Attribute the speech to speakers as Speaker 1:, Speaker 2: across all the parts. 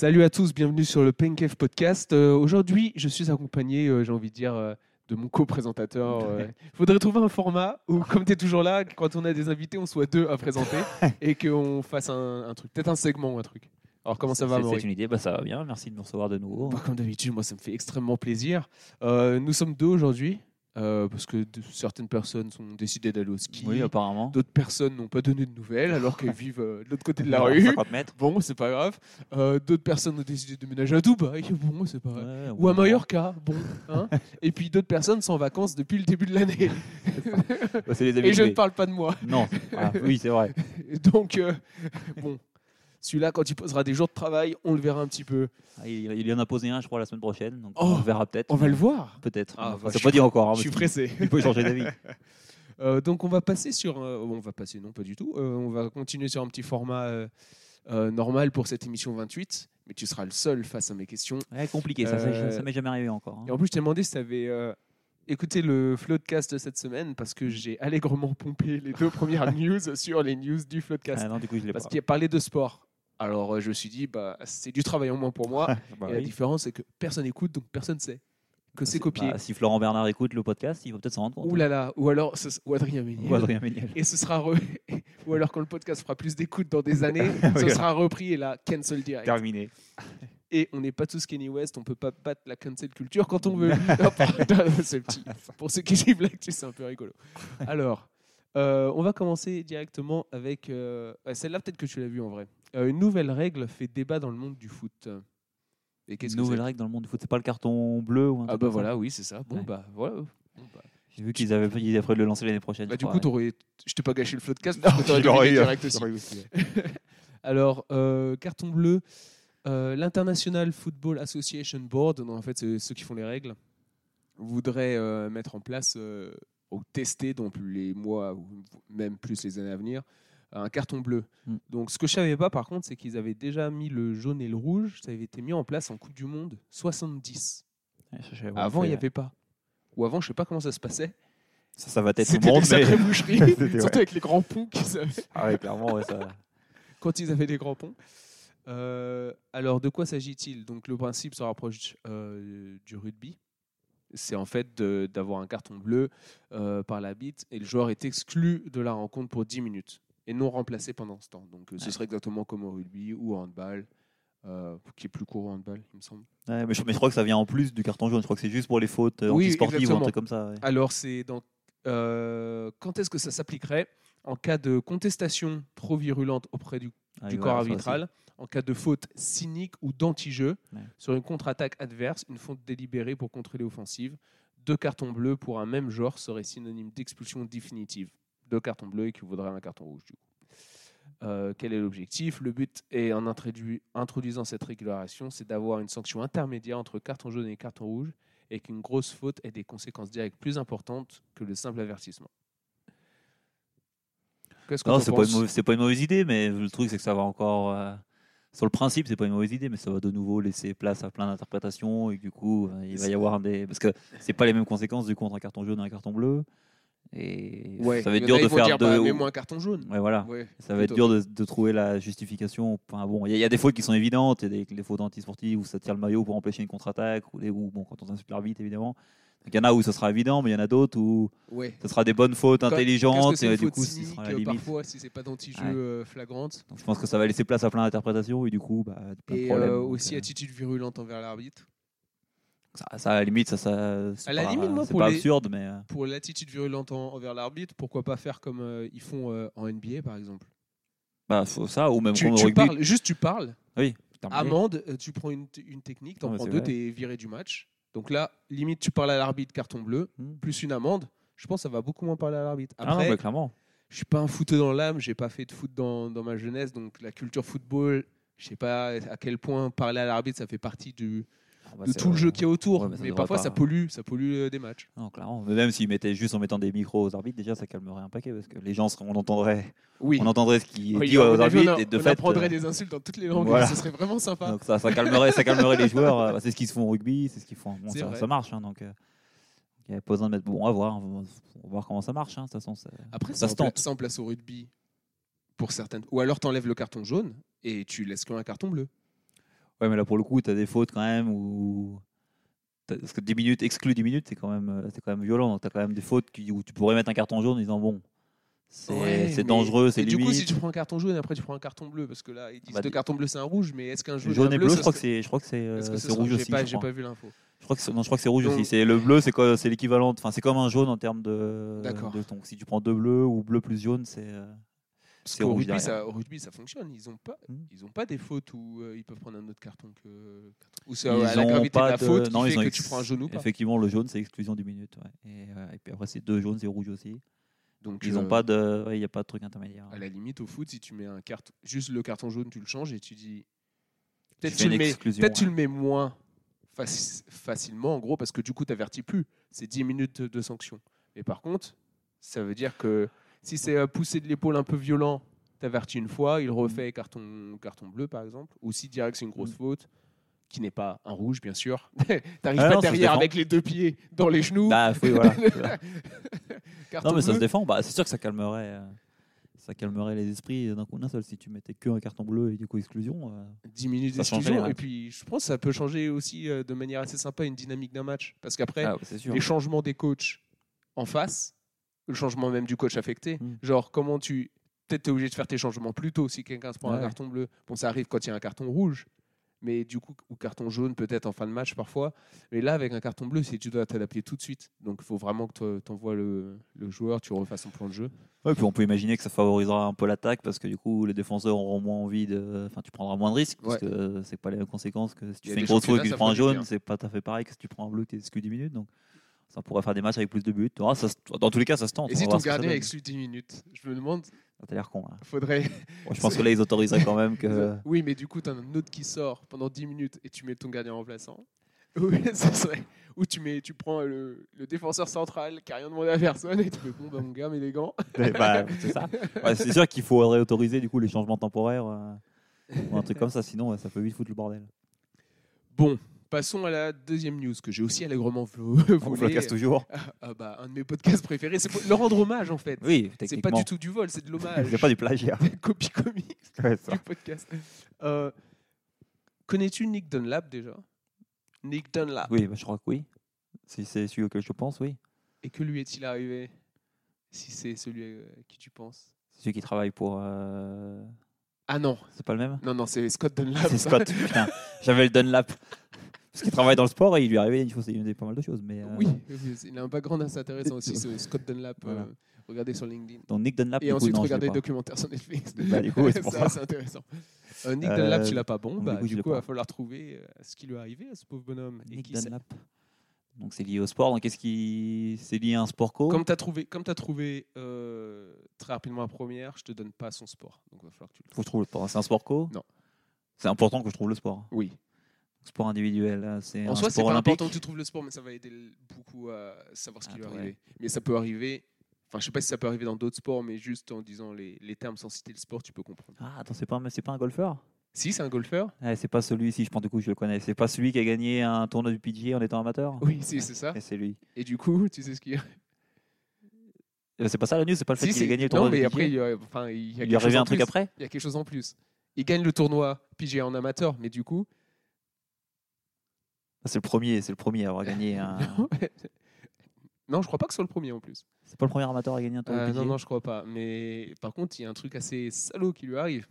Speaker 1: Salut à tous, bienvenue sur le Pencave Podcast. Aujourd'hui, je suis accompagné, j'ai envie de dire, de mon co-présentateur. Il faudrait trouver un format où, comme tu es toujours là, quand on a des invités, on soit deux à présenter et qu'on fasse un truc, peut-être un segment ou un truc. Alors, comment ça va, Maury?
Speaker 2: C'est une idée, ça va bien, merci de me recevoir de nouveau.
Speaker 1: Comme d'habitude, moi, ça me fait extrêmement plaisir. Nous sommes deux aujourd'hui. Parce que certaines personnes ont décidé d'aller au ski.
Speaker 2: Oui, apparemment.
Speaker 1: D'autres personnes n'ont pas donné de nouvelles alors qu'elles vivent de l'autre côté de la
Speaker 2: À
Speaker 1: rue.
Speaker 2: 50 mètres.
Speaker 1: Bon, c'est pas grave. D'autres personnes ont décidé de déménager à Dubaï. Bon, c'est pas grave.
Speaker 2: Ouais,
Speaker 1: Ou à Mallorca. Bon, hein. Et puis d'autres personnes sont en vacances depuis le début de l'année.
Speaker 2: C'est les
Speaker 1: Et je ne
Speaker 2: habitués.
Speaker 1: parle pas de moi.
Speaker 2: Non, oui, c'est vrai.
Speaker 1: Donc, bon, celui-là, quand il posera des jours de travail, on le verra un petit peu.
Speaker 2: Il y en a posé un, je crois, la semaine prochaine. Donc
Speaker 1: Oh,
Speaker 2: on le verra peut-être.
Speaker 1: On va le voir.
Speaker 2: Peut-être.
Speaker 1: Ah,
Speaker 2: C'est pas dit encore. Hein,
Speaker 1: Je suis
Speaker 2: parce
Speaker 1: pressé.
Speaker 2: qu'il peut changer d'avis.
Speaker 1: Donc on va passer sur... on va passer, non pas du tout. On va continuer sur un petit format normal pour cette émission 28. Mais tu seras le seul face à mes questions.
Speaker 2: Ouais, compliqué, ça m'est jamais arrivé encore. Hein.
Speaker 1: Et en plus, je t'ai demandé si tu avais écouté le Floodcast cette semaine parce que j'ai allègrement pompé les deux premières news sur les news du Floodcast.
Speaker 2: Ah non, du coup, je l'ai
Speaker 1: Parce
Speaker 2: pas.
Speaker 1: qu'il a parlé de sport. Alors je me suis dit, c'est du travail en moins pour moi.
Speaker 2: Bah,
Speaker 1: Et la
Speaker 2: oui.
Speaker 1: différence, c'est que personne écoute, donc personne sait que c'est copié.
Speaker 2: Bah, si Florent Bernard écoute le podcast, il va peut-être s'en rendre compte.
Speaker 1: Ouh là là, ou alors ou Adrien Méniel.
Speaker 2: Ou Adrien Méniel.
Speaker 1: Et ce sera ou alors quand le podcast fera plus d'écoute dans des années, ce sera repris et là cancel direct.
Speaker 2: Terminé.
Speaker 1: Et on n'est pas tous Kenny West, on peut pas battre la cancel culture quand on veut. Non, pardon, c'est petit. Pour ceux qui suivent l'actu, c'est un peu rigolo. Alors, on va commencer directement avec celle-là, peut-être que tu l'as vue en vrai. Une nouvelle règle fait débat dans le monde du foot. Et qu'est-ce que
Speaker 2: Nouvelle
Speaker 1: c'est?
Speaker 2: règle dans le monde du foot, c'est pas le carton bleu ou un
Speaker 1: Ah
Speaker 2: truc
Speaker 1: bah
Speaker 2: comme ça.
Speaker 1: voilà, oui, c'est ça. Bon
Speaker 2: Ouais.
Speaker 1: bah voilà. Bon, bah.
Speaker 2: J'ai vu qu'ils avaient prévu de le lancer l'année prochaine.
Speaker 1: Bah,
Speaker 2: je
Speaker 1: du
Speaker 2: crois,
Speaker 1: coup,
Speaker 2: ouais.
Speaker 1: je t'ai pas gâché le podcast parce que
Speaker 2: Je
Speaker 1: t'aurais dû
Speaker 2: l'aurais
Speaker 1: le
Speaker 2: eu,
Speaker 1: direct aussi.
Speaker 2: j'aurais eu aussi.
Speaker 1: Alors, carton bleu, l'International Football Association Board, donc en fait, c'est ceux qui font les règles, voudrait mettre en place, ou tester, donc les mois ou même plus les années à venir, un carton bleu.
Speaker 2: Mm.
Speaker 1: Donc, ce que je savais pas, par contre, c'est qu'ils avaient déjà mis le jaune et le rouge, ça avait été mis en place en Coupe du Monde 70.
Speaker 2: Ouais, je savais pas,
Speaker 1: Avant, il n'y
Speaker 2: fait-
Speaker 1: avait pas. Ou avant, je sais pas comment ça se passait.
Speaker 2: Ça va être tout
Speaker 1: C'était
Speaker 2: le monde,
Speaker 1: des sacrées
Speaker 2: mais.
Speaker 1: boucheries,
Speaker 2: C'était, ouais.
Speaker 1: surtout avec les grands ponts qu'ils avaient.
Speaker 2: Ah ouais, clairement, ouais, ça.
Speaker 1: Quand ils avaient des grands ponts. Alors, de quoi s'agit-il? Donc, le principe se rapproche du rugby. C'est en fait d'avoir un carton bleu par l'arbitre et le joueur est exclu de la rencontre pour 10 minutes et non remplacé pendant ce temps. Donc, ce serait exactement comme au rugby ou au handball, qui est plus court au handball, il me semble.
Speaker 2: Ouais, mais je crois que ça vient en plus du carton jaune. Je crois que c'est juste pour les fautes
Speaker 1: Oui,
Speaker 2: antisportives ou un
Speaker 1: exactement.
Speaker 2: truc comme ça. Ouais.
Speaker 1: Alors, quand est-ce que ça s'appliquerait? En cas de contestation trop virulente auprès du
Speaker 2: Ah,
Speaker 1: du
Speaker 2: oui,
Speaker 1: corps
Speaker 2: voilà, ça
Speaker 1: arbitral, en cas de faute cynique ou d'anti-jeu,
Speaker 2: Ouais.
Speaker 1: sur une contre-attaque adverse, une faute délibérée pour contrer l'offensive. 2 cartons bleus pour un même genre seraient synonymes d'expulsion définitive. 2 cartons bleus équivaudrait à un carton rouge. Du coup. Quel est l'objectif? Le but est, en introduisant cette régulation, c'est d'avoir une sanction intermédiaire entre carton jaune et carton rouge et qu'une grosse faute ait des conséquences directes plus importantes que le simple avertissement. Qu'est-ce que
Speaker 2: Non,
Speaker 1: t'en penses?
Speaker 2: c'est pas une mauvaise idée, mais le truc, c'est que ça va encore. Sur le principe, c'est pas une mauvaise idée, mais ça va de nouveau laisser place à plein d'interprétations et que, du coup, il va y avoir des. Parce que c'est pas les mêmes conséquences du coup entre un carton jaune et un carton bleu. Et
Speaker 1: Ouais,
Speaker 2: ça va être
Speaker 1: il y en
Speaker 2: dur
Speaker 1: a,
Speaker 2: de
Speaker 1: ils vont
Speaker 2: faire
Speaker 1: dire,
Speaker 2: deux.
Speaker 1: mets-moi un carton jaune.
Speaker 2: Ouais, voilà.
Speaker 1: Ouais,
Speaker 2: Ça va être
Speaker 1: plutôt.
Speaker 2: dur de trouver la justification. Enfin, bon, il y a des fautes qui sont évidentes, il y a des fautes antisportives où ça tire le maillot pour empêcher une contre-attaque, ou bon, quand on s'insulte l'arbitre, évidemment. Donc, il y en a où ça sera évident, mais il y en a d'autres où
Speaker 1: Ouais.
Speaker 2: ce sera des bonnes fautes
Speaker 1: Qu'est-ce
Speaker 2: intelligentes,
Speaker 1: que c'est
Speaker 2: et
Speaker 1: une
Speaker 2: du
Speaker 1: faute
Speaker 2: coup, ce
Speaker 1: cynique,
Speaker 2: sera la limite.
Speaker 1: parfois, si c'est pas d'anti-jeu flagrante.
Speaker 2: Donc, je pense que ça va laisser place à plein d'interprétations, et du coup, plein de
Speaker 1: Et
Speaker 2: problèmes. Donc,
Speaker 1: aussi attitude virulente envers l'arbitre.
Speaker 2: ça, à la limite, c'est
Speaker 1: À la limite, moi,
Speaker 2: c'est
Speaker 1: pour
Speaker 2: pas
Speaker 1: les-
Speaker 2: absurde, mais
Speaker 1: Pour l'attitude virulente envers l'arbitre, pourquoi pas faire comme ils font en NBA, par exemple?
Speaker 2: faut ça, ou même
Speaker 1: Tu,
Speaker 2: comme au
Speaker 1: tu
Speaker 2: rugby.
Speaker 1: parles, juste tu parles,
Speaker 2: Oui, terminé.
Speaker 1: amende, tu prends une technique, t'en
Speaker 2: Non, mais
Speaker 1: prends
Speaker 2: c'est
Speaker 1: 2,
Speaker 2: vrai.
Speaker 1: t'es viré du match. Donc là, limite, tu parles à l'arbitre, carton bleu, plus une amende. Je pense que ça va beaucoup moins parler à l'arbitre.
Speaker 2: Ah non,
Speaker 1: Après,
Speaker 2: mais clairement.
Speaker 1: je suis pas un footeux dans l'âme, j'ai pas fait de foot dans ma jeunesse, donc la culture football, je sais pas à quel point parler à l'arbitre, ça fait partie de tout le jeu qui est autour.
Speaker 2: Ouais, mais ça
Speaker 1: mais
Speaker 2: devrait
Speaker 1: parfois,
Speaker 2: pas.
Speaker 1: ça pollue des matchs.
Speaker 2: Non, clairement. Mais même s'ils mettaient juste en mettant des micros aux arbitres, déjà ça calmerait un paquet parce que les gens on entendrait
Speaker 1: Oui.
Speaker 2: ce qui est
Speaker 1: Oui,
Speaker 2: dit
Speaker 1: à
Speaker 2: aux
Speaker 1: mon avis,
Speaker 2: arbitres et de
Speaker 1: on
Speaker 2: fait.
Speaker 1: apprendrait des insultes dans toutes les langues,
Speaker 2: voilà.
Speaker 1: ce serait vraiment sympa.
Speaker 2: Donc ça calmerait les joueurs. C'est ce qu'ils se font au rugby, c'est ce qu'ils font. Bon,
Speaker 1: C'est vrai.
Speaker 2: ça marche, hein, donc il n'y a pas besoin de mettre. Bon, on va voir comment ça marche. Hein, de toute façon,
Speaker 1: Après,
Speaker 2: ça se tente.
Speaker 1: ça en place au rugby pour certaines. Ou alors, tu enlèves le carton jaune et tu laisses qu'un carton bleu.
Speaker 2: Ouais, mais là, pour le coup, tu as des fautes quand même où. Parce que 10 minutes, exclu 10 minutes, c'est quand même violent. Donc, tu as quand même des fautes où tu pourrais mettre un carton jaune en disant bon, c'est
Speaker 1: mais
Speaker 2: dangereux, c'est
Speaker 1: et du coup, si
Speaker 2: limite.
Speaker 1: tu prends un carton jaune, après tu prends un carton bleu, parce que là, ils disent
Speaker 2: Bah,
Speaker 1: deux cartons bleus, c'est un rouge, mais est-ce qu'un jaune,
Speaker 2: jaune
Speaker 1: un
Speaker 2: et
Speaker 1: bleu,
Speaker 2: bleu,
Speaker 1: ce serait-
Speaker 2: je crois que
Speaker 1: est-ce que ce
Speaker 2: c'est
Speaker 1: sera-
Speaker 2: rouge aussi.
Speaker 1: J'ai
Speaker 2: Je crois.
Speaker 1: pas vu l'info.
Speaker 2: Non, je crois que c'est rouge
Speaker 1: Donc-
Speaker 2: aussi. C'est le bleu, c'est l'équivalent. Enfin, c'est comme un jaune en termes
Speaker 1: D'accord.
Speaker 2: de ton. Si tu prends 2 bleus ou bleu plus jaune, c'est.
Speaker 1: Parce
Speaker 2: C'est
Speaker 1: qu'au
Speaker 2: rouge
Speaker 1: rugby,
Speaker 2: derrière.
Speaker 1: au rugby, ça fonctionne.
Speaker 2: Hmm.
Speaker 1: Ils ont pas des fautes où ils peuvent prendre un autre carton que. Ou c'est
Speaker 2: Ils
Speaker 1: à la
Speaker 2: ont
Speaker 1: gravité de
Speaker 2: pas
Speaker 1: la faute qui
Speaker 2: non,
Speaker 1: fait
Speaker 2: ils ont
Speaker 1: que tu prends un jaune ou pas.
Speaker 2: Effectivement, le jaune, c'est exclusion 10 minutes. Ouais. Et puis après, c'est 2 jaunes, c'est rouge aussi.
Speaker 1: Donc,
Speaker 2: Ils ont pas de. Il n'y a pas de truc intermédiaire.
Speaker 1: à la limite, au foot, si tu mets un carton, juste le carton jaune, tu le changes et tu dis.
Speaker 2: Tu
Speaker 1: Peut-être
Speaker 2: fais une exclusion,
Speaker 1: peut-être tu
Speaker 2: ouais.
Speaker 1: le mets moins facilement, en gros, parce que du coup, tu n'avertis plus. C'est 10 minutes de sanction. Mais par contre, ça veut dire que si c'est pousser de l'épaule un peu violent, tu avertis une fois, il refait carton bleu, par exemple. Ou si direct, c'est une grosse faute, qui n'est pas un rouge, bien sûr. Tu n'arrives
Speaker 2: Ah
Speaker 1: pas
Speaker 2: non, ça se
Speaker 1: derrière
Speaker 2: défend.
Speaker 1: avec les deux pieds dans les genoux.
Speaker 2: Bah, oui, voilà.
Speaker 1: Carton
Speaker 2: Non, mais ça
Speaker 1: bleu.
Speaker 2: se défend. Bah, c'est sûr que ça calmerait les esprits d'un coup d'un seul. Si tu mettais que un carton bleu et du coup exclusion.
Speaker 1: 10 minutes
Speaker 2: Ça changerait les
Speaker 1: d'exclusion. Et
Speaker 2: règles.
Speaker 1: puis, je pense que ça peut changer aussi de manière assez sympa une dynamique d'un match. Parce qu'après,
Speaker 2: Ah, c'est sûr.
Speaker 1: les changements des coachs en face, le changement même du coach affecté,
Speaker 2: Mm.
Speaker 1: genre comment tu. Peut-être tu es obligé de faire tes changements plus tôt si quelqu'un se prend un
Speaker 2: Ouais.
Speaker 1: carton bleu. Bon, ça arrive quand il y a un carton rouge, mais du coup, ou carton jaune peut-être en fin de match parfois. Mais là, avec un carton bleu, c'est tu dois t'adapter tout de suite. Donc, il faut vraiment que tu envoies le joueur, tu refasses son plan de jeu.
Speaker 2: Ouais, puis on peut imaginer que ça favorisera un peu l'attaque parce que du coup les défenseurs auront moins envie de. Enfin, tu prendras moins de risques parce
Speaker 1: Ouais.
Speaker 2: que c'est pas les mêmes conséquences que si
Speaker 1: Il y
Speaker 2: tu
Speaker 1: a
Speaker 2: fais une
Speaker 1: des
Speaker 2: grosse faute et que
Speaker 1: championnats,
Speaker 2: tu
Speaker 1: ça
Speaker 2: prends un
Speaker 1: fera du
Speaker 2: jaune,
Speaker 1: bien.
Speaker 2: c'est pas tout à fait pareil que si tu prends un bleu qui est exclu 10 minutes. Donc ça pourrait faire des matchs avec plus de buts. Ah, dans tous les cas, ça se tente.
Speaker 1: Et
Speaker 2: On
Speaker 1: si
Speaker 2: va
Speaker 1: ton
Speaker 2: voir ce que ça
Speaker 1: gardien
Speaker 2: donne.
Speaker 1: exclut 10 minutes, je me demande,
Speaker 2: Ça t'a l'air con. Hein.
Speaker 1: faudrait.
Speaker 2: Bon, je pense que là ils autoriseraient quand même que.
Speaker 1: Oui, mais du coup, tu as un autre qui sort pendant 10 minutes et tu mets ton gardien remplaçant. Oui, ça serait. Ou tu prends le défenseur central qui n'a rien demandé à personne et tu fais bon, bah, mon gars, mets les gants.
Speaker 2: Bah, c'est ça. Ouais, c'est sûr qu'il faudrait autoriser du coup les changements temporaires ou un truc comme ça. Sinon, ça peut vite foutre le bordel.
Speaker 1: Bon, passons à la deuxième news que j'ai aussi allègrement
Speaker 2: On
Speaker 1: volée.
Speaker 2: flocasse toujours.
Speaker 1: Bah, un de mes podcasts préférés, c'est pour le rendre hommage en fait.
Speaker 2: Oui,
Speaker 1: C'est pas
Speaker 2: techniquement.
Speaker 1: du tout du vol, c'est de l'hommage.
Speaker 2: C'est pas du plagiat.
Speaker 1: Copie comique
Speaker 2: Ouais, ça.
Speaker 1: du podcast. Connais-tu Nick Dunlap déjà? Nick Dunlap.
Speaker 2: Oui, bah, je crois que oui. Si c'est celui auquel je pense, oui.
Speaker 1: Et que lui est-il arrivé? Si c'est celui à qui tu penses.
Speaker 2: C'est celui qui travaille pour.
Speaker 1: Ah non,
Speaker 2: C'est pas le même.
Speaker 1: non, c'est Scott Dunlap.
Speaker 2: C'est
Speaker 1: ça.
Speaker 2: Scott. Putain, j'avais le Dunlap. Parce qu'il travaille dans le sport et il lui est arrivé pas mal de choses. Mais,
Speaker 1: Oui, il a un background assez intéressant aussi, ce Scott Dunlap.
Speaker 2: Voilà.
Speaker 1: Regardez sur LinkedIn.
Speaker 2: Donc Nick Dunlap.
Speaker 1: Et
Speaker 2: du coup,
Speaker 1: ensuite,
Speaker 2: non, je
Speaker 1: regardez
Speaker 2: l'ai
Speaker 1: le
Speaker 2: pas.
Speaker 1: documentaire sur Netflix.
Speaker 2: Bah, du coup, c'est pour ça.
Speaker 1: C'est intéressant. Nick Dunlap, tu l'as pas bon.
Speaker 2: donc,
Speaker 1: Bah,
Speaker 2: du coup, je
Speaker 1: du
Speaker 2: l'ai
Speaker 1: coup, il va
Speaker 2: pas.
Speaker 1: falloir trouver ce qui lui est arrivé à ce pauvre bonhomme. Et
Speaker 2: Nick
Speaker 1: qui c'est.
Speaker 2: Dunlap. Donc c'est lié au sport. Donc est-ce qu'il c'est lié à un sport co?
Speaker 1: Comme tu as trouvé très rapidement la première, je te donne pas son sport. Donc, il va falloir que tu le
Speaker 2: Faut que je trouve le sport. C'est un sport co?
Speaker 1: Non.
Speaker 2: C'est important que je trouve le sport.
Speaker 1: Oui.
Speaker 2: Sport individuel, là, c'est
Speaker 1: En
Speaker 2: un
Speaker 1: soi, c'est
Speaker 2: sport
Speaker 1: pas
Speaker 2: olympique.
Speaker 1: important que tu trouves le sport, mais ça va aider beaucoup à savoir ce qui lui est
Speaker 2: ouais.
Speaker 1: arrivé. Mais ça peut arriver. Enfin, je sais pas si ça peut arriver dans d'autres sports, mais juste en disant les termes sans citer le sport, tu peux comprendre.
Speaker 2: Ah, attends, c'est pas un golfeur?
Speaker 1: Si, c'est un golfeur.
Speaker 2: C'est pas celui-ci, je pense du coup je le connais. C'est pas celui qui a gagné un tournoi du PGA en étant amateur?
Speaker 1: Oui, si, c'est ça.
Speaker 2: Et c'est lui.
Speaker 1: Et du coup, tu sais ce qu'il y a.
Speaker 2: C'est pas ça la news, c'est pas le fait
Speaker 1: Si,
Speaker 2: qu'il ait
Speaker 1: si.
Speaker 2: gagné le tournoi
Speaker 1: Non, mais
Speaker 2: du
Speaker 1: après,
Speaker 2: PGA.
Speaker 1: il y a
Speaker 2: Il lui est
Speaker 1: quelque chose
Speaker 2: arrivé
Speaker 1: en
Speaker 2: un truc
Speaker 1: plus.
Speaker 2: après?
Speaker 1: Il y a quelque chose en plus. Il gagne le tournoi PGA en amateur, mais du coup.
Speaker 2: C'est le premier à avoir gagné un.
Speaker 1: Non, je crois pas que ce soit le premier en plus.
Speaker 2: C'est pas le premier amateur à gagner un tournoi du PGA?
Speaker 1: Non, je crois pas. Mais par contre, il y a un truc assez salaud qui lui arrive,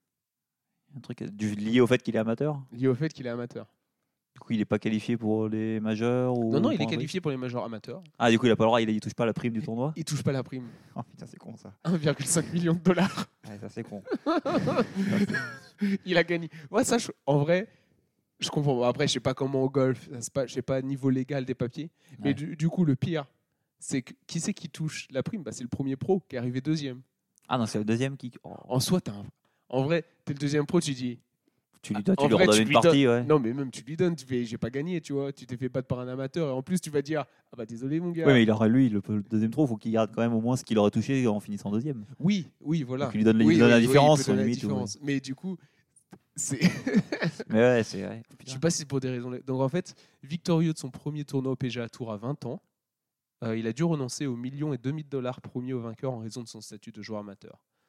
Speaker 2: Un truc lié au fait qu'il est amateur?
Speaker 1: lié au fait qu'il est amateur.
Speaker 2: Du coup, il est pas qualifié pour les majeurs ou
Speaker 1: Non, il
Speaker 2: pour
Speaker 1: est
Speaker 2: un truc?
Speaker 1: qualifié pour les majors amateurs.
Speaker 2: Ah, du coup, il a pas le droit, il touche pas la prime du tournoi?
Speaker 1: Il touche pas la prime.
Speaker 2: Oh putain, c'est con ça.
Speaker 1: 1,5 million de dollars.
Speaker 2: Ouais, ça c'est con.
Speaker 1: Il a gagné. Moi, ça, en vrai, je comprends. Bon, après, je sais pas comment au golf, ça se passe, je sais pas niveau légal des papiers. Mais
Speaker 2: Ouais.
Speaker 1: du coup, le pire, c'est que qui c'est qui touche la prime? Bah, c'est le premier pro qui est arrivé deuxième.
Speaker 2: Ah non, c'est le deuxième qui. Oh,
Speaker 1: En soi, en vrai, t'es le deuxième pro, tu dis.
Speaker 2: tu lui
Speaker 1: en
Speaker 2: lui
Speaker 1: vrai,
Speaker 2: redonnes
Speaker 1: tu
Speaker 2: une
Speaker 1: lui
Speaker 2: partie, ouais.
Speaker 1: Non, mais même tu lui donnes, tu fais, j'ai pas gagné, tu vois. Tu t'es fait battre par un amateur. Et en plus, tu vas dire, ah bah désolé, mon gars.
Speaker 2: Oui, mais le deuxième trou, il faut qu'il garde quand même au moins ce qu'il aurait touché en finissant deuxième.
Speaker 1: Oui, voilà.
Speaker 2: Donc il lui donne,
Speaker 1: Oui,
Speaker 2: il donne la
Speaker 1: oui,
Speaker 2: différence,
Speaker 1: il peut donner la
Speaker 2: limite,
Speaker 1: différence. Mais du coup, c'est.
Speaker 2: Mais ouais, c'est vrai.
Speaker 1: Je sais pas si c'est pour des raisons. Donc en fait, victorieux de son premier tournoi au PGA Tour à 20 ans, il a dû renoncer aux $1,2 millions promis au vainqueur en raison de son statut de joueur amateur.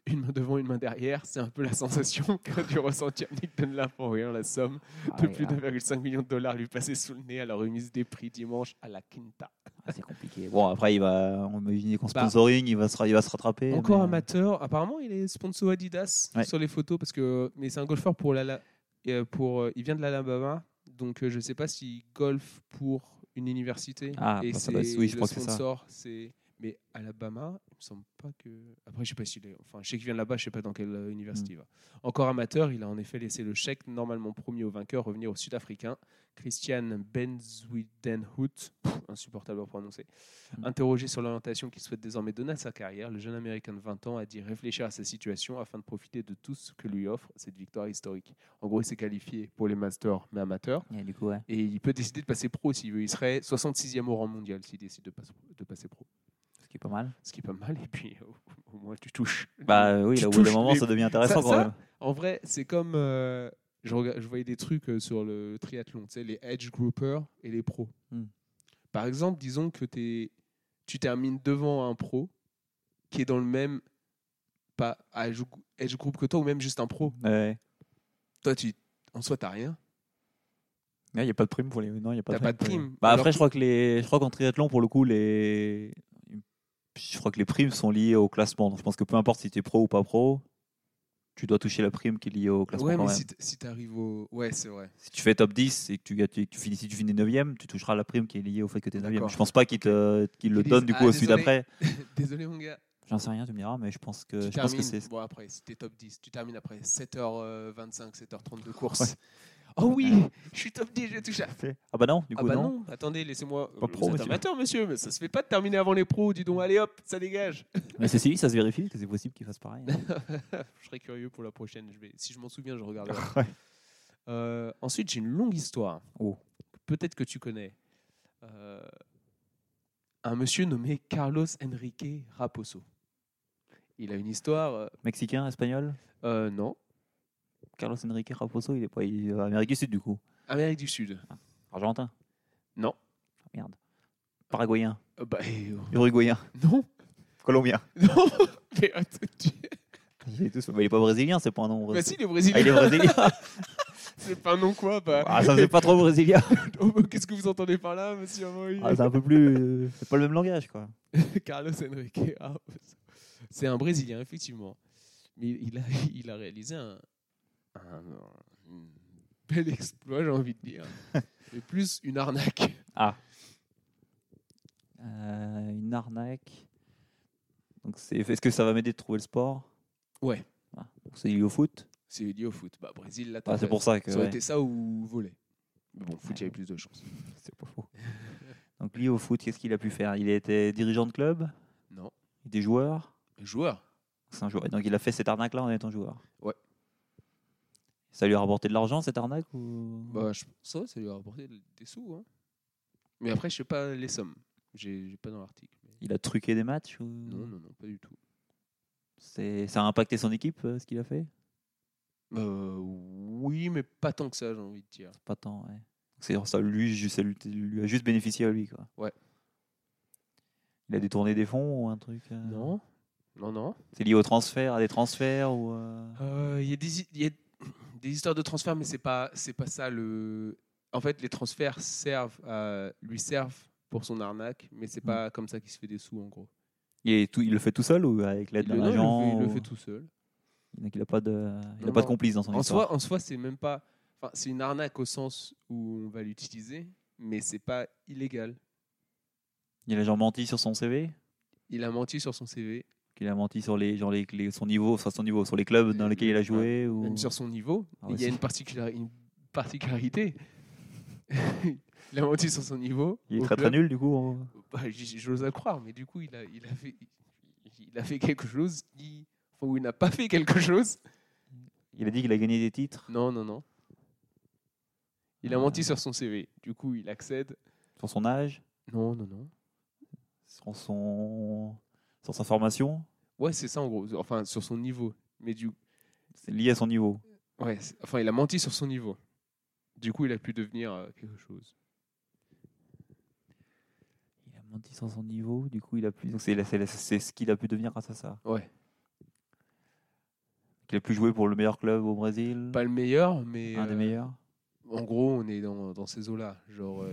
Speaker 1: une main devant, une main derrière. C'est un peu la sensation qu'a dû ressentir Nick Dunlap en voyant la somme de plus de 1,5 million de dollars lui passer sous le nez à la remise des prix dimanche à la Quinta.
Speaker 2: C'est compliqué. Bon, après, on imagine qu'en
Speaker 1: Bah,
Speaker 2: sponsoring, il va se rattraper.
Speaker 1: Encore
Speaker 2: mais-
Speaker 1: amateur. Apparemment, il est sponsor Adidas
Speaker 2: Ouais.
Speaker 1: sur les photos mais c'est un golfeur il vient de l'Alabama, donc je ne sais pas s'il golfe pour une université.
Speaker 2: Ah,
Speaker 1: et
Speaker 2: bah, ça
Speaker 1: c'est
Speaker 2: doit être- oui, je
Speaker 1: le
Speaker 2: pense que c'est ça.
Speaker 1: sponsor, mais Alabama, il me semble pas que. Après, je sais pas s'il est. Enfin, je sais qu'il vient de là-bas, je sais pas dans quelle université il va. Encore amateur, il a en effet laissé le chèque normalement promis au vainqueur revenir au Sud-Africain Christian Benzwidenhout, insupportable à prononcer. Interrogé sur l'orientation qu'il souhaite désormais donner à sa carrière, le jeune Américain de 20 ans a dit réfléchir à sa situation afin de profiter de tout ce que lui offre cette victoire historique. En gros, il s'est qualifié pour les Masters, mais amateur.
Speaker 2: Et du coup, ouais.
Speaker 1: Et il peut décider de passer pro s'il veut. Il serait 66e au rang mondial s'il décide de passer pro.
Speaker 2: Ce qui est pas mal.
Speaker 1: Ce qui est pas mal. Et puis, au moins, tu touches.
Speaker 2: Bah oui,
Speaker 1: Tu
Speaker 2: là, au bout d'un
Speaker 1: touches
Speaker 2: moment,
Speaker 1: les-
Speaker 2: ça devient intéressant
Speaker 1: Ça-
Speaker 2: quand même.
Speaker 1: En vrai, c'est comme. Je voyais des trucs sur le triathlon, tu sais, les edge groupers et les pros.
Speaker 2: Hmm.
Speaker 1: Par exemple, disons que tu termines devant un pro qui est dans le même pas edge group que toi ou même juste un pro.
Speaker 2: Ouais.
Speaker 1: Toi, en soi, t'as rien.
Speaker 2: Il n'y a pas de prime pour les. Non, il n'y a pas
Speaker 1: T'as
Speaker 2: de
Speaker 1: pas de
Speaker 2: pour les-
Speaker 1: prime.
Speaker 2: Bah,
Speaker 1: Alors
Speaker 2: après,
Speaker 1: que-
Speaker 2: je crois qu'en triathlon, pour le coup, je crois que les primes sont liées au classement. Donc, je pense que peu importe si tu es pro ou pas pro, tu dois toucher la prime qui est liée au classement
Speaker 1: Ouais,
Speaker 2: quand
Speaker 1: mais
Speaker 2: même.
Speaker 1: si t'arrives au. Ouais, c'est vrai.
Speaker 2: Si tu fais top 10 et que si tu finis 9e, tu toucheras la prime qui est liée au fait que tu es 9e.
Speaker 1: D'accord.
Speaker 2: Je pense pas qu'ils le
Speaker 1: Ils
Speaker 2: donnent
Speaker 1: disent,
Speaker 2: du coup
Speaker 1: ah,
Speaker 2: au celui
Speaker 1: désolé.
Speaker 2: d'après.
Speaker 1: Désolé, mon gars.
Speaker 2: J'en sais rien, tu me diras, mais je pense que,
Speaker 1: Tu
Speaker 2: je pense que
Speaker 1: termines.
Speaker 2: c'est.
Speaker 1: Bon, après, si t'es top 10, tu termines après 7h25, 7h30 de course.
Speaker 2: Ouais.
Speaker 1: Oh oui, je suis top 10, j'ai touché.
Speaker 2: Ah bah non, du
Speaker 1: Ah
Speaker 2: coup
Speaker 1: bah
Speaker 2: non.
Speaker 1: non, attendez, laissez-moi.
Speaker 2: Pas
Speaker 1: Vous
Speaker 2: pro,
Speaker 1: êtes
Speaker 2: monsieur.
Speaker 1: amateur, monsieur, mais ça se fait pas de terminer avant les pros. Dis donc, allez hop, ça dégage.
Speaker 2: Mais ceci dit, ça se vérifie que c'est possible qu'ils fassent pareil.
Speaker 1: Je serais curieux pour la prochaine. Si je m'en souviens, je regarderai.
Speaker 2: Ouais.
Speaker 1: Ensuite, j'ai une longue histoire.
Speaker 2: Oh.
Speaker 1: Peut-être que tu connais. Un monsieur nommé Carlos Enrique Raposo. Il a une histoire.
Speaker 2: Mexicain, espagnol,
Speaker 1: Non,
Speaker 2: Carlos Enrique Raposo, il est pas Amérique du Sud du coup.
Speaker 1: Amérique du Sud.
Speaker 2: Argentin.
Speaker 1: Non.
Speaker 2: Ah, merde. Paraguayen, Uruguayen,
Speaker 1: Non,
Speaker 2: Colombien.
Speaker 1: non. Mais attends,
Speaker 2: Il est pas brésilien, c'est pas un nom.
Speaker 1: Bah si, les
Speaker 2: Ah,
Speaker 1: Brésiliens.
Speaker 2: il est brésilien.
Speaker 1: C'est pas un nom quoi bah...
Speaker 2: Ah, ça faisait pas trop brésilien.
Speaker 1: Oh, bah, qu'est-ce que vous entendez par là, monsieur Amoy
Speaker 2: Ah, c'est un peu plus. C'est pas le même langage quoi.
Speaker 1: Carlos Enrique. C'est un Brésilien, effectivement. Mais il a réalisé un bel exploit, j'ai envie de dire. Mais plus une arnaque.
Speaker 2: Ah. Une arnaque. Donc est-ce que ça va m'aider de trouver le sport?
Speaker 1: Ouais,
Speaker 2: Ah, donc c'est lié au foot.
Speaker 1: c'est lié au foot. Bah, Brésil, là,
Speaker 2: Ah, c'est pour ça que.
Speaker 1: ça aurait
Speaker 2: Ouais,
Speaker 1: été ça ou voler. Mais bon, foot, il y
Speaker 2: Ouais.
Speaker 1: avait plus de chances.
Speaker 2: c'est pas faux. Donc lié au foot, qu'est-ce qu'il a pu faire? Il était dirigeant de club,
Speaker 1: Non.
Speaker 2: il était joueur.
Speaker 1: Joueur.
Speaker 2: C'est un joueur. Et donc il a fait cette arnaque-là en étant joueur.
Speaker 1: Ouais.
Speaker 2: Ça lui a rapporté de l'argent cette arnaque ou...
Speaker 1: Bah, ça lui a rapporté des sous. Hein. Mais après, je sais pas les sommes. J'ai pas dans l'article. Mais...
Speaker 2: Il a truqué des matchs ou...
Speaker 1: Non, pas du tout.
Speaker 2: Ça a impacté son équipe ce qu'il a fait?
Speaker 1: Oui, mais pas tant que ça, j'ai envie de dire.
Speaker 2: Pas tant, ouais. Ça lui a juste bénéficié à lui quoi.
Speaker 1: Ouais.
Speaker 2: Il a détourné des fonds ou un truc
Speaker 1: Non.
Speaker 2: C'est lié au transfert, à des transferts ou
Speaker 1: Il y a des histoires de transfert, mais c'est pas ça le. En fait, les transferts lui servent pour son arnaque, mais c'est pas comme ça qu'il se fait des sous en gros.
Speaker 2: il le fait tout seul ou avec l'aide d'un
Speaker 1: Non,
Speaker 2: agent
Speaker 1: il le
Speaker 2: ou-
Speaker 1: fait tout seul.
Speaker 2: Donc il n'a pas de
Speaker 1: Non,
Speaker 2: pas de
Speaker 1: non.
Speaker 2: complice dans son histoire.
Speaker 1: En soi, c'est même pas. Enfin, c'est une arnaque au sens où on va l'utiliser, mais c'est pas illégal.
Speaker 2: Il a genre menti sur son CV,
Speaker 1: Il a menti sur son CV,
Speaker 2: qu'il a menti sur son niveau, sur les clubs dans lesquels il a joué ou
Speaker 1: même sur son niveau.
Speaker 2: Ah,
Speaker 1: Il y a
Speaker 2: aussi.
Speaker 1: une particularité. Il a menti sur son niveau.
Speaker 2: il est
Speaker 1: au
Speaker 2: très
Speaker 1: club.
Speaker 2: très nul du coup.
Speaker 1: Bah, j'ose le croire, mais du coup, il a fait quelque chose où il n'a pas fait quelque chose.
Speaker 2: Il a dit qu'il a gagné des titres
Speaker 1: Non. Il a menti sur son CV. Du coup, il accède.
Speaker 2: sur son âge,
Speaker 1: Non.
Speaker 2: sur sa formation,
Speaker 1: Ouais, c'est ça en gros. Enfin, sur son niveau. Mais
Speaker 2: c'est lié à son niveau.
Speaker 1: ouais, enfin, il a menti sur son niveau. Du coup, il a pu devenir quelque chose.
Speaker 2: Il a menti sur son niveau, du coup il a pu donc c'est ce qu'il a pu devenir grâce à ça.
Speaker 1: Ouais.
Speaker 2: Il a plus joué pour le meilleur club au Brésil.
Speaker 1: Pas le meilleur, mais
Speaker 2: Un des meilleurs.
Speaker 1: en gros, on est dans ces eaux-là. Genre,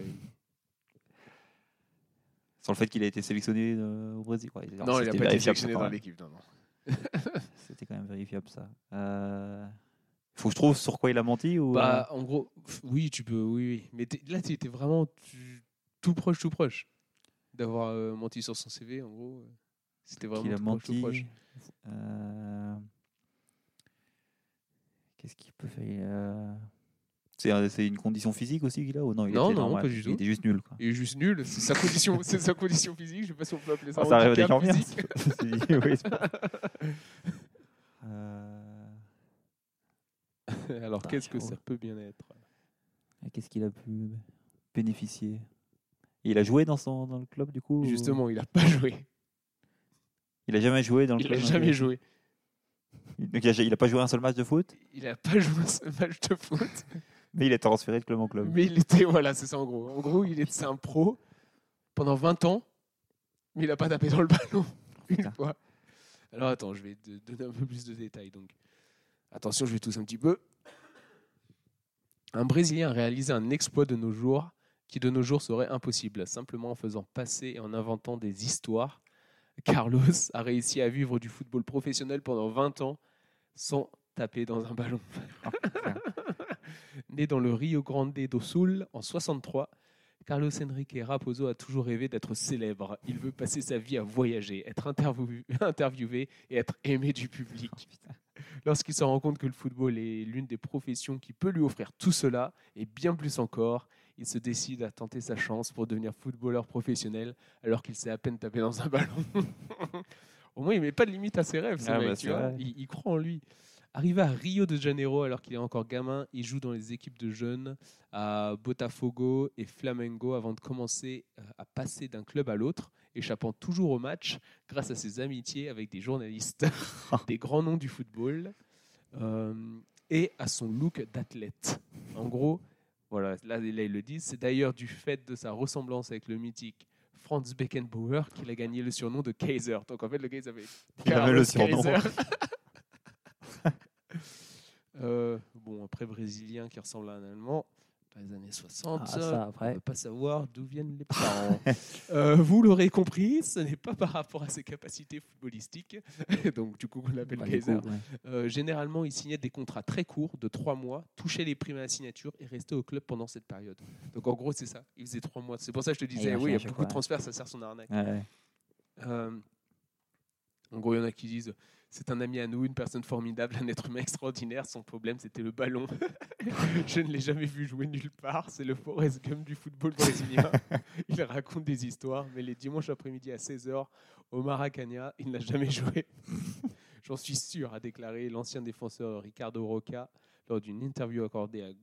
Speaker 2: Sans le fait qu'il a été sélectionné au Brésil. Ouais, alors,
Speaker 1: non, il n'a
Speaker 2: c'était
Speaker 1: pas été
Speaker 2: vérifiable,
Speaker 1: sélectionné
Speaker 2: quand
Speaker 1: dans
Speaker 2: même.
Speaker 1: l'équipe. Non, non.
Speaker 2: C'était quand même vérifiable ça. Faut que je trouve sur quoi il a menti ou
Speaker 1: Bah, en gros, oui, tu peux, oui, oui. Mais là, tu étais vraiment tout proche d'avoir menti sur son CV. En gros, c'était
Speaker 2: qu'il
Speaker 1: vraiment
Speaker 2: a
Speaker 1: tout proche.
Speaker 2: menti. Qu'est-ce qu'il peut faire c'est une condition physique aussi qu'il a ou non il
Speaker 1: Non,
Speaker 2: était
Speaker 1: non,
Speaker 2: normal.
Speaker 1: pas du tout.
Speaker 2: Il était juste nul. Quoi.
Speaker 1: Il est juste nul. C'est sa condition, c'est sa condition physique. Je sais pas si on peut appeler ça
Speaker 2: Ça arrive à des
Speaker 1: handicap
Speaker 2: gens bien.
Speaker 1: physique.
Speaker 2: Oui,
Speaker 1: Alors,
Speaker 2: Putain,
Speaker 1: qu'est-ce que
Speaker 2: chaud.
Speaker 1: ça peut bien être?
Speaker 2: Qu'est-ce qu'il a pu bénéficier? Il a joué dans le club du coup
Speaker 1: Justement, il a pas joué.
Speaker 2: Il a jamais joué dans le
Speaker 1: Il
Speaker 2: club.
Speaker 1: a jamais joué.
Speaker 2: Donc, il a pas joué un seul match de foot,
Speaker 1: Il a pas joué ce match de foot.
Speaker 2: mais il est transféré de club en club.
Speaker 1: Mais il était, voilà, c'est ça en gros. En gros, c'est un pro pendant 20 ans, mais il a pas tapé dans le ballon une
Speaker 2: Putain.
Speaker 1: fois. Alors attends, je vais te donner un peu plus de détails. Donc, attention, je vais tousser un petit peu. Un Brésilien a réalisé un exploit de nos jours qui de nos jours serait impossible, simplement en faisant passer et en inventant des histoires. Carlos a réussi à vivre du football professionnel pendant 20 ans sans taper dans un ballon. Né dans le Rio Grande do Sul en 63, Carlos Henrique Raposo a toujours rêvé d'être célèbre. Il veut passer sa vie à voyager, être interviewé et être aimé du public. Lorsqu'il se rend compte que le football est l'une des professions qui peut lui offrir tout cela et bien plus encore, il se décide à tenter sa chance pour devenir footballeur professionnel alors qu'il sait à peine taper dans un ballon. Au moins, il ne met pas de limite à ses rêves, ce mec, tu vois. Il croit en lui. Arrivé à Rio de Janeiro alors qu'il est encore gamin, il joue dans les équipes de jeunes à Botafogo et Flamengo avant de commencer à passer d'un club à l'autre, échappant toujours au match grâce à ses amitiés avec des journalistes, des grands noms du football et à son look d'athlète. En gros, voilà, là il le dit, c'est d'ailleurs du fait de sa ressemblance avec le mythique Franz Beckenbauer qu'il a gagné le surnom de Kaiser. Donc en fait, le gars, il avait
Speaker 2: le surnom.
Speaker 1: Bon, après, Brésilien qui ressemble à un Allemand, dans les années 60,
Speaker 2: ça,
Speaker 1: on
Speaker 2: après.
Speaker 1: ne peut pas savoir d'où viennent les parents. Vous l'aurez compris, ce n'est pas par rapport à ses capacités footballistiques, donc du coup on l'appelle Kaiser. Généralement, il signait des contrats très courts, de 3 mois, touchait les primes à la signature et restait au club pendant cette période. Donc en gros, c'est ça, il faisait 3 mois. C'est pour ça que je te disais, oui, il y a beaucoup de transferts, ça sert son arnaque.
Speaker 2: Ouais.
Speaker 1: En gros, il y en a qui disent c'est un ami à nous, une personne formidable, un être humain extraordinaire. Son problème, c'était le ballon. Je ne l'ai jamais vu jouer nulle part. C'est le Forrest Gump du football brésilien. Il raconte des histoires, mais les dimanches après-midi à 16h au Maracanã, il n'a jamais joué. J'en suis sûr, a déclaré l'ancien défenseur Ricardo Roca lors d'une interview accordée à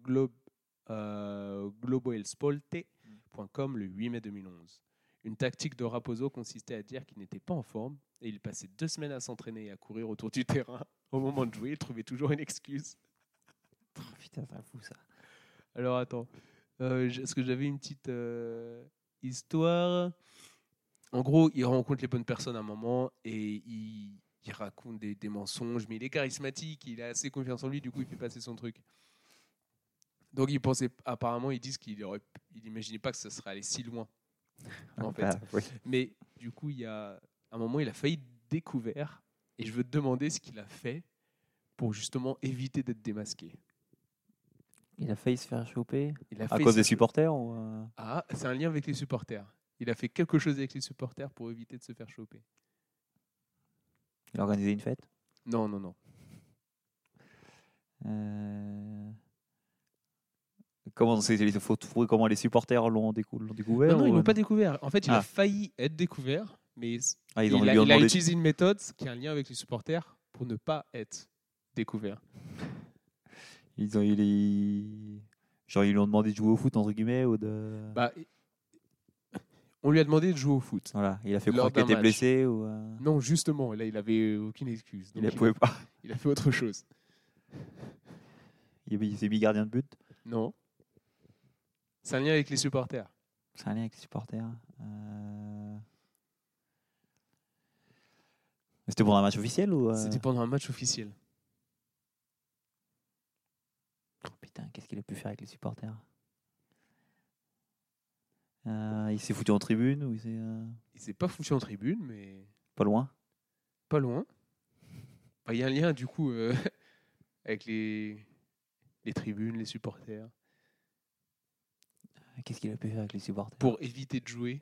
Speaker 1: globoesporte.com le 8 mai 2011. Une tactique de Raposo consistait à dire qu'il n'était pas en forme et il passait 2 semaines à s'entraîner et à courir autour du terrain. Au moment de jouer, il trouvait toujours une excuse.
Speaker 2: Oh, putain, c'est fou ça.
Speaker 1: Alors attends, est-ce que j'avais une petite histoire? En gros, il rencontre les bonnes personnes à un moment et il raconte des mensonges, mais il est charismatique, il a assez confiance en lui, du coup il fait passer son truc. Donc il pensait, apparemment ils disent qu'il n'imaginait pas que ça serait allé si loin. En fait.
Speaker 2: Oui.
Speaker 1: Mais du coup, à un moment, il a failli découvert et je veux te demander ce qu'il a fait pour justement éviter d'être démasqué.
Speaker 2: Il a failli se faire choper
Speaker 1: à
Speaker 2: cause des supporters ou
Speaker 1: Ah, c'est un lien avec les supporters. Il a fait quelque chose avec les supporters pour éviter de se faire choper.
Speaker 2: Il a organisé une fête?
Speaker 1: Non, non, non.
Speaker 2: Il faut trouver comment les supporters l'ont découvert?
Speaker 1: Non, ils l'ont pas découvert. En fait, il a failli être découvert, mais il a utilisé une méthode qui a un lien avec les supporters pour ne pas être découvert.
Speaker 2: Ils lui ont demandé de jouer au foot entre guillemets ou de.
Speaker 1: On lui a demandé de jouer au foot.
Speaker 2: Voilà, il a fait croire qu'il était blessé ou.
Speaker 1: Non, justement, là, il avait aucune excuse.
Speaker 2: Il ne pouvait pas.
Speaker 1: Il a fait autre chose.
Speaker 2: Il s'est mis gardien de but.
Speaker 1: Non. C'est un lien avec les supporters.
Speaker 2: C'est un lien avec les supporters. C'était pendant un match officiel ou
Speaker 1: C'était pendant un match officiel.
Speaker 2: qu'il a pu faire avec les supporters? Il s'est foutu en tribune ou
Speaker 1: Il s'est pas foutu en tribune, mais
Speaker 2: pas loin?
Speaker 1: pas loin. Bah, il y a un lien du coup avec les tribunes, les supporters.
Speaker 2: Qu'est-ce qu'il a pu faire avec les supporters?
Speaker 1: Pour éviter de jouer.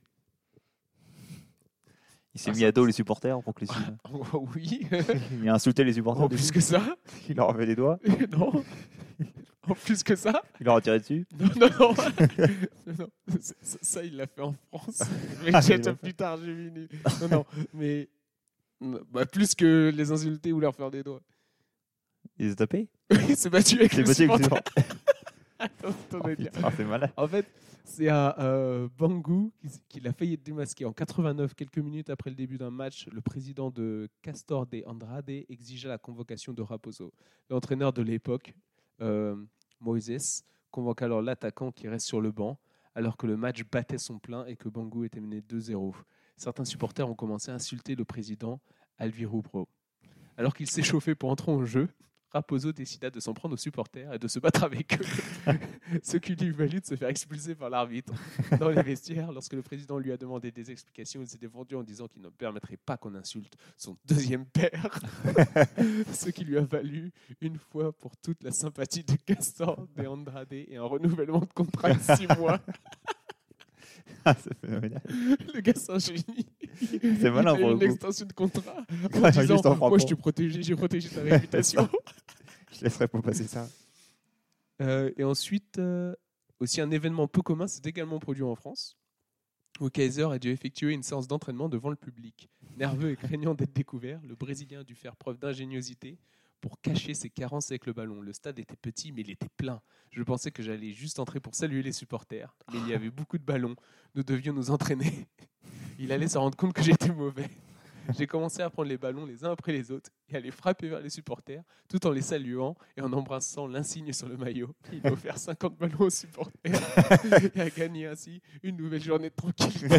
Speaker 2: Il s'est mis à dos les supporters pour que les
Speaker 1: Oui.
Speaker 2: il a insulté les supporters.
Speaker 1: En plus que ça.
Speaker 2: Il leur a fait des doigts.
Speaker 1: Non. En plus que ça.
Speaker 2: Il leur a tiré dessus.
Speaker 1: Non. Non. Ça, il l'a fait en France. Mais plus tard, j'ai vu. Non. Mais bah, plus que les insulter ou leur faire des doigts.
Speaker 2: Il s'est tapé.
Speaker 1: Il s'est battu avec les supporters. Attends,
Speaker 2: putain, c'est malade.
Speaker 1: En fait, c'est à Bangou qu'il a failli être démasqué. En 89, quelques minutes après le début d'un match, le président de Castor de Andrade exigea la convocation de Raposo. L'entraîneur de l'époque, Moises, convoque alors l'attaquant qui reste sur le banc, alors que le match battait son plein et que Bangou était mené 2-0. Certains supporters ont commencé à insulter le président, Alviro Pro. Alors qu'il s'échauffait pour entrer en jeu, Raposo décida de s'en prendre aux supporters et de se battre avec eux, ce qui lui valut de se faire expulser par l'arbitre. Dans les vestiaires, lorsque le président lui a demandé des explications, il s'est défendu en disant qu'il ne permettrait pas qu'on insulte son deuxième père, ce qui lui a valu une fois pour toutes la sympathie de Castor de Andrade et un renouvellement de contrat de 6 mois.
Speaker 2: C'est phénoménal.
Speaker 1: Le gars, c'est un génie.
Speaker 2: C'est malin pour le
Speaker 1: une
Speaker 2: coup.
Speaker 1: extension de contrat en disant moi je t'ai protégé, j'ai protégé ta réputation.
Speaker 2: Je laisserai pas passer ça.
Speaker 1: Et ensuite, aussi un événement peu commun s'est également produit en France, où Kaiser a dû effectuer une séance d'entraînement devant le public. Nerveux et craignant d'être découvert, le Brésilien a dû faire preuve d'ingéniosité pour cacher ses carences avec le ballon. Le stade était petit, mais il était plein. Je pensais que j'allais juste entrer pour saluer les supporters, mais il y avait beaucoup de ballons. Nous devions nous entraîner. Il allait se rendre compte que j'étais mauvais. J'ai commencé à prendre les ballons les uns après les autres et à les frapper vers les supporters, tout en les saluant et en embrassant l'insigne sur le maillot. Il a offert 50 ballons aux supporters et a gagné ainsi une nouvelle journée de tranquillité.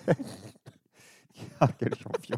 Speaker 2: Quel champion.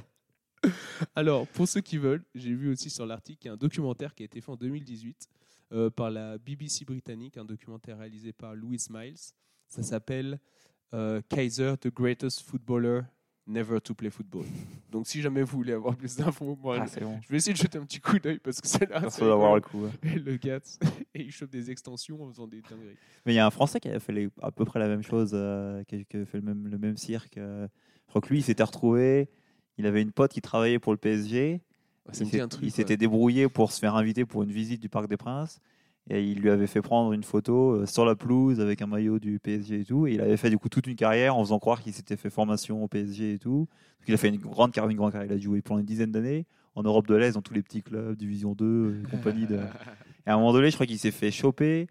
Speaker 1: Alors, pour ceux qui veulent, j'ai vu aussi sur l'article qu'il y a un documentaire qui a été fait en 2018 par la BBC britannique, un documentaire réalisé par Louis Miles. Ça s'appelle Kaiser, the greatest footballer never to play football. Donc, si jamais vous voulez avoir plus d'infos, moi, je vais essayer de jeter un petit coup d'œil parce que c'est là.
Speaker 2: Il faut avoir le coup.
Speaker 1: Et le gars, et il chope des extensions en faisant des dingueries.
Speaker 2: Mais il y a un Français qui a fait à peu près la même chose, qui a fait le même cirque. Je crois que lui, il s'était retrouvé. Il avait une pote qui travaillait pour le PSG. Il s'était débrouillé pour se faire inviter pour une visite du Parc des Princes. Et il lui avait fait prendre une photo sur la pelouse avec un maillot du PSG et tout. Et il avait fait du coup toute une carrière en faisant croire qu'il s'était fait formation au PSG et tout. Donc il a fait une grande carrière. Il a joué pendant une dizaine d'années en Europe de l'Est, dans tous les petits clubs, Division 2 et compagnie. Et à un moment donné, je crois qu'il s'est fait choper.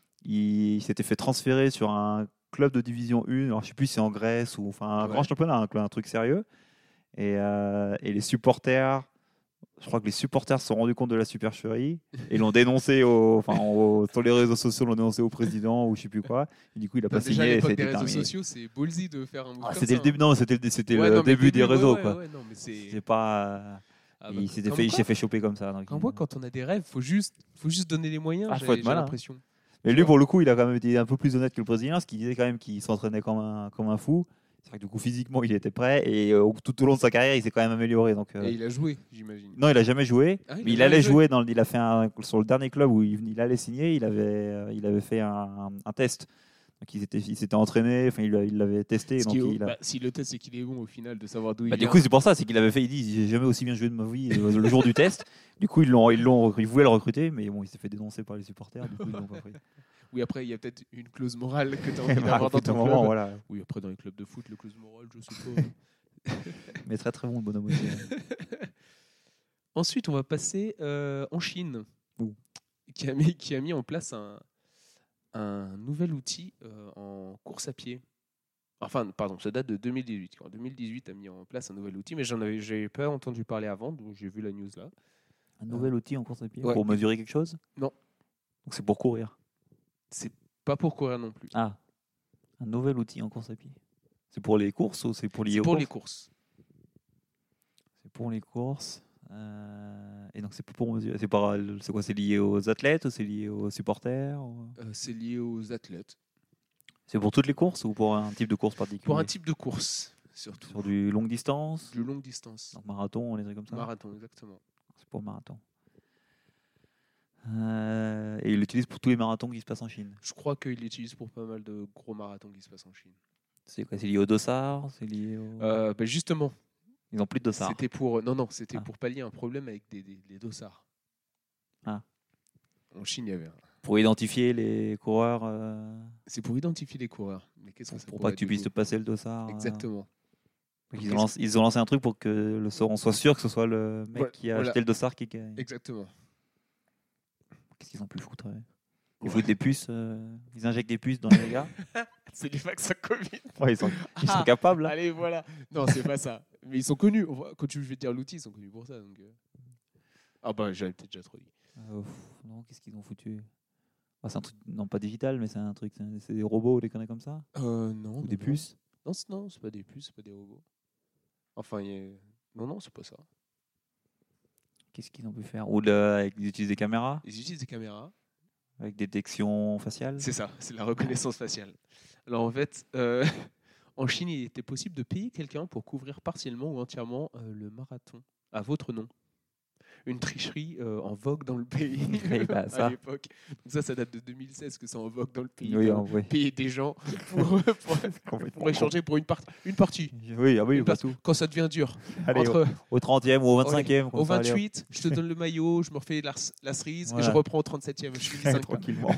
Speaker 2: Il s'était fait transférer sur un club de Division 1. Alors je ne sais plus si c'est en Grèce ou enfin un grand championnat, un truc sérieux. Et les supporters, je crois que les supporters se sont rendus compte de la supercherie et l'ont dénoncé sur les réseaux sociaux, l'ont dénoncé au président ou je sais plus quoi. Et du coup, il n'a pas signé.
Speaker 1: À l'époque des réseaux sociaux, c'est ballsy de faire un move comme
Speaker 2: c'était
Speaker 1: ça.
Speaker 2: Le début, non, c'était le début des réseaux. Quoi.
Speaker 1: Non, mais
Speaker 2: c'est pas. Il s'est fait choper comme ça. Donc,
Speaker 1: quand on a des rêves, faut juste donner les moyens.
Speaker 2: J'ai l'impression. Mais lui, pour le coup, il a quand même été un peu plus honnête que le Brésilien, parce qu'il disait quand même qu'il s'entraînait comme un fou. C'est vrai que du coup, physiquement, il était prêt et tout au long de sa carrière, il s'est quand même amélioré. Donc,
Speaker 1: et il a joué, j'imagine.
Speaker 2: Non, il n'a jamais joué. Mais il allait jouer. Il a fait sur le dernier club où il allait signer, il avait fait un test. Donc, il s'était entraîné, il l'avait testé.
Speaker 1: Si le test, c'est qu'il est bon au final, de savoir d'où il vient.
Speaker 2: Du coup, c'est pour ça, c'est qu'il avait fait. Il dit j'ai jamais aussi bien joué de ma vie le jour du test. Du coup, ils voulaient le recruter, mais bon, il s'est fait dénoncer par les supporters. Du coup, ils l'ont pas pris.
Speaker 1: Oui, après, il y a peut-être une clause morale que tu as envie d'avoir dans ton club.
Speaker 2: Voilà.
Speaker 1: Oui, après, dans les clubs de foot, la clause morale, je sais pas.
Speaker 2: Mais très très bon, le bonhomme aussi.
Speaker 1: Ensuite, on va passer en Chine, qui a mis en place un nouvel outil en course à pied. Enfin, pardon, ça date de 2018. En 2018, a mis en place un nouvel outil, mais j'ai pas entendu parler avant, donc j'ai vu la news là.
Speaker 2: Un nouvel outil en course à pied pour mesurer quelque chose ?
Speaker 1: Non.
Speaker 2: Donc c'est pour courir ?
Speaker 1: C'est pas pour courir non plus.
Speaker 2: Ah, un nouvel outil en course à pied. C'est pour les courses ou c'est pour les
Speaker 1: courses ? C'est pour les courses.
Speaker 2: C'est pour les courses. Et donc c'est pour mesurer. C'est quoi? C'est lié aux athlètes ou c'est lié aux supporters
Speaker 1: C'est lié aux athlètes.
Speaker 2: C'est pour toutes les courses ou pour un type de course particulier?
Speaker 1: Pour un type de course, surtout.
Speaker 2: Sur du longue distance?
Speaker 1: Du longue distance.
Speaker 2: Donc marathon, les trucs comme ça?
Speaker 1: Marathon, exactement.
Speaker 2: C'est pour le marathon. Et il l'utilise pour tous les marathons qui se passent en Chine.
Speaker 1: Je crois qu'il l'utilise pour pas mal de gros marathons qui se passent en Chine.
Speaker 2: C'est quoi? C'est lié au dossard? C'est lié au...
Speaker 1: Justement,
Speaker 2: Ils n'ont plus de dossard.
Speaker 1: c'était pour pallier un problème avec les dossards.
Speaker 2: Ah.
Speaker 1: En Chine, il y avait
Speaker 2: Pour identifier les coureurs.
Speaker 1: C'est pour identifier les coureurs. Mais qu'est-ce que ça
Speaker 2: Pour
Speaker 1: pourrait
Speaker 2: pas que tu
Speaker 1: être,
Speaker 2: puisses
Speaker 1: du
Speaker 2: te
Speaker 1: coup
Speaker 2: passer le dossard.
Speaker 1: Exactement.
Speaker 2: Donc ils ont lancé un truc pour que on soit sûr que ce soit le mec
Speaker 1: Ouais,
Speaker 2: qui a
Speaker 1: voilà.
Speaker 2: acheté le dossard qui gagne.
Speaker 1: Exactement.
Speaker 2: Qu'est-ce qu'ils ont pu foutre? Ils foutent des puces, ils injectent des puces dans les gars.
Speaker 1: C'est les vaccins Covid.
Speaker 2: Ouais, ils sont capables. Là.
Speaker 1: Allez, voilà. Non, c'est pas ça. Mais ils sont connus. Quand tu veux dire l'outil, ils sont connus pour ça. Donc... Ah bah, j'avais peut-être déjà trop dit.
Speaker 2: Non, qu'est-ce qu'ils ont foutu? C'est un truc, non pas digital, mais c'est un truc, c'est des robots ou des conneries comme ça?
Speaker 1: Non.
Speaker 2: Ou des puces?
Speaker 1: Non, c'est pas des puces, c'est pas des robots. Enfin, non, c'est pas ça.
Speaker 2: Qu'est-ce qu'ils ont pu faire? Ils utilisent des caméras?
Speaker 1: Ils utilisent des caméras.
Speaker 2: Avec détection faciale?
Speaker 1: C'est ça, c'est la reconnaissance faciale. Alors en fait, en Chine, il était possible de payer quelqu'un pour couvrir partiellement ou entièrement le marathon à votre nom. Une tricherie en vogue dans le pays à l'époque. Donc ça date de 2016 que c'est en vogue dans le pays.
Speaker 2: Oui,
Speaker 1: payer des gens pour échanger pour une partie.
Speaker 2: Oui,
Speaker 1: partout. Quand ça devient dur.
Speaker 2: Allez, au 30e ou au 25e.
Speaker 1: Au 28, je te donne le maillot, je me refais la cerise et je reprends au 37e. Je finis 5
Speaker 2: tranquillement.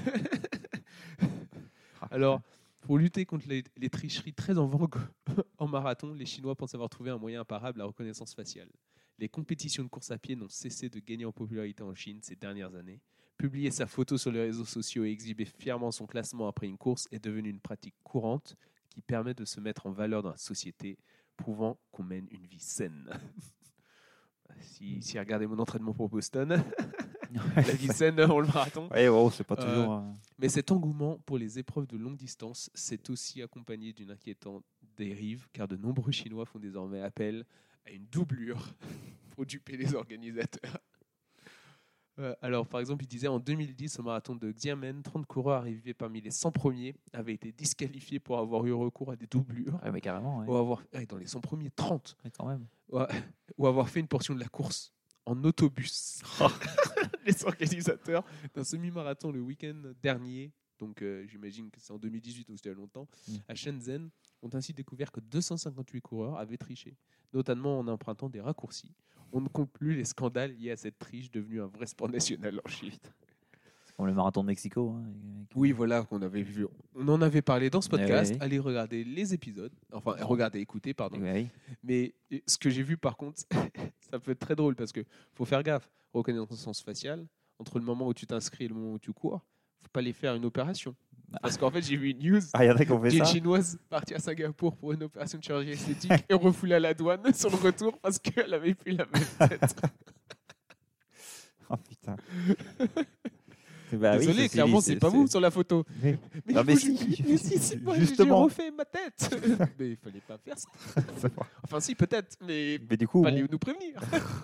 Speaker 1: Alors, pour lutter contre les tricheries très en vogue en marathon, les Chinois pensent avoir trouvé un moyen imparable, la reconnaissance faciale. Les compétitions de course à pied n'ont cessé de gagner en popularité en Chine ces dernières années. Publier sa photo sur les réseaux sociaux et exhiber fièrement son classement après une course est devenu une pratique courante qui permet de se mettre en valeur dans la société, prouvant qu'on mène une vie saine. Si regardez mon entraînement pour Boston, la vie saine en le marathon.
Speaker 2: C'est pas toujours.
Speaker 1: Mais cet engouement pour les épreuves de longue distance s'est aussi accompagné d'une inquiétante dérive, car de nombreux Chinois font désormais appel à une doublure pour duper les organisateurs. Alors, par exemple, il disait en 2010, au marathon de Xiamen, 30 coureurs arrivés parmi les 100 premiers avaient été disqualifiés pour avoir eu recours à des doublures.
Speaker 2: Mais carrément.
Speaker 1: Ou avoir, dans les 100 premiers, 30.
Speaker 2: Mais quand même.
Speaker 1: Ou avoir fait une portion de la course en autobus. Les organisateurs d'un semi-marathon le week-end dernier, donc j'imagine que c'est en 2018 ou c'était il y a longtemps, à Shenzhen, ont ainsi découvert que 258 coureurs avaient triché, notamment en empruntant des raccourcis. On ne compte plus les scandales liés à cette triche devenue un vrai sport national en Chine.
Speaker 2: C'est comme le marathon de Mexico.
Speaker 1: Oui, voilà, qu'on avait vu. On en avait parlé dans ce podcast.
Speaker 2: Oui.
Speaker 1: Allez regarder les épisodes. Enfin, écoutez, pardon.
Speaker 2: Oui.
Speaker 1: Mais ce que j'ai vu, par contre, ça peut être très drôle parce qu'il faut faire gaffe. Reconnaissance faciale, entre le moment où tu t'inscris et le moment où tu cours, il ne faut pas les faire une opération. Parce qu'en fait, j'ai vu une news
Speaker 2: y en a qui ont fait
Speaker 1: d'une
Speaker 2: ça.
Speaker 1: Chinoise partie à Singapour pour une opération de chirurgie esthétique et refoulée à la douane sur le retour parce qu'elle avait plus la même tête.
Speaker 2: Oh putain.
Speaker 1: Désolé, clairement, c'est pas vous sur la photo.
Speaker 2: Mais
Speaker 1: si, moi, j'ai refait ma tête. Mais il fallait pas faire ça. Enfin, si, peut-être, mais
Speaker 2: du coup,
Speaker 1: fallait nous prévenir.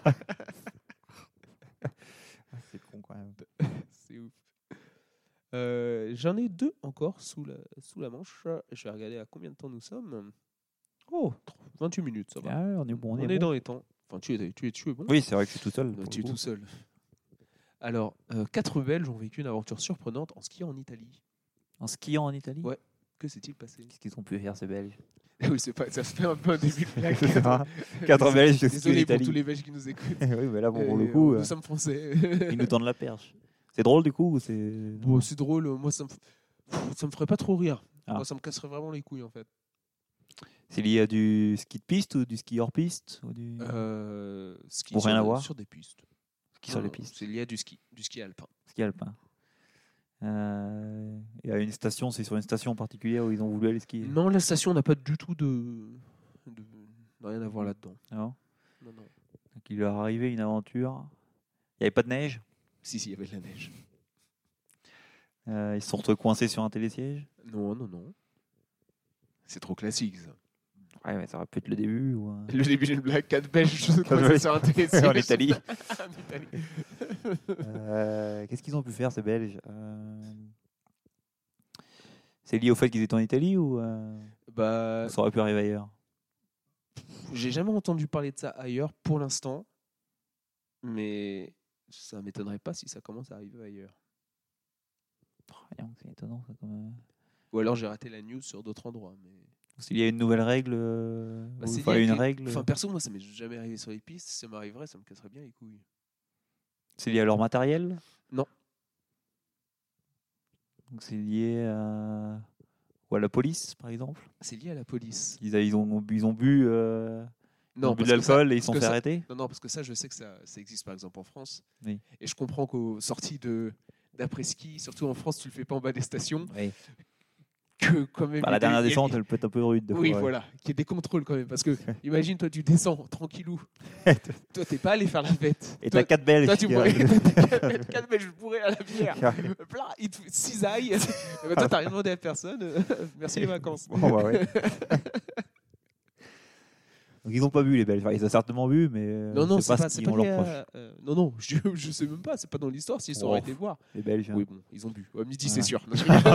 Speaker 2: C'est con quand même.
Speaker 1: C'est ouf. J'en ai 2 encore sous la manche. Je vais regarder à combien de temps nous sommes. 28 minutes, ça va.
Speaker 2: On est bon.
Speaker 1: On est dans les temps. Enfin, tu es bon.
Speaker 2: Oui, c'est vrai que je suis tout seul.
Speaker 1: Tu es tout seul. Alors, 4 Belges ont vécu une aventure surprenante en skiant en Italie.
Speaker 2: En skiant en Italie?
Speaker 1: Ouais. Que s'est-il passé?
Speaker 2: Qu'est-ce qu'ils ont pu faire, ces Belges?
Speaker 1: Oui, ça se fait un peu un début de blague.
Speaker 2: 4 Belges qui skient en
Speaker 1: Désolé pour
Speaker 2: Italie.
Speaker 1: tous les Belges qui nous écoutent.
Speaker 2: Oui, mais là, pour le coup,
Speaker 1: nous sommes français.
Speaker 2: ils nous tendent la perche. C'est drôle, du coup, ou c'est...
Speaker 1: Bon, c'est drôle. Moi, ça me ferait pas trop rire.
Speaker 2: Ah.
Speaker 1: Moi, ça me casserait vraiment les couilles, en fait.
Speaker 2: C'est lié à du ski de piste ou du ski hors piste ou du...
Speaker 1: Ski
Speaker 2: rien à voir.
Speaker 1: Sur des pistes.
Speaker 2: Ski sur les pistes.
Speaker 1: C'est lié à du ski alpin.
Speaker 2: Ski alpin. Il y a une station, c'est sur une station particulière où ils ont voulu aller skier.
Speaker 1: Non, la station n'a pas du tout de rien à voir là-dedans.
Speaker 2: Non.
Speaker 1: Non.
Speaker 2: Donc il leur est arrivé une aventure. Il n'y avait pas de neige.
Speaker 1: Si, il y avait de la neige.
Speaker 2: Ils se sont retrouvés coincés sur un télésiège.
Speaker 1: Non. C'est trop classique, ça.
Speaker 2: Ouais, mais ça aurait pu être le début. Ou,
Speaker 1: Le début d'une blague, 4 Belges, ça s'est intéressé.
Speaker 2: en Italie.
Speaker 1: En Italie.
Speaker 2: Qu'est-ce qu'ils ont pu faire, ces Belges C'est lié au fait qu'ils étaient en Italie ou
Speaker 1: Bah,
Speaker 2: ça aurait pu arriver ailleurs?
Speaker 1: j'ai jamais entendu parler de ça ailleurs pour l'instant, mais ça m'étonnerait pas si ça commence à arriver ailleurs.
Speaker 2: Rien, c'est étonnant ça quand même.
Speaker 1: Ou alors j'ai raté la news sur d'autres endroits. Mais...
Speaker 2: S'il y a une nouvelle règle,
Speaker 1: Bah,
Speaker 2: ou
Speaker 1: c'est
Speaker 2: enfin,
Speaker 1: lié
Speaker 2: une
Speaker 1: avec les-
Speaker 2: règle,
Speaker 1: Enfin, perso, moi, ça m'est jamais arrivé sur les pistes. Si ça m'arriverait, ça me casserait bien les couilles.
Speaker 2: c'est lié à leur matériel?
Speaker 1: Non.
Speaker 2: Donc c'est lié ou à la police, par exemple?
Speaker 1: C'est lié à la police.
Speaker 2: Ils ont bu, ils ont bu de
Speaker 1: parce que
Speaker 2: l'alcool et ils
Speaker 1: parce
Speaker 2: sont
Speaker 1: que
Speaker 2: fait
Speaker 1: ça-
Speaker 2: arrêter?
Speaker 1: Non, parce que ça, je sais que ça existe par exemple en France.
Speaker 2: Oui.
Speaker 1: Et je comprends qu'aux sorties d'après-ski, surtout en France, tu le fais pas en bas des stations.
Speaker 2: Oui.
Speaker 1: Que quand même.
Speaker 2: Bah, la dernière
Speaker 1: il y a-
Speaker 2: descente, elle peut être un peu rude.
Speaker 1: Oui,
Speaker 2: fois, ouais.
Speaker 1: voilà, qu'il y ait des contrôles quand même. Parce que, imagine, toi, tu descends tranquillou. Toi, t'es pas allé faire la fête.
Speaker 2: Et
Speaker 1: Toi,
Speaker 2: t'as 4 Belges.
Speaker 1: toi, tu
Speaker 2: qui
Speaker 1: pourrais.
Speaker 2: arrivent.
Speaker 1: 4 Belges bourrés à la bière. Plat, ils te cisaillent. Et ben, toi, t'as rien demandé à personne. Merci les vacances.
Speaker 2: Bon, bah ouais. Donc ils n'ont pas bu les Belges. Enfin, ils ont certainement bu, mais
Speaker 1: Non,
Speaker 2: c'est pas ce qu'ils ont leur proche.
Speaker 1: non, je sais même pas. C'est pas dans l'histoire s'ils sont
Speaker 2: Oh.
Speaker 1: arrêtés voir.
Speaker 2: Les Belges. hein.
Speaker 1: Oui, bon, ils ont bu. À midi,
Speaker 2: Ouais.
Speaker 1: c'est sûr.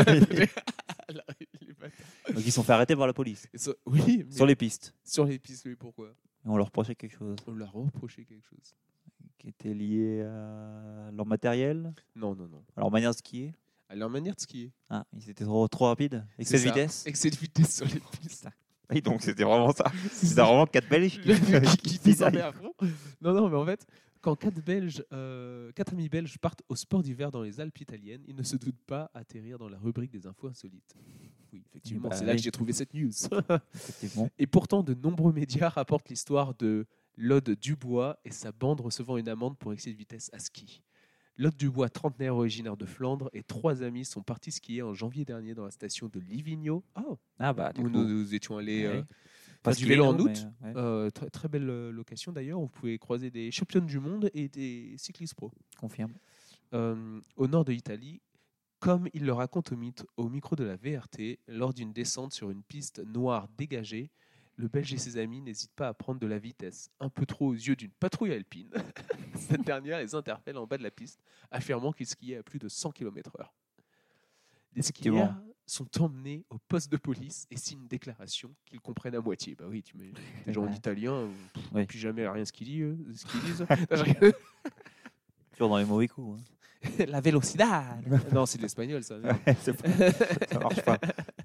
Speaker 1: Les bâtards.
Speaker 2: Donc ils sont fait arrêter par la police.
Speaker 1: Oui, mais
Speaker 2: Sur les pistes.
Speaker 1: sur les pistes, oui, pourquoi
Speaker 2: Et on leur reprochait quelque chose
Speaker 1: On leur a reproché quelque chose.
Speaker 2: qui était lié à leur matériel,
Speaker 1: Non.
Speaker 2: à leur manière de skier.
Speaker 1: À leur manière de skier.
Speaker 2: Ah, ils étaient trop rapides.
Speaker 1: C'est
Speaker 2: Excès de
Speaker 1: ça.
Speaker 2: vitesse.
Speaker 1: Excès de vitesse sur les pistes.
Speaker 2: Oui, donc c'était vraiment ça. C'était vraiment 4 Belges
Speaker 1: qui descendait à fond. Non, mais en fait, quand 4 amis belges partent au sport d'hiver dans les Alpes italiennes, ils ne se doutent pas atterrir dans la rubrique des infos insolites. Oui, effectivement,
Speaker 2: Bah
Speaker 1: c'est là
Speaker 2: oui.
Speaker 1: que j'ai trouvé cette news.
Speaker 2: Effectivement.
Speaker 1: Et pourtant, de nombreux médias rapportent l'histoire de Lode Dubois et sa bande recevant une amende pour excès de vitesse à ski. Lode Dubois, trentenaire originaire de Flandre, et 3 amis sont partis skier en janvier dernier dans la station de Livigno,
Speaker 2: Ah bah, du
Speaker 1: où
Speaker 2: coup,
Speaker 1: nous étions allés
Speaker 2: ouais.
Speaker 1: faire du vélo en août.
Speaker 2: mais, ouais,
Speaker 1: Très, très belle location d'ailleurs. Vous pouvez croiser des championnes du monde et des cyclistes pro.
Speaker 2: confirme.
Speaker 1: Au nord de l'Italie, comme il le raconte au micro de la VRT, lors d'une descente sur une piste noire dégagée, le Belge et ses amis n'hésitent pas à prendre de la vitesse, un peu trop aux yeux d'une patrouille alpine. Cette dernière les interpelle en bas de la piste, affirmant qu'ils skiaient à plus de 100 km/h. Les skieurs
Speaker 2: Effectivement.
Speaker 1: sont emmenés au poste de police et signent une déclaration qu'ils comprennent à moitié. Bah oui, des gens en
Speaker 2: Ouais.
Speaker 1: italien,
Speaker 2: Oui.
Speaker 1: puis jamais rien ce qu'ils disent.
Speaker 2: Toujours dans les mauvais coups. hein.
Speaker 1: La velocidad. Non, c'est de l'espagnol, ça.
Speaker 2: Ça marche pas.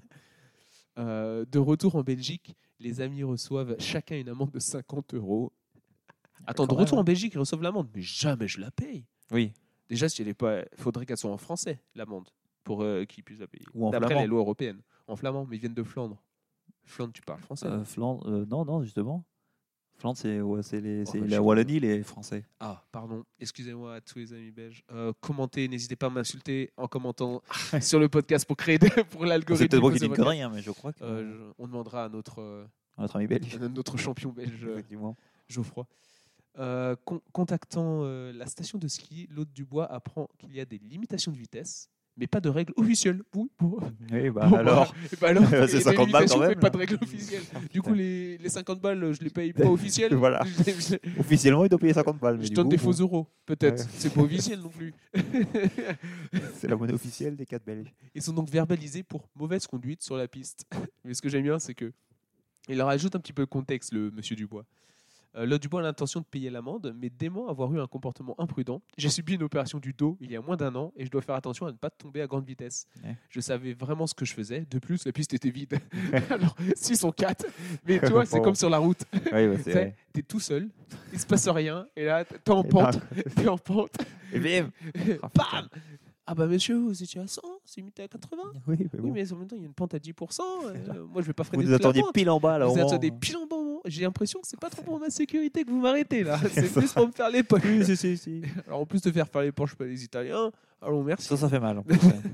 Speaker 1: De retour en Belgique, les amis reçoivent chacun une amende de 50 €. Attends, de
Speaker 2: Quand
Speaker 1: retour
Speaker 2: même,
Speaker 1: en Belgique, ils reçoivent l'amende, mais jamais je la paye.
Speaker 2: Oui.
Speaker 1: Déjà, si elle est pas, faudrait qu'elle soit en français, l'amende, pour qu'ils puissent la payer.
Speaker 2: Ou en
Speaker 1: D'après
Speaker 2: flamand.
Speaker 1: les lois européennes. En flamand, mais ils viennent de Flandre. Flandre, tu parles français.
Speaker 2: Flandre, non, justement. Flandre, c'est
Speaker 1: bah,
Speaker 2: la
Speaker 1: je-
Speaker 2: Wallonie, les Français.
Speaker 1: Ah, pardon. Excusez-moi à tous les amis belges. Commentez, n'hésitez pas à m'insulter en commentant sur le podcast pour créer pour l'algorithme.
Speaker 2: C'est peut-être moi qui
Speaker 1: de
Speaker 2: dis
Speaker 1: ce
Speaker 2: une
Speaker 1: podcast.
Speaker 2: connerie, hein, mais je crois que
Speaker 1: On demandera à notre
Speaker 2: ami belge.
Speaker 1: champion belge
Speaker 2: Effectivement.
Speaker 1: Geoffroy. Contactant la station de ski, l'hôte Dubois apprend qu'il y a des limitations de vitesse, mais pas de règles officielles. Oui, bon.
Speaker 2: Oui, bah
Speaker 1: Bon,
Speaker 2: alors.
Speaker 1: bah alors,
Speaker 2: C'est
Speaker 1: il y a des
Speaker 2: 50 balles quand
Speaker 1: limitations, mais
Speaker 2: même,
Speaker 1: pas
Speaker 2: là.
Speaker 1: de règles officielles. Du coup,
Speaker 2: Putain.
Speaker 1: les 50 balles, je les paye pas officielles.
Speaker 2: Voilà.
Speaker 1: Je
Speaker 2: Officiellement, il doit payer 50 balles. Mais du
Speaker 1: donne
Speaker 2: coup,
Speaker 1: des
Speaker 2: bon,
Speaker 1: faux euros, peut-être.
Speaker 2: Ouais.
Speaker 1: C'est pas officiel non plus.
Speaker 2: c'est la monnaie officielle des 4 Belges.
Speaker 1: Ils sont donc verbalisés pour mauvaise conduite sur la piste. Mais ce que j'aime bien, c'est que il leur ajoute un petit peu de contexte, le monsieur Dubois. L'autre Dubois a l'intention de payer l'amende, mais dément avoir eu un comportement imprudent. J'ai subi une opération du dos il y a moins d'1 an et je dois faire attention à ne pas tomber à grande vitesse.
Speaker 2: Ouais.
Speaker 1: Je savais vraiment ce que je faisais. De plus, la piste était vide. Alors, 6 sont 4, mais tu vois, c'est
Speaker 2: Bon.
Speaker 1: comme sur la route.
Speaker 2: Oui, bah, c'est vrai.
Speaker 1: T'es tout seul, il se passe rien, et là, t'es en
Speaker 2: Et
Speaker 1: pente,
Speaker 2: d'un
Speaker 1: t'es en pente.
Speaker 2: Et bim.
Speaker 1: Bam. Ah bah monsieur, vous étiez à 100, c'est limité à 80.
Speaker 2: Oui, mais
Speaker 1: Oui,
Speaker 2: bon.
Speaker 1: mais en même temps, il y a une pente à 10%. Moi, je vais pas freiner
Speaker 2: Vous nous
Speaker 1: toute la
Speaker 2: attendiez
Speaker 1: pente.
Speaker 2: pile en bas, là, au
Speaker 1: Vous
Speaker 2: moins.
Speaker 1: attendez pile en bas. J'ai l'impression que c'est pas trop pour ma sécurité que vous m'arrêtez là. C'est
Speaker 2: ça.
Speaker 1: plus pour me faire les poches.
Speaker 2: Oui, si.
Speaker 1: Alors en plus de faire les poches par les Italiens, allons merci.
Speaker 2: Ça fait mal. En plus, ouais.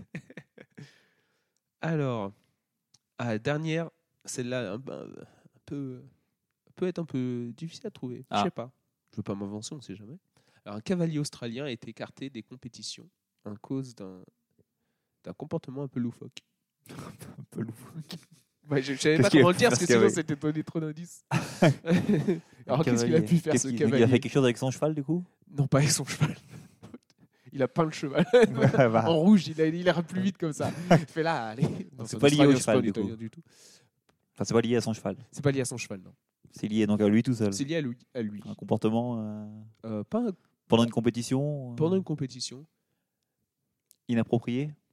Speaker 1: Alors, dernière, celle-là peut être un peu difficile à trouver.
Speaker 2: Ah.
Speaker 1: Je sais pas. Je veux pas m'avancer, on sait jamais. Alors un cavalier australien a été écarté des compétitions à cause d'un comportement un peu loufoque.
Speaker 2: Un peu loufoque.
Speaker 1: Ouais, je savais
Speaker 2: Qu'est-ce
Speaker 1: pas
Speaker 2: qu'il a
Speaker 1: comment le
Speaker 2: pu
Speaker 1: dire,
Speaker 2: faire,
Speaker 1: parce que
Speaker 2: ce
Speaker 1: sinon
Speaker 2: cavalier
Speaker 1: c'était donné trop d'indices. Alors qu'est-ce qu'il a pu faire, ce
Speaker 2: Il a
Speaker 1: cavalier?
Speaker 2: fait quelque chose avec son cheval, du coup?
Speaker 1: Non, pas avec son cheval. Il a peint le cheval
Speaker 2: Bah,
Speaker 1: en rouge, il ira plus vite comme ça. Il fait là, allez. Non,
Speaker 2: c'est
Speaker 1: un
Speaker 2: pas lié au
Speaker 1: Australien, c'est
Speaker 2: cheval,
Speaker 1: un
Speaker 2: du coup.
Speaker 1: Italien du tout.
Speaker 2: enfin, c'est pas lié à son cheval.
Speaker 1: C'est pas lié à son cheval, non.
Speaker 2: C'est lié donc à lui tout seul.
Speaker 1: C'est lié à lui.
Speaker 2: Un comportement
Speaker 1: Pas
Speaker 2: pendant une compétition
Speaker 1: pendant une compétition
Speaker 2: inapproprié.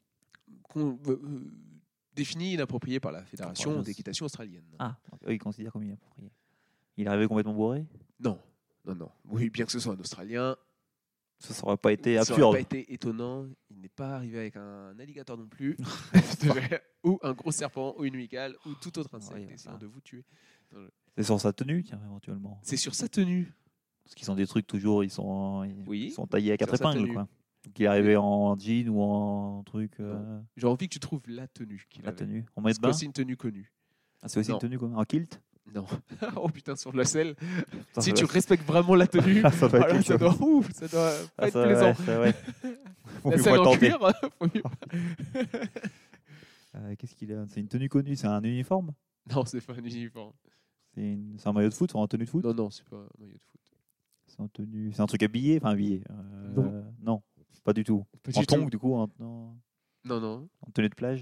Speaker 1: définie inappropriée par la Fédération
Speaker 2: Enfin,
Speaker 1: d'équitation australienne.
Speaker 2: Ah, donc, eux, ils considèrent comme inapproprié. Il est arrivé complètement bourré.
Speaker 1: Non. Oui, bien que ce soit un Australien,
Speaker 2: Ça aurait pas été
Speaker 1: ça
Speaker 2: absurde.
Speaker 1: n'aurait pas été étonnant. Il n'est pas arrivé avec un alligator non plus, ou un gros serpent, ou une migale, ou tout autre insecte,
Speaker 2: Ouais,
Speaker 1: essayant
Speaker 2: ça.
Speaker 1: de vous tuer.
Speaker 2: C'est sur sa tenue, tiens, éventuellement.
Speaker 1: C'est sur sa tenue.
Speaker 2: Parce qu'ils ont des trucs toujours, ils
Speaker 1: Oui,
Speaker 2: sont taillés à quatre
Speaker 1: sur sa
Speaker 2: épingles,
Speaker 1: tenue.
Speaker 2: quoi. Donc il est arrivé en jean ou en truc.
Speaker 1: Non. J'ai envie que tu trouves la tenue qu'il
Speaker 2: La
Speaker 1: avait.
Speaker 2: tenue. En maillot de
Speaker 1: C'est
Speaker 2: bain.
Speaker 1: aussi une tenue connue.
Speaker 2: Ah, c'est aussi
Speaker 1: Non.
Speaker 2: une tenue, quoi. En kilt.
Speaker 1: Non. Oh putain, sur la selle.
Speaker 2: Putain,
Speaker 1: Si
Speaker 2: ça
Speaker 1: tu
Speaker 2: va-
Speaker 1: respectes vraiment la tenue,
Speaker 2: ça va être
Speaker 1: voilà,
Speaker 2: quelque
Speaker 1: ça
Speaker 2: chose.
Speaker 1: doit pas
Speaker 2: Ah,
Speaker 1: être
Speaker 2: ça,
Speaker 1: plaisant.
Speaker 2: ouais, ça, ouais. Faut
Speaker 1: La
Speaker 2: mieux
Speaker 1: selle
Speaker 2: pas
Speaker 1: en
Speaker 2: tenter.
Speaker 1: cuir, faut mieux-
Speaker 2: Qu'est-ce qu'il a? C'est une tenue connue, c'est un uniforme.
Speaker 1: Non, c'est pas un uniforme.
Speaker 2: C'est un maillot de foot, c'est en tenue de foot.
Speaker 1: Non, c'est pas un maillot de foot.
Speaker 2: C'est un truc habillé, enfin habillé. Non, pas du tout.
Speaker 1: Pas
Speaker 2: En
Speaker 1: du
Speaker 2: tongs,
Speaker 1: tout.
Speaker 2: du coup, en tenue de plage.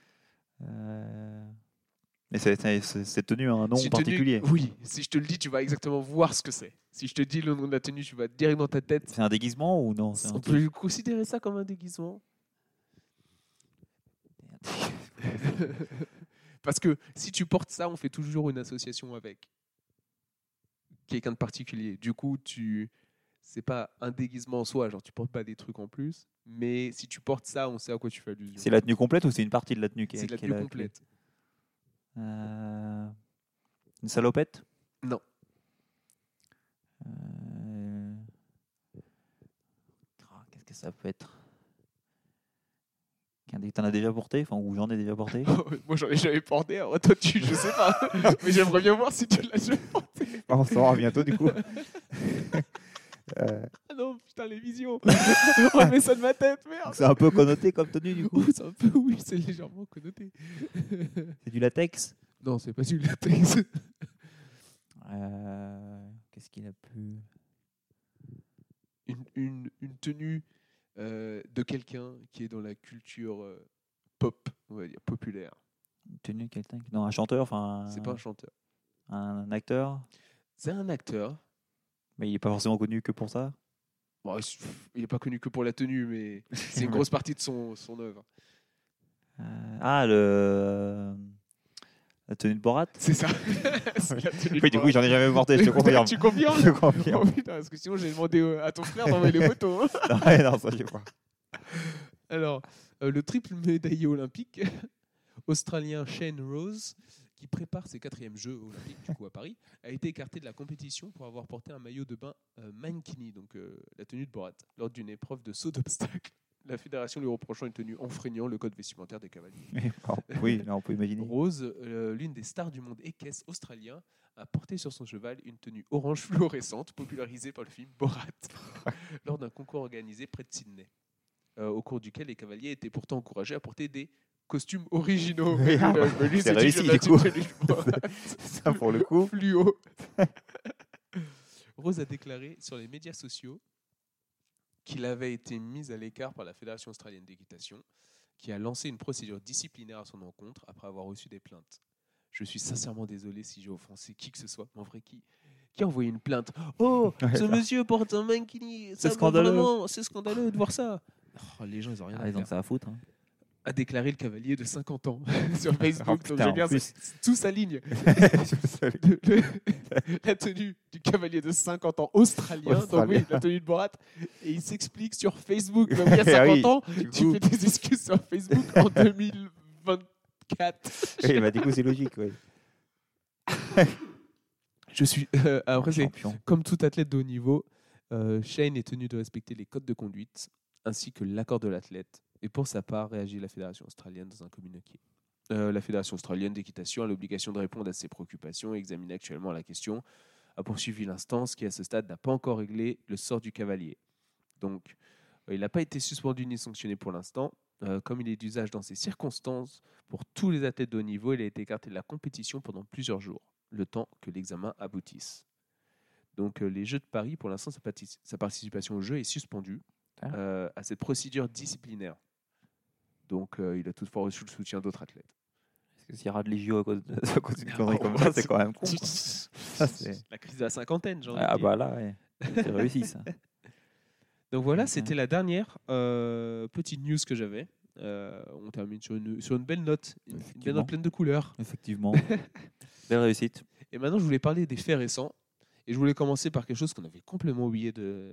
Speaker 2: Mais cette tenue a un nom
Speaker 1: Si
Speaker 2: particulier.
Speaker 1: Oui, si je te le dis, tu vas exactement voir ce que c'est. Si je te dis le nom de la tenue, tu vas direct dans ta tête.
Speaker 2: C'est un déguisement ou non?
Speaker 1: On peut considérer ça comme un déguisement. Parce que si tu portes ça, on fait toujours une association avec quelqu'un de particulier. Du coup, c'est pas un déguisement en soi, genre tu portes pas des trucs en plus, mais si tu portes ça, on sait à quoi tu fais allusion.
Speaker 2: C'est la tenue complète ou c'est une partie de la tenue qui est
Speaker 1: C'est la
Speaker 2: qui est
Speaker 1: tenue complète.
Speaker 2: Une salopette?
Speaker 1: Non.
Speaker 2: Qu'est-ce que ça peut être? T'en as déjà porté, enfin, ou j'en ai déjà porté?
Speaker 1: Moi, j'en ai jamais porté. Alors toi, je sais pas. Mais j'aimerais bien voir si tu l'as jamais porté.
Speaker 2: On saura bientôt du coup.
Speaker 1: Ah non, putain, les visions. On met ça de ma tête, merde.
Speaker 2: C'est un peu connoté comme tenue du coup.
Speaker 1: C'est un peu, oui, c'est légèrement connoté.
Speaker 2: C'est du latex.
Speaker 1: Non, c'est pas du latex.
Speaker 2: Qu'est-ce qu'il a pu?
Speaker 1: Une tenue de quelqu'un qui est dans la culture pop, on va dire, populaire.
Speaker 2: Une tenue de quelqu'un? Non, un chanteur, enfin.
Speaker 1: C'est pas un chanteur.
Speaker 2: Un acteur.
Speaker 1: C'est un acteur.
Speaker 2: Mais il n'est pas forcément connu que pour ça.
Speaker 1: Bon, il n'est pas connu que pour la tenue, mais c'est une grosse partie de son œuvre.
Speaker 2: La tenue de Borat.
Speaker 1: C'est ça. C'est la tenue de
Speaker 2: Oui, du coup,
Speaker 1: Borat.
Speaker 2: j'en ai jamais porté, je te confirme.
Speaker 1: Tu confirmes?
Speaker 2: Je confirme.
Speaker 1: Oh, putain, parce que sinon j'ai demandé à ton frère d'envoyer les photos.
Speaker 2: Non, ouais, non, ça, je sais pas.
Speaker 1: Alors, le triple médaillé olympique australien Shane Rose, qui prépare ses 4e Jeux olympiques du coup à Paris, a été écarté de la compétition pour avoir porté un maillot de bain mankini, donc la tenue de Borat, lors d'une épreuve de saut d'obstacle. La fédération lui reprochant une tenue enfreignant le code vestimentaire des cavaliers.
Speaker 2: Oui, là, on peut imaginer.
Speaker 1: Rose, l'une des stars du monde équestre australien, a porté sur son cheval une tenue orange fluorescente popularisée par le film Borat lors d'un concours organisé près de Sydney, au cours duquel les cavaliers étaient pourtant encouragés à porter des costumes originaux.
Speaker 2: Oui,
Speaker 1: Mais lui,
Speaker 2: c'est
Speaker 1: dit,
Speaker 2: réussi,
Speaker 1: je vais
Speaker 2: du coup.
Speaker 1: mettre une tenue Borat
Speaker 2: Ça, pour le coup.
Speaker 1: fluo. Rose a déclaré sur les médias sociaux qu'il avait été mis à l'écart par la Fédération australienne d'équitation, qui a lancé une procédure disciplinaire à son encontre après avoir reçu des plaintes. Je suis sincèrement désolé si j'ai offensé qui que ce soit, mais en vrai, qui a envoyé une plainte? Oh,
Speaker 2: Ouais,
Speaker 1: ce
Speaker 2: ça.
Speaker 1: monsieur porte un mankini,
Speaker 2: C'est scandaleux.
Speaker 1: C'est scandaleux de voir ça. Oh, les gens, ils ont rien à
Speaker 2: Ils ont
Speaker 1: faire.
Speaker 2: ça à foutre. Hein.
Speaker 1: A déclaré le cavalier de 50 ans sur Facebook.
Speaker 2: Oh,
Speaker 1: Donc,
Speaker 2: putain,
Speaker 1: j'aime
Speaker 2: en
Speaker 1: bien,
Speaker 2: plus.
Speaker 1: tout s'aligne. La tenue du cavalier de 50 ans australien, donc oui, la tenue de Borat, et il s'explique sur Facebook. Donc, il y a 50
Speaker 2: Ah oui,
Speaker 1: ans,
Speaker 2: du
Speaker 1: tu
Speaker 2: coup.
Speaker 1: fais des excuses sur Facebook en 2024.
Speaker 2: Oui, bah, du coup, c'est logique. Oui.
Speaker 1: Je suis. Après, c'est
Speaker 2: Champion.
Speaker 1: comme tout athlète de haut niveau, Shane est tenu de respecter les codes de conduite ainsi que l'accord de l'athlète. Et pour sa part, réagit la Fédération australienne dans un communiqué. La Fédération australienne d'équitation a l'obligation de répondre à ses préoccupations et examine actuellement la question. A poursuivi l'instance qui, à ce stade, n'a pas encore réglé le sort du cavalier. Donc, il n'a pas été suspendu ni sanctionné pour l'instant, comme il est d'usage dans ces circonstances, pour tous les athlètes de haut niveau, il a été écarté de la compétition pendant plusieurs jours, le temps que l'examen aboutisse. Donc les Jeux de Paris, pour l'instant, sa participation au jeu est suspendue à cette procédure disciplinaire. Donc il a toutefois reçu le soutien d'autres athlètes.
Speaker 2: Parce que s'il rate les JO à cause d'une connerie comme ça, c'est quand même con. Ça,
Speaker 1: la crise de la cinquantaine, genre.
Speaker 2: Ah bah là, ouais. C'est réussi ça.
Speaker 1: Donc voilà, c'était la dernière petite news que j'avais. On termine sur une belle note, une belle note pleine de couleurs.
Speaker 2: Effectivement. Belle réussite.
Speaker 1: Et maintenant, je voulais parler des faits récents. Et je voulais commencer par quelque chose qu'on avait complètement oublié de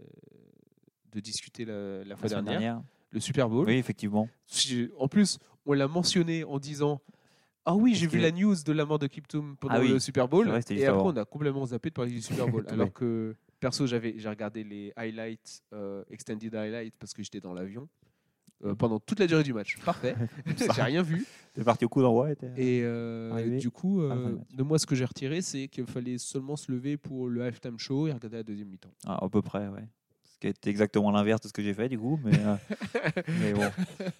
Speaker 1: discuter la fois dernière. Le Super Bowl.
Speaker 2: Oui, effectivement.
Speaker 1: En plus, on l'a mentionné en disant ah oui, j'ai vu la news de la mort de Kiptoum pendant le Super Bowl.
Speaker 2: Vrai,
Speaker 1: et après, on a complètement zappé de parler du Super Bowl.
Speaker 2: Oui.
Speaker 1: Alors que, perso, j'ai regardé les highlights, extended highlights, parce que j'étais dans l'avion pendant toute la durée du match. Parfait. J'ai rien vu.
Speaker 2: T'es parti au coup d'envoi.
Speaker 1: Et du coup, de moi, ce que j'ai retiré, c'est qu'il fallait seulement se lever pour le halftime show et regarder la deuxième mi-temps.
Speaker 2: À peu près, ouais. Ce qui est exactement l'inverse de ce que j'ai fait, du coup. Mais bon.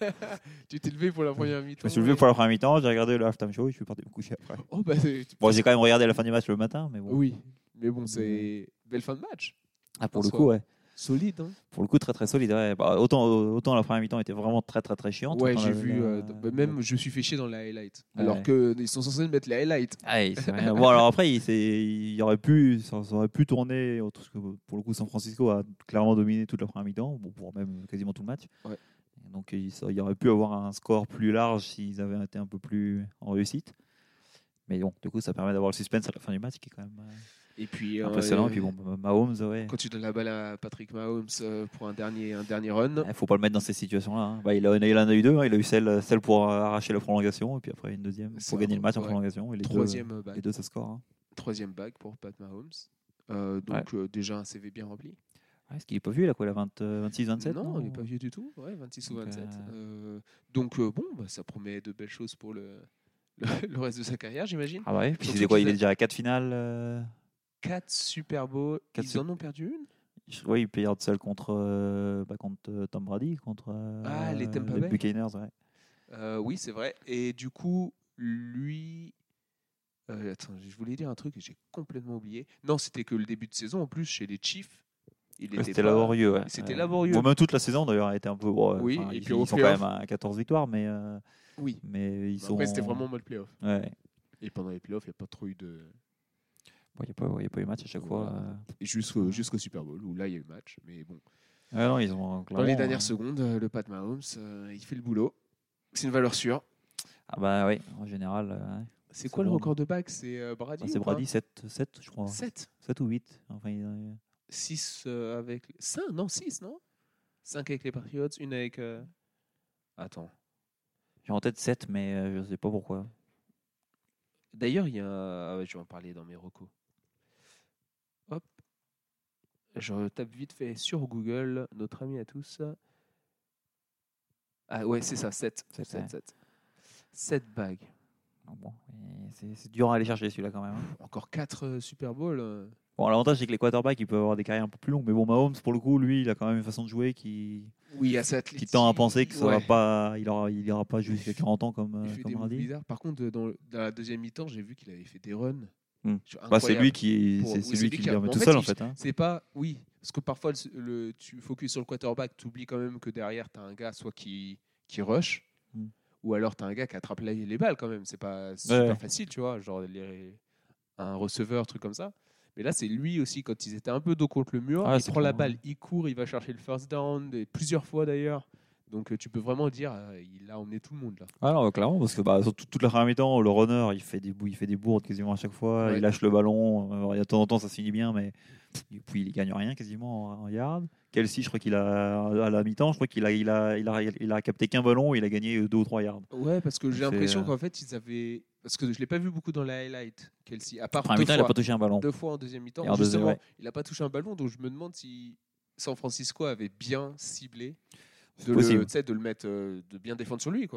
Speaker 1: Tu t'es levé pour la première mi-temps.
Speaker 2: Je me suis levé pour la première mi-temps, j'ai regardé le halftime show et je suis parti me coucher après. Bon, j'ai quand même regardé la fin du match le matin, mais bon.
Speaker 1: Oui, mais bon, c'est belle fin de match.
Speaker 2: Ah, pour le coup, ouais.
Speaker 1: Solide, hein.
Speaker 2: Pour le coup, très très solide. Ouais. Bah, autant la première mi-temps était vraiment très très très chiante.
Speaker 1: Ouais, j'ai vu. Même je me suis fait chier dans les highlights. Alors qu'ils sont censés mettre les highlights.
Speaker 2: Ah, c'est rien. Bon, alors après, ça aurait pu tourner. Parce que pour le coup, San Francisco a clairement dominé toute la première mi-temps, pour même quasiment tout le match.
Speaker 1: Ouais.
Speaker 2: Donc il aurait pu avoir un score plus large s'ils avaient été un peu plus en réussite. Mais bon, du coup, ça permet d'avoir le suspense à la fin du match qui est quand même.
Speaker 1: Et puis,
Speaker 2: impressionnant. Et puis bon, Mahomes, ouais.
Speaker 1: Quand tu donnes la balle à Patrick Mahomes pour un dernier run.
Speaker 2: Il faut pas le mettre dans ces situations-là. Hein. Bah, il en a eu deux. Hein. Il a eu celle pour arracher la prolongation et puis après une deuxième pour gagner le match en prolongation. Et les deux, ça score. Hein.
Speaker 1: Troisième bague pour Pat Mahomes. Déjà un CV bien rempli.
Speaker 2: Est-ce qu'il n'est pas vieux, là, quoi, il a 26-27
Speaker 1: Non, il n'est pas vieux du tout. Ouais, 26 ou 27. Donc ça promet de belles choses pour le reste de sa carrière, j'imagine.
Speaker 2: Ah ouais. Puis c'est quoi, il est déjà à 4 finales
Speaker 1: 4 Super Bowls. Ils en ont perdu une.
Speaker 2: Oui, il perd celle contre Tom Brady, contre
Speaker 1: les Tampa Bay
Speaker 2: Buccaneers. Ouais.
Speaker 1: Oui, c'est vrai. Et du coup, lui... attends, je voulais dire un truc et j'ai complètement oublié. Non, c'était que le début de saison, en plus, chez les Chiefs,
Speaker 2: c'était laborieux. Ouais.
Speaker 1: C'était laborieux.
Speaker 2: Bon, même toute la saison, d'ailleurs, a été un peu...
Speaker 1: oui, et puis
Speaker 2: ils sont quand même à 14 victoires, mais...
Speaker 1: oui.
Speaker 2: Mais
Speaker 1: après, c'était vraiment mode playoff.
Speaker 2: Ouais.
Speaker 1: Et pendant les playoffs, il n'y a pas trop eu de...
Speaker 2: Il n'y a pas eu match à chaque fois.
Speaker 1: Et jusqu'au Super Bowl, où là, il y a eu match. Mais bon.
Speaker 2: Ouais, non, ils ont
Speaker 1: dans les dernières secondes, le Pat Mahomes, il fait le boulot. C'est une valeur sûre.
Speaker 2: Ah bah oui, en général.
Speaker 1: C'est quoi le record de bague? C'est Brady?
Speaker 2: C'est Brady, 7, je crois.
Speaker 1: 7
Speaker 2: ou 8. Enfin,
Speaker 1: 6 avec... 5, non, 6, non 5 avec les Patriots, une avec... Attends.
Speaker 2: J'ai en tête 7, mais je ne sais pas pourquoi.
Speaker 1: D'ailleurs, il y a... je vais en parler dans mes recos. Hop. Je tape vite fait sur Google, notre ami à tous. Ah ouais, c'est ça, 7. 7 bagues.
Speaker 2: Bon, c'est dur à aller chercher celui-là quand même.
Speaker 1: Encore 4 Super Bowls.
Speaker 2: Bon, l'avantage c'est que les quarterbacks ils peuvent avoir des carrières un peu plus longues, mais bon, Mahomes pour le coup, lui, il a quand même une façon de jouer qui tend à penser que ça va pas, il aura pas joué jusqu'à 40 ans comme Brady.
Speaker 1: Bizarre. Par contre, dans la deuxième mi-temps, j'ai vu qu'il avait fait des runs.
Speaker 2: C'est lui qui le remet tout seul en fait. Hein.
Speaker 1: C'est pas parce que parfois tu focuses sur le quarterback, tu oublies quand même que derrière tu as un gars soit qui rush. Ou alors tu as un gars qui attrape les balles quand même. C'est pas super facile, tu vois. Genre un receveur, truc comme ça. Mais là, c'est lui aussi, quand ils étaient un peu dos contre le mur, il prend la balle, il court, il va chercher le first down, plusieurs fois d'ailleurs. Donc tu peux vraiment dire, il a emmené tout le monde là.
Speaker 2: Ah non, clairement, parce que sur toute la première mi-temps, le runner, il fait des bourdes quasiment à chaque fois. Ouais. Il lâche le ballon. De temps en temps, ça se finit bien, mais puis il gagne rien quasiment en yard. Kelsey, je crois qu'il a à la mi-temps, je crois qu'il a capté qu'un ballon, il a gagné 2 ou 3 yards.
Speaker 1: Ouais, parce que j'ai l'impression qu'en fait ils avaient, parce que je l'ai pas vu beaucoup dans la highlight, Kelsey. À part
Speaker 2: il a pas touché un ballon.
Speaker 1: 2 fois en deuxième mi-temps. Justement, il a pas touché un ballon, donc je me demande si San Francisco avait bien ciblé de le mettre, de bien défendre sur lui, quoi.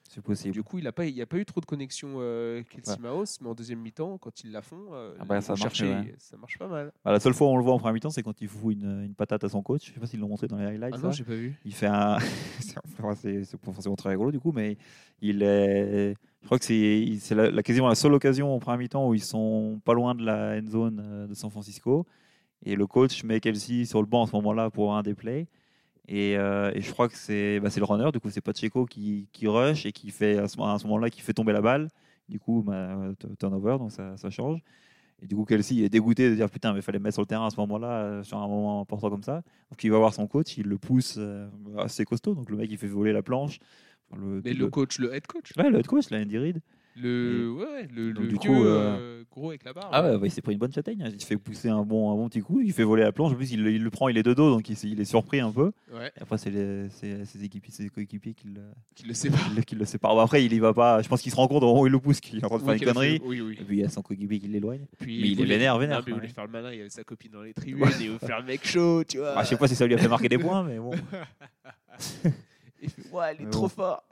Speaker 2: C'est possible.
Speaker 1: Du coup, il n'y a pas eu trop de connexion Kelsey Mahomes, mais en deuxième mi-temps, quand ils la font,
Speaker 2: ça marche,
Speaker 1: ça marche pas mal.
Speaker 2: La seule fois où on le voit en première mi-temps, c'est quand il fout une patate à son coach. Je sais pas s'ils l'ont montré dans les highlights.
Speaker 1: Ah non, j'ai pas vu.
Speaker 2: Il fait un. c'est très rigolo du coup, mais il est. Je crois que c'est quasiment la seule occasion en première mi-temps où ils sont pas loin de la end zone de San Francisco. Et le coach met Kelsey sur le banc à ce moment-là pour un des plays. Et je crois que c'est le runner, du coup c'est Pacheco qui rush et qui fait à ce moment-là qui fait tomber la balle. Du coup, turnover, donc ça change. Et du coup, Kelsey est dégoûté de dire putain, mais il fallait me mettre sur le terrain à ce moment-là, sur un moment important comme ça. Donc il va voir son coach, il le pousse assez costaud. Donc le mec il fait voler la planche.
Speaker 1: Mais le coach, le head coach
Speaker 2: Ouais, le head coach, Andy Reid.
Speaker 1: Le
Speaker 2: du
Speaker 1: vieux
Speaker 2: coup,
Speaker 1: gros avec la barre.
Speaker 2: Ah ouais, il s'est pris une bonne châtaigne. Il se fait pousser un bon petit coup, il fait voler la planche. En plus, il le prend, il est de dos, donc il est surpris un peu.
Speaker 1: Ouais.
Speaker 2: Et après, c'est ses coéquipiers qui
Speaker 1: le séparent.
Speaker 2: Qui le séparent. Bon, après, il y va pas. Je pense qu'il se rend compte au moment où il le pousse qu'il est en train de faire une connerie.
Speaker 1: Oui.
Speaker 2: Et puis il y a son coéquipier qui l'éloigne.
Speaker 1: Mais
Speaker 2: il est vénère.
Speaker 1: Non, mais il voulait faire le malin, il avait sa copine dans les tribunes, il veut faire le mec chaud, tu vois.
Speaker 2: Je sais pas si ça lui a fait marquer des points, mais bon.
Speaker 1: Il fait ouais, il est trop fort.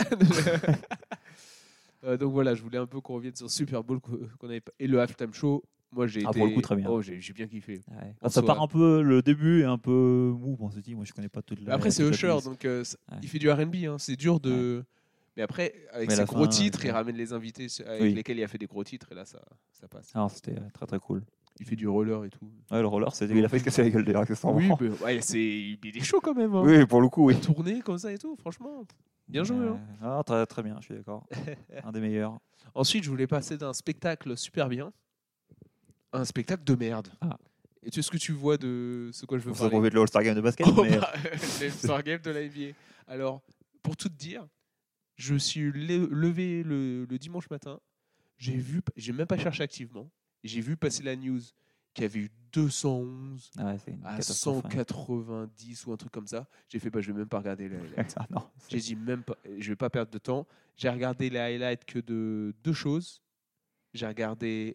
Speaker 1: Donc voilà, je voulais un peu qu'on revienne sur Super Bowl qu'on avait pas. Et le halftime show, moi j'ai été.
Speaker 2: Pour le coup, très bien.
Speaker 1: Oh, j'ai bien kiffé.
Speaker 2: Ouais. Ça part un peu, le début est un peu mou, bon, ceci, moi je connais pas toute la.
Speaker 1: Après, c'est Usher, donc il fait du RB, hein, c'est dur de. Ouais. Mais après, avec ses gros titres, il ramène les invités avec lesquels il a fait des gros titres, et là ça passe.
Speaker 2: Alors, c'était très très cool.
Speaker 1: Il fait du roller et tout.
Speaker 2: Ouais, le roller, il a fait se casser la gueule d'ailleurs, accessoirement.
Speaker 1: Oui, mais il est chaud quand même. Hein.
Speaker 2: Oui, pour le coup, oui.
Speaker 1: Tourner comme ça et tout, franchement. Bien joué. Hein.
Speaker 2: Très, très bien, je suis d'accord. Un des meilleurs.
Speaker 1: Ensuite, je voulais passer d'un spectacle super bien à un spectacle de merde. Et tu sais ce que tu vois de ce que je veux parler.
Speaker 2: On va le All-Star Game de basket.
Speaker 1: Mais... le All-Star Game de la NBA. Alors, pour tout te dire, je suis levé le dimanche matin. J'ai même pas cherché activement. J'ai vu passer la news qu'il y avait eu 211 à 190 ou un truc comme ça. J'ai fait, je vais même pas regarder les highlights. J'ai dit, même pas, je vais pas perdre de temps. J'ai regardé les highlights que de deux choses. J'ai regardé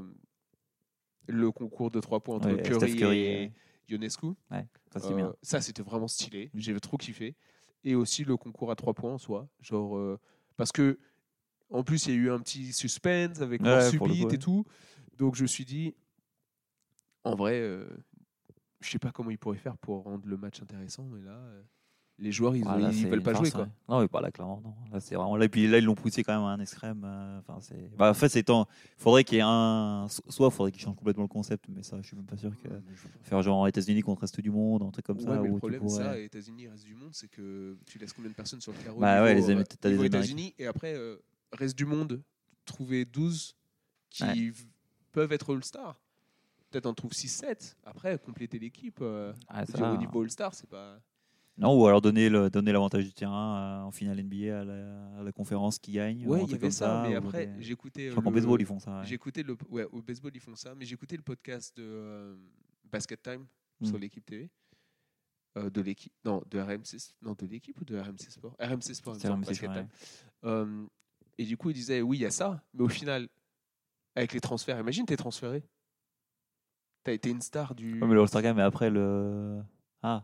Speaker 1: le concours de 3 points entre Curry et Ionescu. Ça, c'était vraiment stylé. J'ai trop kiffé. Et aussi le concours à 3 points en soi. Parce que, en plus, il y a eu un petit suspense avec mort subite et tout. Donc, je me suis dit, en vrai, je sais pas comment ils pourraient faire pour rendre le match intéressant, mais là, les joueurs, ils veulent pas jouer. Quoi.
Speaker 2: Non, mais pas là, clairement. Non. Là, c'est vraiment... Et puis là, ils l'ont poussé quand même à un extrême. En fait, il faudrait qu'il y ait soit il faudrait qu'ils changent complètement le concept, mais ça, je suis même pas sûr que faire genre États-Unis contre reste du monde, un truc comme ça.
Speaker 1: Mais le problème, ça, États-Unis, reste du monde, c'est que tu laisses combien de personnes sur le carreau
Speaker 2: les
Speaker 1: États-Unis, et après, reste du monde, trouver 12 qui peuvent être All-Star. Peut-être en trouve 6-7. Après, compléter l'équipe. Au niveau All-Star, c'est pas.
Speaker 2: Non, ou alors donner l'avantage du terrain en finale NBA à la conférence qui gagne.
Speaker 1: Ouais, il y avait ça, mais après, j'écoutais.
Speaker 2: Je crois qu'en baseball, ils font ça.
Speaker 1: Au baseball, ils font ça, mais j'écoutais le podcast de Basket Time sur l'équipe TV. De l'équipe. Non, de RMC. Non, de l'équipe ou de RMC Sport RMC Sport, Basket Time. Et du coup, il disait, oui, il y a ça, mais au final, avec les transferts, imagine, t'es transféré. T'as été une star du.
Speaker 2: Ouais, mais le All-Star Game, mais après le.
Speaker 1: Non.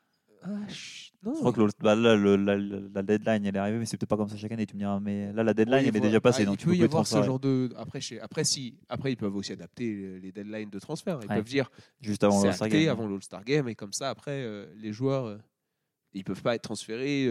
Speaker 2: Je crois que la deadline elle est arrivée, mais c'est peut-être pas comme ça chaque année. Tu me diras, mais là la deadline elle est déjà passée, donc
Speaker 1: il peut y avoir ce genre de. Après ils peuvent aussi adapter les deadlines de transfert. Ils peuvent dire
Speaker 2: juste avant l'All-Star Game.
Speaker 1: Avant l'All-Star Game, et comme ça après les joueurs ils peuvent pas être transférés.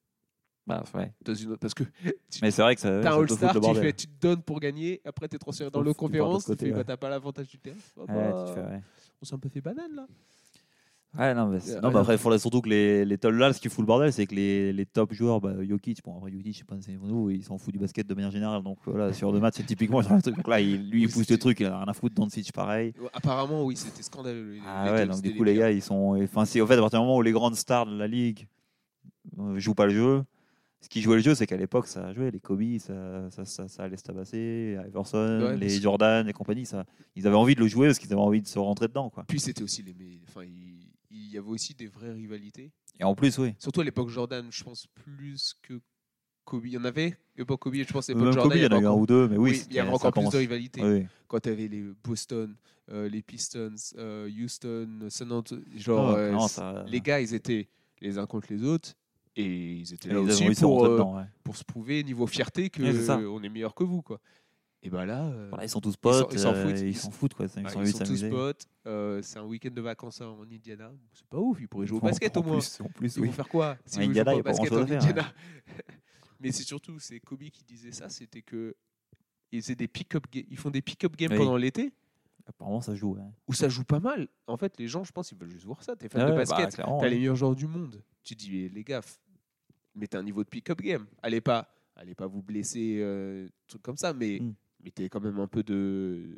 Speaker 1: Dans une autre, parce que
Speaker 2: mais c'est vrai que
Speaker 1: t'as un All-Star, tu te donnes pour gagner, après t'es transféré dans l'autre conférence, t'as pas l'avantage du terrain. On s'est un peu fait banane là.
Speaker 2: Ouais, non, mais après, il faudrait surtout que là, ce qui fout le bordel, c'est que les top joueurs, Jokic, après Jokic, je sais pas, il s'en fout du basket de manière générale, donc voilà, sur 2 matchs, c'est typiquement genre un truc. Donc là, lui, il pousse le truc, il a rien à foutre, Doncic, pareil.
Speaker 1: Apparemment, oui, c'était scandaleux.
Speaker 2: Donc du coup, les gars, ils sont. Enfin, en fait, à partir du moment où les grandes stars de la ligue jouent pas le jeu, ce qui jouait le jeu, c'est qu'à l'époque, ça jouait. Les Kobe, ça allait se tabasser, Iverson, les Jordan et compagnie, ils avaient envie de le jouer parce qu'ils avaient envie de se rentrer dedans, quoi.
Speaker 1: Puis c'était aussi il y avait aussi des vraies rivalités.
Speaker 2: Et en plus, oui.
Speaker 1: Surtout à l'époque Jordan, je pense plus que Kobe. Il y en avait l'époque Kobe, je pense à l'époque
Speaker 2: Jordan.
Speaker 1: Kobe,
Speaker 2: il y en a eu un ou deux, mais oui.
Speaker 1: Il y avait encore plus de rivalités.
Speaker 2: Oui.
Speaker 1: Quand tu avais les Boston, les Pistons, Houston, San Antonio, les gars, ils étaient les uns contre les autres. Et ils étaient
Speaker 2: Et
Speaker 1: là
Speaker 2: ils
Speaker 1: aussi
Speaker 2: ont réussi à rentrer dedans, ouais.
Speaker 1: pour se prouver niveau fierté que
Speaker 2: Ouais, c'est ça.
Speaker 1: on est meilleur que vous, quoi. Et ben là,
Speaker 2: Voilà, ils sont tous potes,
Speaker 1: ils s'en foutent.
Speaker 2: ils s'en foutent, quoi. Ils
Speaker 1: ouais,
Speaker 2: sont
Speaker 1: ils
Speaker 2: envie de
Speaker 1: sont tous
Speaker 2: s'amuser.
Speaker 1: potes. C'est un week-end de vacances en Indiana. C'est pas ouf. Ils pourraient jouer au
Speaker 2: En
Speaker 1: basket au moins.
Speaker 2: en plus,
Speaker 1: Ils
Speaker 2: oui.
Speaker 1: vont faire quoi si
Speaker 2: Ouais,
Speaker 1: vous jouez
Speaker 2: Indiana,
Speaker 1: pas
Speaker 2: il y
Speaker 1: au
Speaker 2: a pas
Speaker 1: basket
Speaker 2: grand-chose
Speaker 1: en
Speaker 2: à faire,
Speaker 1: Indiana? Mais c'est surtout, c'est Kobe qui disait ça. C'était que ils font des pick-up games
Speaker 2: Oui.
Speaker 1: pendant l'été
Speaker 2: Apparemment, ça joue. Ouais.
Speaker 1: où ça joue pas mal. En fait, les gens, je pense, ils veulent juste voir ça. T'es fan
Speaker 2: Ah
Speaker 1: de
Speaker 2: ouais,
Speaker 1: basket,
Speaker 2: clairement,
Speaker 1: t'as
Speaker 2: ouais.
Speaker 1: les meilleurs joueurs du monde. Tu te dis, les gars, mettez un niveau de pick-up game. Allez pas vous blesser, trucs comme ça, mais
Speaker 2: Mm.
Speaker 1: mettez quand même un peu de,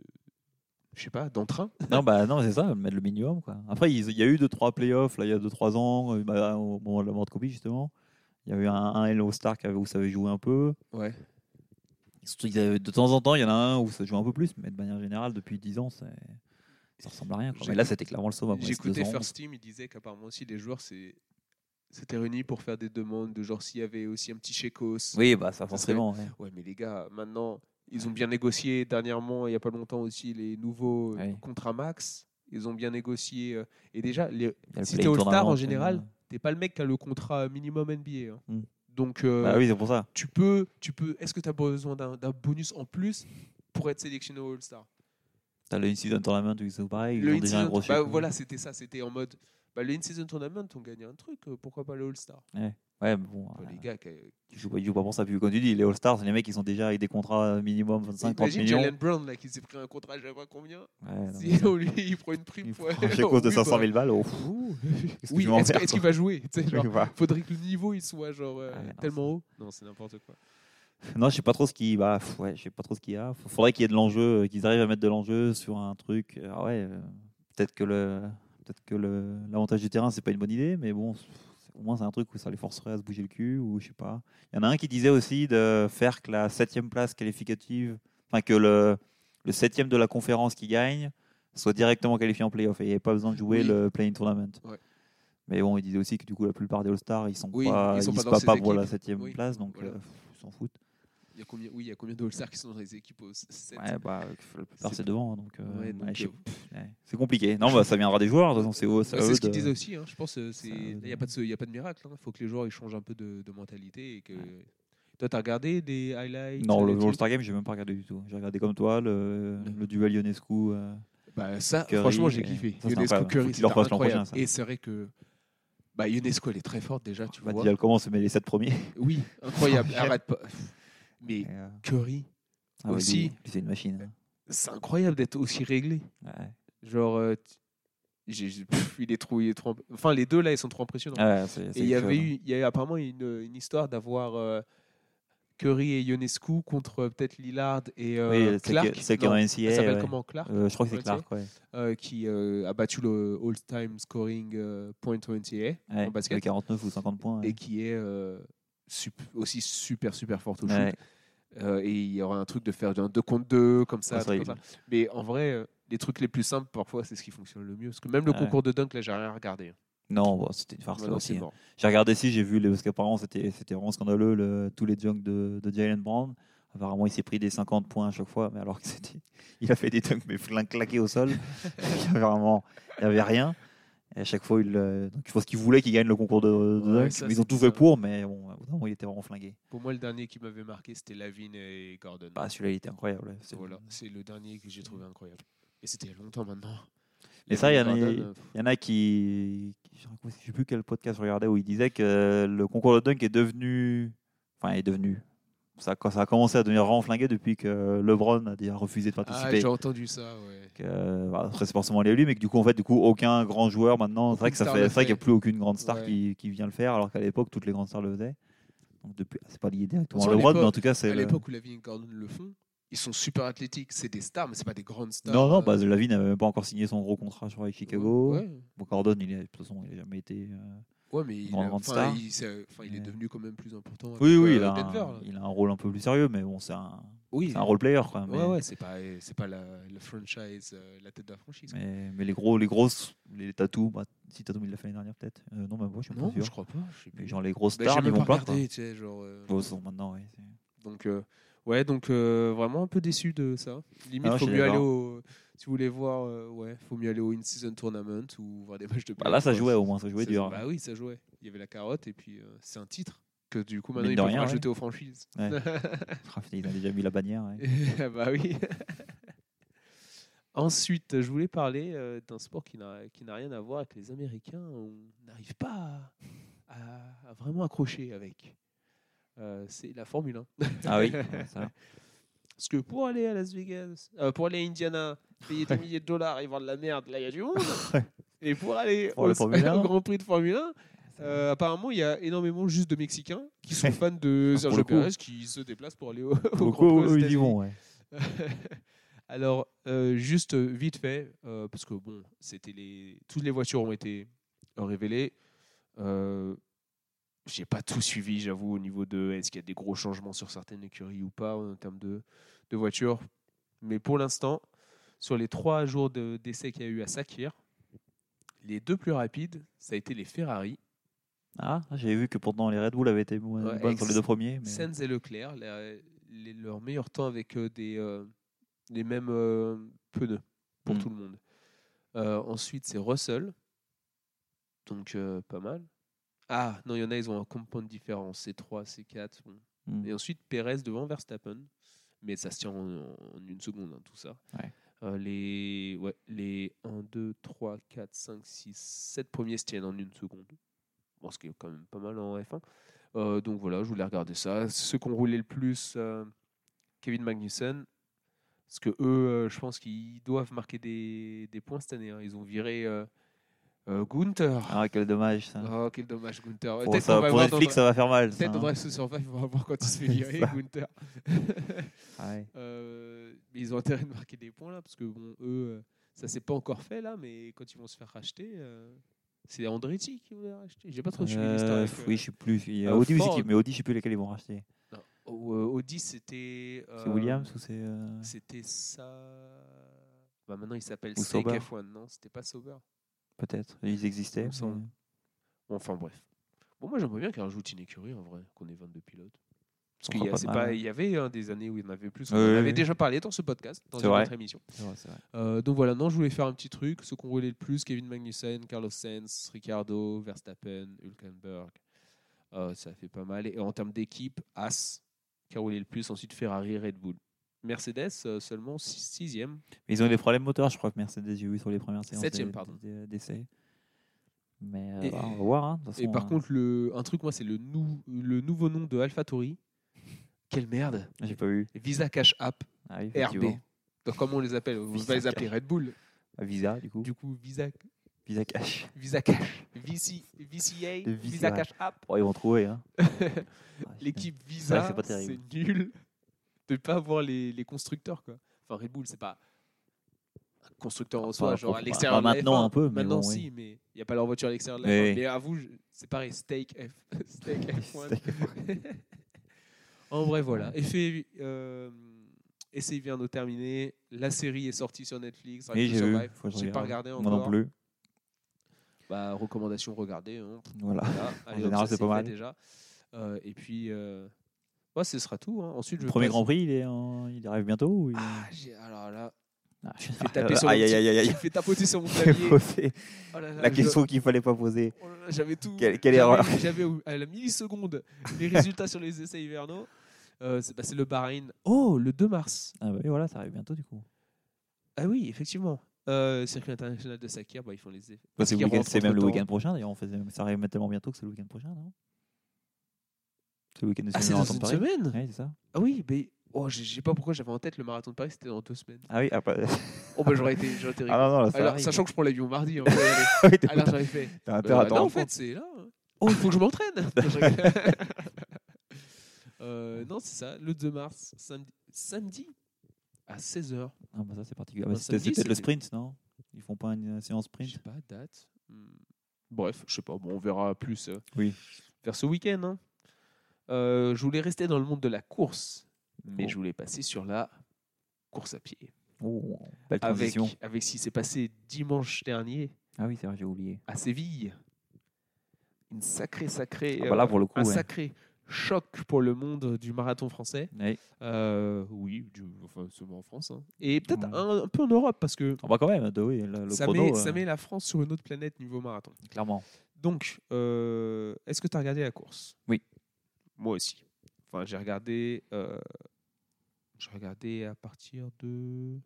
Speaker 1: je sais pas, d'entrain.
Speaker 2: Non, c'est ça, mettre le minimum, quoi. Après, il y a eu 2-3 playoffs, là, il y a 2-3 ans, au moment de la mort de Kobe, justement. Il y avait un Hello Star où ça avait joué un peu.
Speaker 1: Ouais.
Speaker 2: Surtout, de temps en temps, il y en a un où ça joue un peu plus, mais de manière générale, depuis 10 ans, ça ressemble à rien, quoi. Mais là, c'était clairement le summum.
Speaker 1: J'écoutais First Team, il disait qu'apparemment aussi les joueurs s'étaient réunis pour faire des demandes de genre s'il y avait aussi un petit chécos.
Speaker 2: Oui, bah ça
Speaker 1: Ça
Speaker 2: forcément. Ouais.
Speaker 1: Ouais, mais les gars, maintenant, ils ont bien négocié dernièrement, il n'y a pas longtemps aussi, les nouveaux
Speaker 2: Oui.
Speaker 1: contrats max. Ils ont bien négocié. Et déjà,
Speaker 2: Il y a le
Speaker 1: si
Speaker 2: play
Speaker 1: t'es All-Star
Speaker 2: tournament,
Speaker 1: en général, t'es pas le mec qui a le contrat minimum NBA. Hein.
Speaker 2: Mm.
Speaker 1: Donc,
Speaker 2: Bah oui, c'est pour ça.
Speaker 1: tu peux. Est-ce que tu as besoin d'un bonus en plus pour être sélectionné au All-Star?
Speaker 2: T'as le In-Season Tournament, c'est pareil, ils
Speaker 1: Le
Speaker 2: ont déjà un
Speaker 1: in-season-
Speaker 2: gros
Speaker 1: bah,
Speaker 2: chèque.
Speaker 1: voilà, c'était ça. C'était en mode. Bah, le in-season tournament, on gagnait un truc. Pourquoi pas le All-Star?
Speaker 2: Ouais, mais bon.
Speaker 1: Les gars,
Speaker 2: Ils jouent pas pour ça. Puis comme tu dis, les All-Stars, c'est les mecs qui sont déjà avec des contrats minimum 25-30
Speaker 1: imagine
Speaker 2: millions.
Speaker 1: Jalen Brown là, qui s'est pris un contrat, je sais pas combien.
Speaker 2: Ouais, non,
Speaker 1: Si on lui, il prend une prime
Speaker 2: il
Speaker 1: pour
Speaker 2: prend un chèque de 500 000 balles. Oh.
Speaker 1: Oui, est-ce qu'il va jouer? Tu sais, genre,
Speaker 2: Oui, voilà.
Speaker 1: faudrait que le niveau il soit genre
Speaker 2: non,
Speaker 1: tellement haut. Non, c'est n'importe quoi.
Speaker 2: Non, je sais pas trop ce qu'il je sais pas trop ce qu'il y a. Faudrait qu'il y ait de l'enjeu, qu'ils arrivent à mettre de l'enjeu sur un truc. Peut-être que l'avantage du terrain c'est pas une bonne idée, mais bon, au moins c'est un truc où ça les forcerait à se bouger le cul ou je sais pas. Il y en a un qui disait aussi de faire que la 7e place qualificative, enfin que le 7e de la conférence qui gagne soit directement qualifié en playoff et il n'y avait pas besoin de jouer le play-in tournament.
Speaker 1: Ouais.
Speaker 2: Mais bon, il disait aussi que du coup la plupart des All-Stars ils sont
Speaker 1: Oui,
Speaker 2: pas,
Speaker 1: ils sont
Speaker 2: ils
Speaker 1: pas
Speaker 2: se
Speaker 1: dans
Speaker 2: battent
Speaker 1: ces
Speaker 2: pas pour la
Speaker 1: équipes.
Speaker 2: 7e place, donc
Speaker 1: voilà.
Speaker 2: ils s'en foutent.
Speaker 1: Il y a combien de All-Stars qui sont dans les équipes au 7?
Speaker 2: Ouais, bah, la plupart c'est devant, donc, c'est compliqué. Non, ça viendra des joueurs, de toute façon, c'est
Speaker 1: ce qu'ils disaient aussi, hein. Je pense il n'y a pas de miracle. Il faut que les joueurs ils changent un peu de mentalité. Et que... Toi, tu as regardé des highlights?
Speaker 2: Non, le All-Star Game, j'ai même pas regardé du tout. J'ai regardé comme toi le duel Ionescu.
Speaker 1: Bah, ça,
Speaker 2: Curry,
Speaker 1: franchement, j'ai kiffé. Ionescu Curry, c'est incroyable. Et c'est vrai que Ionescu, elle est très forte déjà, tu vois.
Speaker 2: Dial commence à mettre les 7 premiers.
Speaker 1: Oui, incroyable. Arrête pas. Mais Curry aussi,
Speaker 2: lui, c'est une machine.
Speaker 1: C'est incroyable d'être aussi réglé.
Speaker 2: Ouais.
Speaker 1: Genre, il est trop. Enfin, les deux là, ils sont trop impressionnants. Et il y a apparemment une histoire d'avoir Curry et Ionescu contre peut-être Lillard et Clark.
Speaker 2: C'est qui en NCAA.
Speaker 1: Ça s'appelle comment, Clark?
Speaker 2: Je crois que c'est Clark,
Speaker 1: qui a battu le all-time scoring point au NCAA en basket.
Speaker 2: 49 ou 50 points.
Speaker 1: Et qui est aussi super forte au shoot. Et il y aura un truc de faire un 2 contre 2 comme ça. Mais en vrai, les trucs les plus simples, parfois, c'est ce qui fonctionne le mieux. Parce que même le concours de dunk, là, j'ai rien regardé.
Speaker 2: Non, c'était une farce aussi. J'ai regardé j'ai vu, parce qu'apparemment, c'était vraiment scandaleux, tous les dunks de Jalen Brown. Apparemment, il s'est pris des 50 points à chaque fois, mais alors il a fait des dunks, mais claqués au sol. Il n'y avait rien. Et à chaque fois, donc, je pense qu'ils voulaient qu'il gagne le concours de dunk. Ils ont tout fait pour, mais bon, il était vraiment flingué.
Speaker 1: Pour moi, le dernier qui m'avait marqué, c'était Lavin et Gordon.
Speaker 2: Celui-là, il était incroyable.
Speaker 1: C'est le dernier que j'ai trouvé incroyable. Et c'était il y a longtemps maintenant.
Speaker 2: Et ça, il y en a qui. Je ne sais plus quel podcast je regardais où il disait que le concours de dunk est devenu. Enfin, ça a commencé à devenir vraiment flingué depuis que LeBron a refusé de participer.
Speaker 1: J'ai entendu ça, ouais.
Speaker 2: Après, c'est forcément lui, mais que du coup, aucun grand joueur maintenant. C'est vrai qu'il n'y a plus aucune grande star qui vient le faire, alors qu'à l'époque, toutes les grandes stars le faisaient. Donc, c'est pas lié directement à LeBron, mais en tout cas, c'est.
Speaker 1: À l'époque où Lavin et Gordon le font, ils sont super athlétiques. C'est des stars, mais c'est pas des grandes stars.
Speaker 2: Non, Lavin n'avait même pas encore signé son gros contrat avec Chicago.
Speaker 1: Ouais.
Speaker 2: Bon, Gordon, de toute façon, il n'a jamais été.
Speaker 1: Mais il est devenu quand même plus important.
Speaker 2: Oui,
Speaker 1: Denver,
Speaker 2: il a un rôle un peu plus sérieux, mais bon, c'est un role player. Quoi,
Speaker 1: mais... c'est pas le franchise, la tête de la franchise.
Speaker 2: Mais les tatous, si Tatum il l'a fait l'année dernière peut-être. Non, mais moi je suis pas sûr.
Speaker 1: Je crois pas.
Speaker 2: Mais genre les grosses stars, ils vont pas.
Speaker 1: Maintenant, Donc, vraiment un peu déçu de ça. Limite, il faut mieux aller au. Si vous voulez voir, faut mieux aller au In-Season Tournament ou voir des matchs de
Speaker 2: Bah, là, ça
Speaker 1: playoff.
Speaker 2: jouait au moins, ça jouait dur.
Speaker 1: Bah oui, ça jouait. Il y avait la carotte et puis c'est un titre que du coup maintenant
Speaker 2: Mine
Speaker 1: ils
Speaker 2: de
Speaker 1: peuvent
Speaker 2: rien,
Speaker 1: rajouter aux franchises.
Speaker 2: Ouais. Il a déjà mis la bannière. Ouais.
Speaker 1: Bah oui. Ensuite, je voulais parler d'un sport qui n'a rien à voir avec les Américains. On n'arrive pas à vraiment accrocher avec. C'est la Formule 1.
Speaker 2: Ah oui, ça.
Speaker 1: Parce que pour aller à Las Vegas, pour aller à Indiana, payer des milliers de dollars et voir de la merde, là il y a du monde. Et pour aller
Speaker 2: Pour le Formule 1.
Speaker 1: au Grand Prix de Formule 1, apparemment il y a énormément juste de Mexicains qui sont fans de
Speaker 2: Pour
Speaker 1: Sergio
Speaker 2: le coup.
Speaker 1: Perez qui se déplacent pour aller au
Speaker 2: Pour
Speaker 1: Grand
Speaker 2: le
Speaker 1: Prix
Speaker 2: coup,
Speaker 1: aux
Speaker 2: eux, ils y
Speaker 1: États-Unis.
Speaker 2: vont. Ouais.
Speaker 1: Alors, juste vite fait, parce que bon, toutes les voitures ont été révélées. J'ai pas tout suivi, j'avoue, au niveau de est-ce qu'il y a des gros changements sur certaines écuries ou pas en termes de voitures. Mais pour l'instant, sur les 3 jours d'essai qu'il y a eu à Sakhir, les 2 plus rapides, ça a été les Ferrari.
Speaker 2: Ah, j'avais vu que pourtant les Red Bull avaient été bonnes sur les 2 premiers. Mais...
Speaker 1: Sainz et Leclerc, leur meilleur temps avec les mêmes pneus pour tout le monde. Ensuite, c'est Russell. Donc, pas mal. Ah, non, il y en a, ils ont un compound différent. C3, C4. Bon. Et ensuite, Perez devant Verstappen. Mais ça se tient en une seconde, hein, tout ça.
Speaker 2: Ouais.
Speaker 1: Les 1, 2, 3, 4, 5, 6, 7 premiers se tiennent en une seconde. Bon, ce qui est quand même pas mal en F1. Donc voilà, je voulais regarder ça. Ceux qui ont roulé le plus, Kevin Magnussen. Parce que eux, je pense qu'ils doivent marquer des points cette année. Hein. Ils ont viré Gunther.
Speaker 2: Ah, quel dommage ça.
Speaker 1: Oh, quel dommage, Gunther.
Speaker 2: Pour Netflix, ça va faire mal.
Speaker 1: Peut-être dans Drive to Survive, on va voir quand il se fait virer, Gunther.
Speaker 2: Ouais.
Speaker 1: Mais ils ont intérêt de marquer des points là, parce que bon, eux, ça s'est pas encore fait là, mais quand ils vont se faire racheter, c'est Andretti qui voulait racheter. J'ai pas trop suivi l'histoire.
Speaker 2: Oui, je sais plus. Il y a Audi aussi, mais Audi, je sais plus lesquels ils vont racheter.
Speaker 1: Audi, c'était.
Speaker 2: C'est Williams ou c'est.
Speaker 1: C'était ça. Bah, maintenant, il s'appelle
Speaker 2: Ou
Speaker 1: Stake
Speaker 2: Sauber.
Speaker 1: F1, non? C'était pas Sauber.
Speaker 2: Peut-être. Ils existaient.
Speaker 1: Il me semble. Enfin, bref. Bon, moi, j'aimerais bien qu'ils rajoutent une écurie en vrai, qu'on ait 22 pilotes. Parce qu'il y avait des années où il y en avait plus. On en avait déjà parlé dans ce podcast, dans une autre émission.
Speaker 2: C'est vrai.
Speaker 1: Donc voilà, non, je voulais faire un petit truc. Ceux qui ont roulé le plus, Kevin Magnussen, Carlos Sainz, Ricciardo, Verstappen, Hülkenberg. Ça fait pas mal. Et en termes d'équipe, As qui a roulé le plus. Ensuite, Ferrari, Red Bull. Mercedes, seulement 6e.
Speaker 2: Mais ils ont eu des problèmes moteurs, je crois que Mercedes, j'ai vu sur les premières séances
Speaker 1: 7e, pardon.
Speaker 2: d'essai. Mais on va voir. Hein,
Speaker 1: et par contre, un truc, moi, c'est le nouveau nom de AlphaTauri. Quelle merde.
Speaker 2: J'ai pas vu.
Speaker 1: Visa Cash App,
Speaker 2: oui,
Speaker 1: RB. Donc, comment on les appelle? On va les appeler Red Bull.
Speaker 2: Visa, du coup.
Speaker 1: Du coup, Visa
Speaker 2: Cash.
Speaker 1: Visa Cash. VCA. Visa Cash App.
Speaker 2: Oh, ils vont trouver. Hein.
Speaker 1: L'équipe Visa,
Speaker 2: c'est pas terrible.
Speaker 1: C'est nul de ne pas avoir les constructeurs. Quoi. Enfin, Red Bull, c'est pas un constructeur en soi, genre à l'extérieur de la
Speaker 2: maintenant
Speaker 1: F1.
Speaker 2: un peu.
Speaker 1: Maintenant,
Speaker 2: bon,
Speaker 1: si, mais il n'y a pas leur voiture à l'extérieur de la F1. Mais à vous, c'est pareil, Stake F1. En vrai, voilà. Essai vient de terminer. La série est sortie sur Netflix. J'ai pas regardé encore.
Speaker 2: Moi non plus.
Speaker 1: Bah, recommandation, regardez. Hein.
Speaker 2: Voilà.
Speaker 1: Allez,
Speaker 2: en général, c'est pas mal.
Speaker 1: Déjà. Et puis, ce sera tout. Hein. Ensuite,
Speaker 2: le premier Grand Prix, il arrive bientôt ou
Speaker 1: alors là,
Speaker 2: tu
Speaker 1: me fais tapoter sur mon clavier.
Speaker 2: La question qu'il fallait pas poser.
Speaker 1: J'avais tout.
Speaker 2: Quelle erreur.
Speaker 1: J'avais à la milliseconde les résultats sur les essais hivernaux. C'est le Bahreïn. Oh, le 2 mars.
Speaker 2: Ah bah oui, voilà, ça arrive bientôt du coup.
Speaker 1: Ah oui, effectivement. Circuit international de Sakhir, ils font les effets.
Speaker 2: C'est même le week-end prochain. D'ailleurs, ça arrive tellement bientôt que c'est le week-end prochain, non? C'est le week-end de
Speaker 1: c'est dans une semaine.
Speaker 2: Oui, c'est ça.
Speaker 1: Ah oui, mais je sais pas pourquoi j'avais en tête le marathon de Paris, c'était dans 2 semaines.
Speaker 2: Ah oui,
Speaker 1: j'aurais été rigolo.
Speaker 2: Alors,
Speaker 1: sachant que je prends l'avion mardi. Hein, alors j'avais fait. Non, en fait, c'est là. Oh, il faut que je m'entraîne. Non, c'est ça, le 2 mars, samedi à 16h.
Speaker 2: Ah bah ça c'est particulier. C'était peut-être le sprint, non? Ils font pas une séance sprint?
Speaker 1: Je sais pas, date. Bref, je sais pas. Bon, on verra plus vers ce week-end. Hein. Je voulais rester dans le monde de la course, mais je voulais passer sur la course à pied.
Speaker 2: Oh, belle transition.
Speaker 1: Avec ce qui s'est passé dimanche dernier.
Speaker 2: Ah oui, c'est vrai, j'ai oublié.
Speaker 1: À Séville. Une sacrée.
Speaker 2: Là, pour le coup,
Speaker 1: un sacré choc pour le monde du marathon français.
Speaker 2: Ouais.
Speaker 1: Oui, enfin, seulement en France. Hein. Et peut-être
Speaker 2: Ouais.
Speaker 1: un peu en Europe, parce que
Speaker 2: On va quand même, oui, le
Speaker 1: ça,
Speaker 2: chrono,
Speaker 1: ça met la France sur une autre planète niveau marathon.
Speaker 2: clairement.
Speaker 1: Donc, est-ce que tu as regardé la course?
Speaker 2: Oui.
Speaker 1: Moi aussi. Enfin, j'ai regardé à partir de...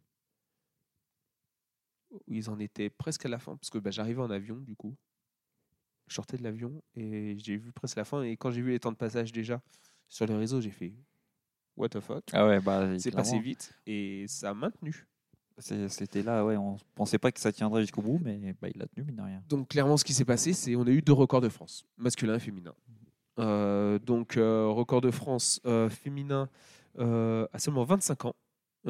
Speaker 1: Ils en étaient presque à la fin, parce que j'arrivais en avion, du coup. Je sortais de l'avion et j'ai vu presque la fin. Et quand j'ai vu les temps de passage déjà sur les réseaux, j'ai fait what the fuck.
Speaker 2: Ah ouais,
Speaker 1: C'est
Speaker 2: clairement.
Speaker 1: passé vite et ça a maintenu.
Speaker 2: C'était là, ouais, on pensait pas que ça tiendrait jusqu'au bout, mais il l'a tenu, mine de rien.
Speaker 1: Donc clairement, ce qui s'est passé, c'est on a eu 2 records de France, masculin et féminin. Record de France féminin à seulement 25 ans.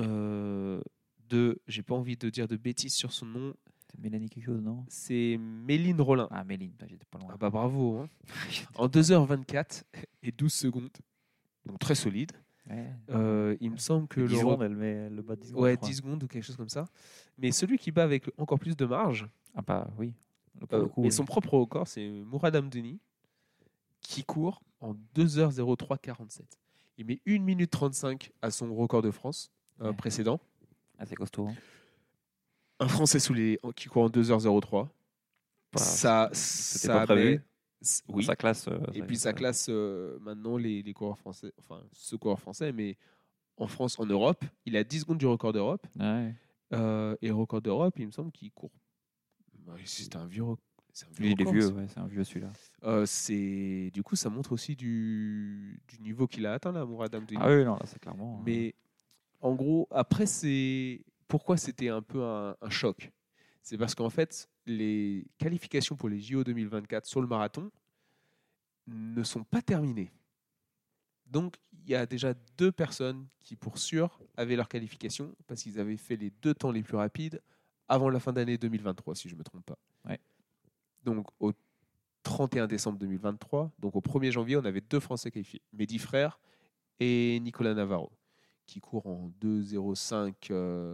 Speaker 1: J'ai pas envie de dire de bêtises sur son nom.
Speaker 2: C'est Mélanie quelque chose, non?
Speaker 1: C'est Méline Rollin.
Speaker 2: Ah, Méline, j'étais pas loin.
Speaker 1: Ah bah bravo. Hein. En 2h24 et 12 secondes. Donc très solide.
Speaker 2: Ouais.
Speaker 1: Il me semble que
Speaker 2: 10 secondes, elle le bat 10 secondes.
Speaker 1: Ouais,
Speaker 2: je crois.
Speaker 1: 10 secondes ou quelque chose comme ça. Mais celui qui bat avec encore plus de marge,
Speaker 2: Ah bah oui. Pour le coup,
Speaker 1: mais
Speaker 2: oui.
Speaker 1: son propre record, c'est Mourad Amdouni, qui court en 2h03,47. Il met 1 minute 35 à son record de France
Speaker 2: Ouais.
Speaker 1: précédent.
Speaker 2: Ah, c'est costaud. Hein.
Speaker 1: Un Français qui court en 2h03.
Speaker 2: C'était pas prévu.
Speaker 1: Oui.
Speaker 2: Sa classe.
Speaker 1: Et puis ça classe maintenant les coureurs français, enfin ce coureur français, mais en France, en Europe, il a 10 secondes du record d'Europe.
Speaker 2: Ouais.
Speaker 1: Et le record d'Europe, il me semble qu'il court. C'est un vieux record.
Speaker 2: Lui, il est vieux, ouais, c'est un vieux celui-là.
Speaker 1: Du coup, ça montre aussi du niveau qu'il a atteint là, Mourad Amdouni.
Speaker 2: Ah oui, non, là, c'est clairement.
Speaker 1: Mais en gros, après, pourquoi c'était un peu un choc? C'est parce qu'en fait, les qualifications pour les JO 2024 sur le marathon ne sont pas terminées. Donc, il y a déjà 2 personnes qui, pour sûr, avaient leur qualification parce qu'ils avaient fait les 2 temps les plus rapides avant la fin d'année 2023, si je ne me trompe pas.
Speaker 2: Ouais.
Speaker 1: Donc, au 31 décembre 2023, donc au 1er janvier, on avait 2 Français qualifiés, Mehdi Frère et Nicolas Navarro, qui courent en 2,05.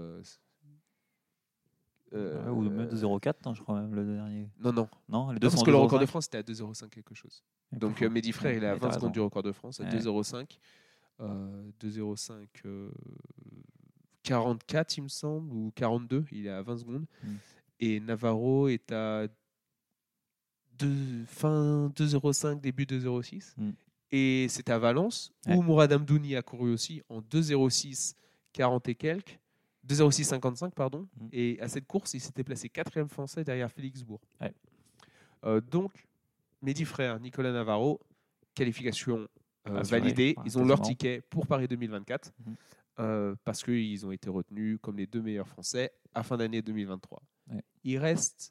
Speaker 2: Ou même 2,04, hein, je crois même, le dernier.
Speaker 1: Non,
Speaker 2: les deux
Speaker 1: parce
Speaker 2: sont
Speaker 1: que le
Speaker 2: 2,05.
Speaker 1: record de France, c'était à 2,05 quelque chose.
Speaker 2: Et
Speaker 1: Donc,
Speaker 2: plus fort.
Speaker 1: Mehdi Frère, il est à
Speaker 2: Ouais, t'as
Speaker 1: 20 secondes
Speaker 2: raison.
Speaker 1: du record de France, à
Speaker 2: Ouais.
Speaker 1: 2,05. 2,05. 44, il me semble, ou 42, il est à 20 secondes. Et Navarro est à fin 2,05, début 2,06. Et c'était à Valence, où Mourad Amdouni a couru aussi en 2,06, 40 et quelques. 2,06 55, pardon. Et à cette course, il s'était placé 4e français derrière Félix Bourg.
Speaker 2: Ouais.
Speaker 1: Donc, Mehdi Frère, Nicolas Navarro, qualification
Speaker 2: Assuré,
Speaker 1: validée. Ils ont leur
Speaker 2: quasiment.
Speaker 1: ticket pour Paris 2024 parce qu'ils ont été retenus comme les 2 meilleurs français à fin d'année 2023.
Speaker 2: Ouais.
Speaker 1: Il restait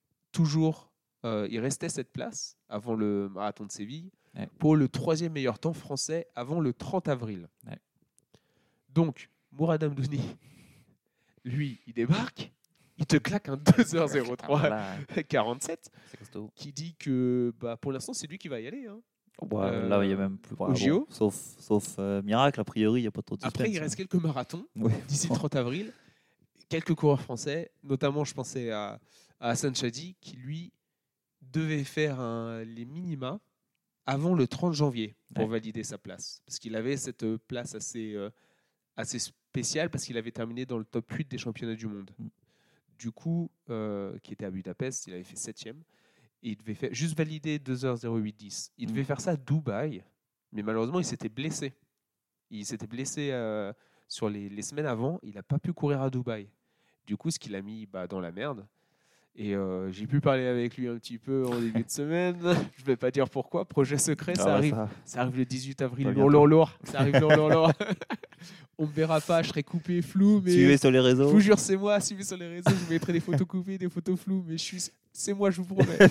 Speaker 1: cette place avant le marathon de Séville pour le 3e meilleur temps français avant le 30 avril.
Speaker 2: Ouais.
Speaker 1: Donc, Mourad Amdouni, lui, il débarque, il te claque un 2h03 47
Speaker 2: C'est costaud.
Speaker 1: qui dit que pour l'instant, c'est lui qui va y aller. Hein.
Speaker 2: Là, il y a même plus.
Speaker 1: Au JO.
Speaker 2: Sauf miracle, a priori, il n'y a pas trop de suspense.
Speaker 1: Après, il reste quelques marathons d'ici le 30 avril. Quelques coureurs français, notamment, je pensais à Hassan Chadi, qui lui devait faire les minima avant le 30 janvier pour valider sa place. Parce qu'il avait cette place assez spéciale, parce qu'il avait terminé dans le top 8 des championnats du monde. Du coup, qui était à Budapest, il avait fait 7e. Et il devait juste valider 2h0810. Il devait faire ça à Dubaï, mais malheureusement, il s'était blessé. Il s'était blessé sur les semaines avant. Il n'a pas pu courir à Dubaï. Du coup, ce qui l'a mis dans la merde. Et j'ai pu parler avec lui un petit peu en début de semaine. Je ne vais pas dire pourquoi. Projet secret, ça arrive le 18 avril. Lourd. Ça arrive lourd. On ne me verra pas, je serai coupé, flou. Mais
Speaker 2: suivez sur les réseaux.
Speaker 1: Je vous jure, c'est moi. Suivez sur les réseaux. Je vous mettrai des photos coupées, des photos floues. Mais c'est moi, je vous promets.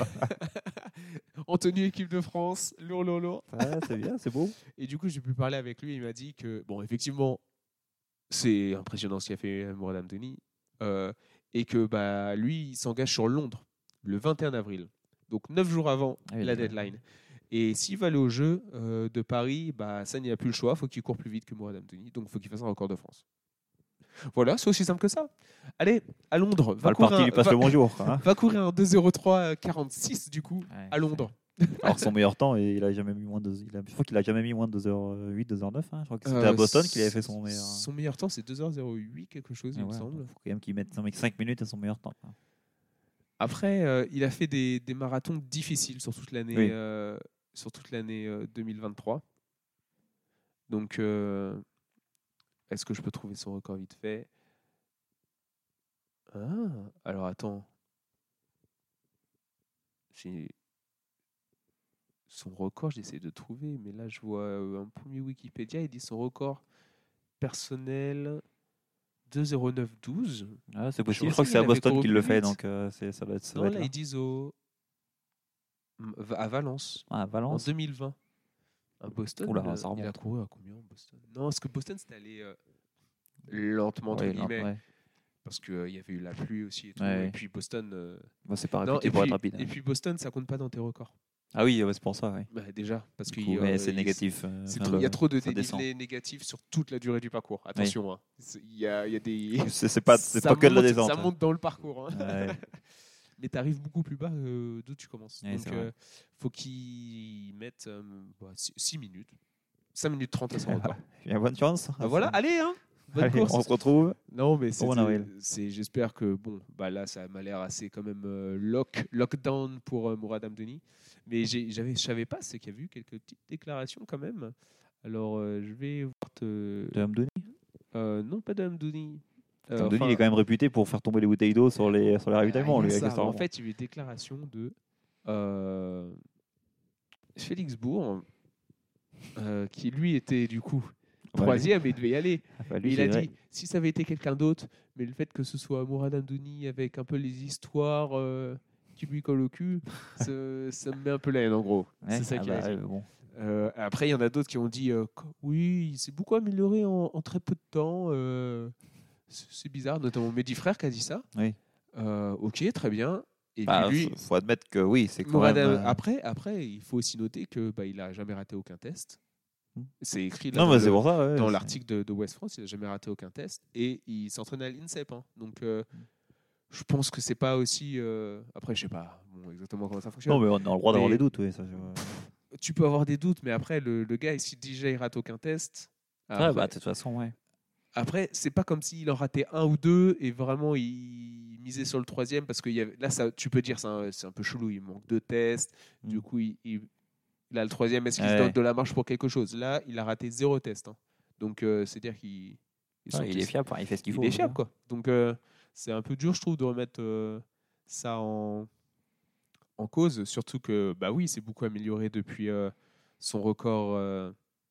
Speaker 1: En tenue équipe de France. Lourd.
Speaker 2: C'est bien, c'est beau.
Speaker 1: Et du coup, j'ai pu parler avec lui. Il m'a dit que, effectivement, c'est impressionnant ce qu'a fait Mourad Amdouni. Et que lui, il s'engage sur Londres le 21 avril. Donc 9 jours avant la deadline. Et s'il va aller au jeu de Paris, ça n'y a plus le choix. Il faut qu'il court plus vite que Mourad Amdouni. Donc il faut qu'il fasse un record de France. Voilà, c'est aussi simple que ça. Allez, à Londres.
Speaker 2: Le parti lui passe le bonjour.
Speaker 1: Va courir un 2,03 46 du coup à Londres.
Speaker 2: Alors son meilleur temps, il a jamais mis moins de. Je crois qu'il a jamais mis moins de 2h08, 2h09. Hein. Je crois que c'était à Boston qu'il avait fait son meilleur.
Speaker 1: Son meilleur temps, c'est 2h08, quelque chose, il me semble.
Speaker 2: Il faut quand même qu'il mette 5 minutes à son meilleur temps.
Speaker 1: Après, il a fait des marathons difficiles sur toute l'année 2023. Donc, est-ce que je peux trouver son record vite fait? Alors attends. Son record, j'essaie de trouver, mais là je vois un premier Wikipédia, il dit son record personnel 2:09:12.
Speaker 2: Ah, c'est possible, je crois que c'est à Boston qu'il le fait, donc ça doit être.
Speaker 1: Non, là ils disent à Valence.
Speaker 2: Ah, à Valence.
Speaker 1: En 2020. À Boston,
Speaker 2: Oula, ça remonte.
Speaker 1: il a couru à combien Boston? Non, parce que Boston c'était allé lentement entre guillemets. Parce qu'il y avait eu la pluie aussi et tout. Et puis Boston.
Speaker 2: C'est pas réputé pour être rapide.
Speaker 1: Et puis Boston, ça compte pas dans tes records.
Speaker 2: Ah oui, c'est pour ça.
Speaker 1: Bah, déjà, parce que
Speaker 2: c'est négatif.
Speaker 1: Il y a trop de dénivelé négatif sur toute la durée du parcours. Attention, hein. Il y a des.
Speaker 2: C'est pas que de la descente.
Speaker 1: Ça monte dans le parcours. Hein. Mais tu arrives beaucoup plus bas d'où tu commences. Donc, faut qu'ils mettent 6 minutes. 5 minutes 30 à son record.
Speaker 2: Il y a bonne chance.
Speaker 1: Voilà, allez, hein.
Speaker 2: Bonne course. On se retrouve.
Speaker 1: Non, mais j'espère que là, ça m'a l'air assez quand même lockdown pour Mourad Amdouni. Mais je savais pas, c'est qu'il y a eu quelques petites déclarations quand même. Alors, je vais voir
Speaker 2: de Amdouni.
Speaker 1: Non, pas de Amdouni.
Speaker 2: Amdouni, il est quand même réputé pour faire tomber les bouteilles d'eau sur les ravitaillements.
Speaker 1: En fait, il y a eu une déclaration de Félix Bourg, qui lui était du coup troisième et il devait y aller. Il a dit, si ça avait été quelqu'un d'autre, mais le fait que ce soit Mourad Amdouni avec un peu les histoires qui lui collent au cul, ça me met un peu la haine en gros. C'est ça qu'il a dit. Bon. Après, il y en a d'autres qui ont dit oui, il s'est beaucoup amélioré en très peu de temps. C'est bizarre, notamment Mehdi Frère qui a dit ça.
Speaker 2: Oui.
Speaker 1: Ok, très bien. Et
Speaker 2: puis
Speaker 1: lui,
Speaker 2: faut admettre que oui, c'est quand même.
Speaker 1: Après, il faut aussi noter que il a jamais raté aucun test. C'est écrit là dans l'article de West France, il n'a jamais raté aucun test et il s'entraîne à l'INSEP. Hein. Donc, je pense que c'est pas aussi. Après, je sais pas exactement comment ça fonctionne.
Speaker 2: Non, mais on a le droit d'avoir des doutes. Oui, ça,
Speaker 1: tu peux avoir des doutes, mais après, le gars, si déjà il rate aucun test.
Speaker 2: Après, de toute façon, ouais.
Speaker 1: Après, c'est pas comme s'il en ratait un ou deux et vraiment il misait sur le troisième parce que là, tu peux dire c'est un peu chelou. Il manque 2 tests. Du coup, il a le troisième. Est-ce qu'il se donne de la marge pour quelque chose? Là, il a raté 0 test. Hein. Donc, c'est-à-dire qu'il
Speaker 2: il est fiable. Il fait ce qu'il faut.
Speaker 1: Il est fiable, quoi. Donc, c'est un peu dur, je trouve, de remettre ça en cause. Surtout que, oui, il s'est beaucoup amélioré depuis son record.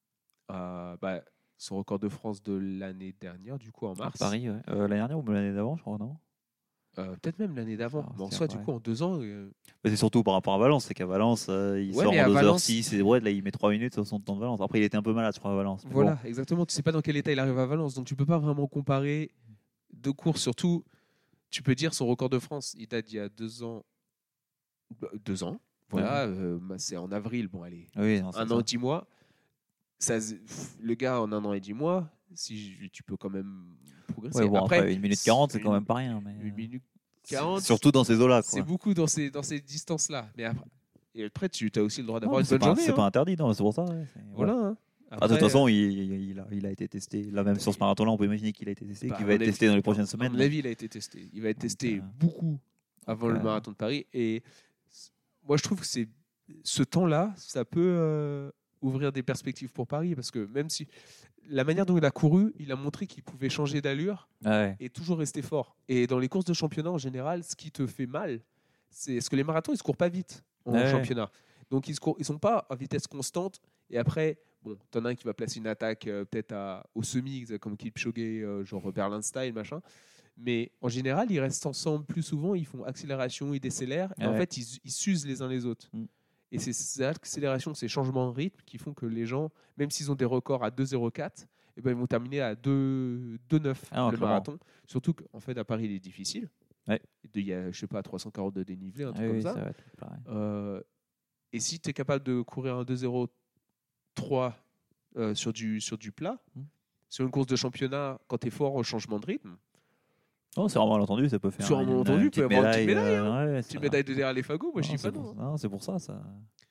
Speaker 1: Son record de France de l'année dernière, du coup, en mars.
Speaker 2: À Paris, l'année dernière ou l'année d'avant, je crois, non?
Speaker 1: Peut-être même l'année d'avant. Mais en soi, du coup, en 2 ans.
Speaker 2: Mais c'est surtout par rapport à Valence. C'est qu'à Valence, il sort en 2h06 et là, il met 3 minutes sur son temps de Valence. Après, il était un peu malade, je crois, à Valence.
Speaker 1: Voilà, exactement. Tu ne sais pas dans quel état il arrive à Valence. Donc, tu ne peux pas vraiment comparer 2 courses. Surtout, tu peux dire son record de France, il date d'il y a 2 ans. 2 ans. Voilà, c'est en avril. Bon, allez.
Speaker 2: Oui,
Speaker 1: 1 an, 10 mois. Le gars, en 1 an et 10 mois, tu peux quand même progresser.
Speaker 2: Ouais, après 1 minute 40, c'est quand même pas rien. Mais
Speaker 1: 1 minute 40.
Speaker 2: Surtout dans ces eaux-là.
Speaker 1: C'est beaucoup dans ces distances-là. Mais après, tu as aussi le droit d'avoir une bonne journée.
Speaker 2: C'est pas interdit, non, c'est pour ça.
Speaker 1: Voilà. Hein.
Speaker 2: Après, de toute façon, il a été testé. Là, même sur ce marathon-là, on peut imaginer qu'il a été testé, qu'il va être testé dans les prochaines semaines.
Speaker 1: À mon avis, il a été testé. Il va être testé beaucoup avant le marathon de Paris. Et moi, je trouve que ce temps-là, ça peut ouvrir des perspectives pour Paris. Parce que même si la manière dont il a couru, il a montré qu'il pouvait changer d'allure et toujours rester fort. Et dans les courses de championnat, en général, ce qui te fait mal, c'est parce que les marathons, ils ne se courent pas vite en championnat. Donc, ils ne sont pas à vitesse constante. Et après, tu en as un qui va placer une attaque peut-être au semi, comme Kipchoge, genre Berlin style, machin. Mais en général, ils restent ensemble plus souvent. Ils font accélération, ils décélèrent. Et en fait, ils s'usent les uns les autres. Et c'est ces accélérations, ces changements de rythme qui font que les gens, même s'ils ont des records à 2,04, ils vont terminer à 2,9 le marathon. Surtout qu'en fait, à Paris, il est difficile. Il y a, je sais pas, 340 de dénivelé, un truc comme ça. Et si tu es capable de courir un 2,03 sur du plat, sur une course de championnat, quand tu es fort au changement de rythme,
Speaker 2: c'est vraiment entendu, ça peut faire
Speaker 1: une petite médaille. Une petite médaille de derrière les fagots, moi je dis pas non.
Speaker 2: C'est pour ça.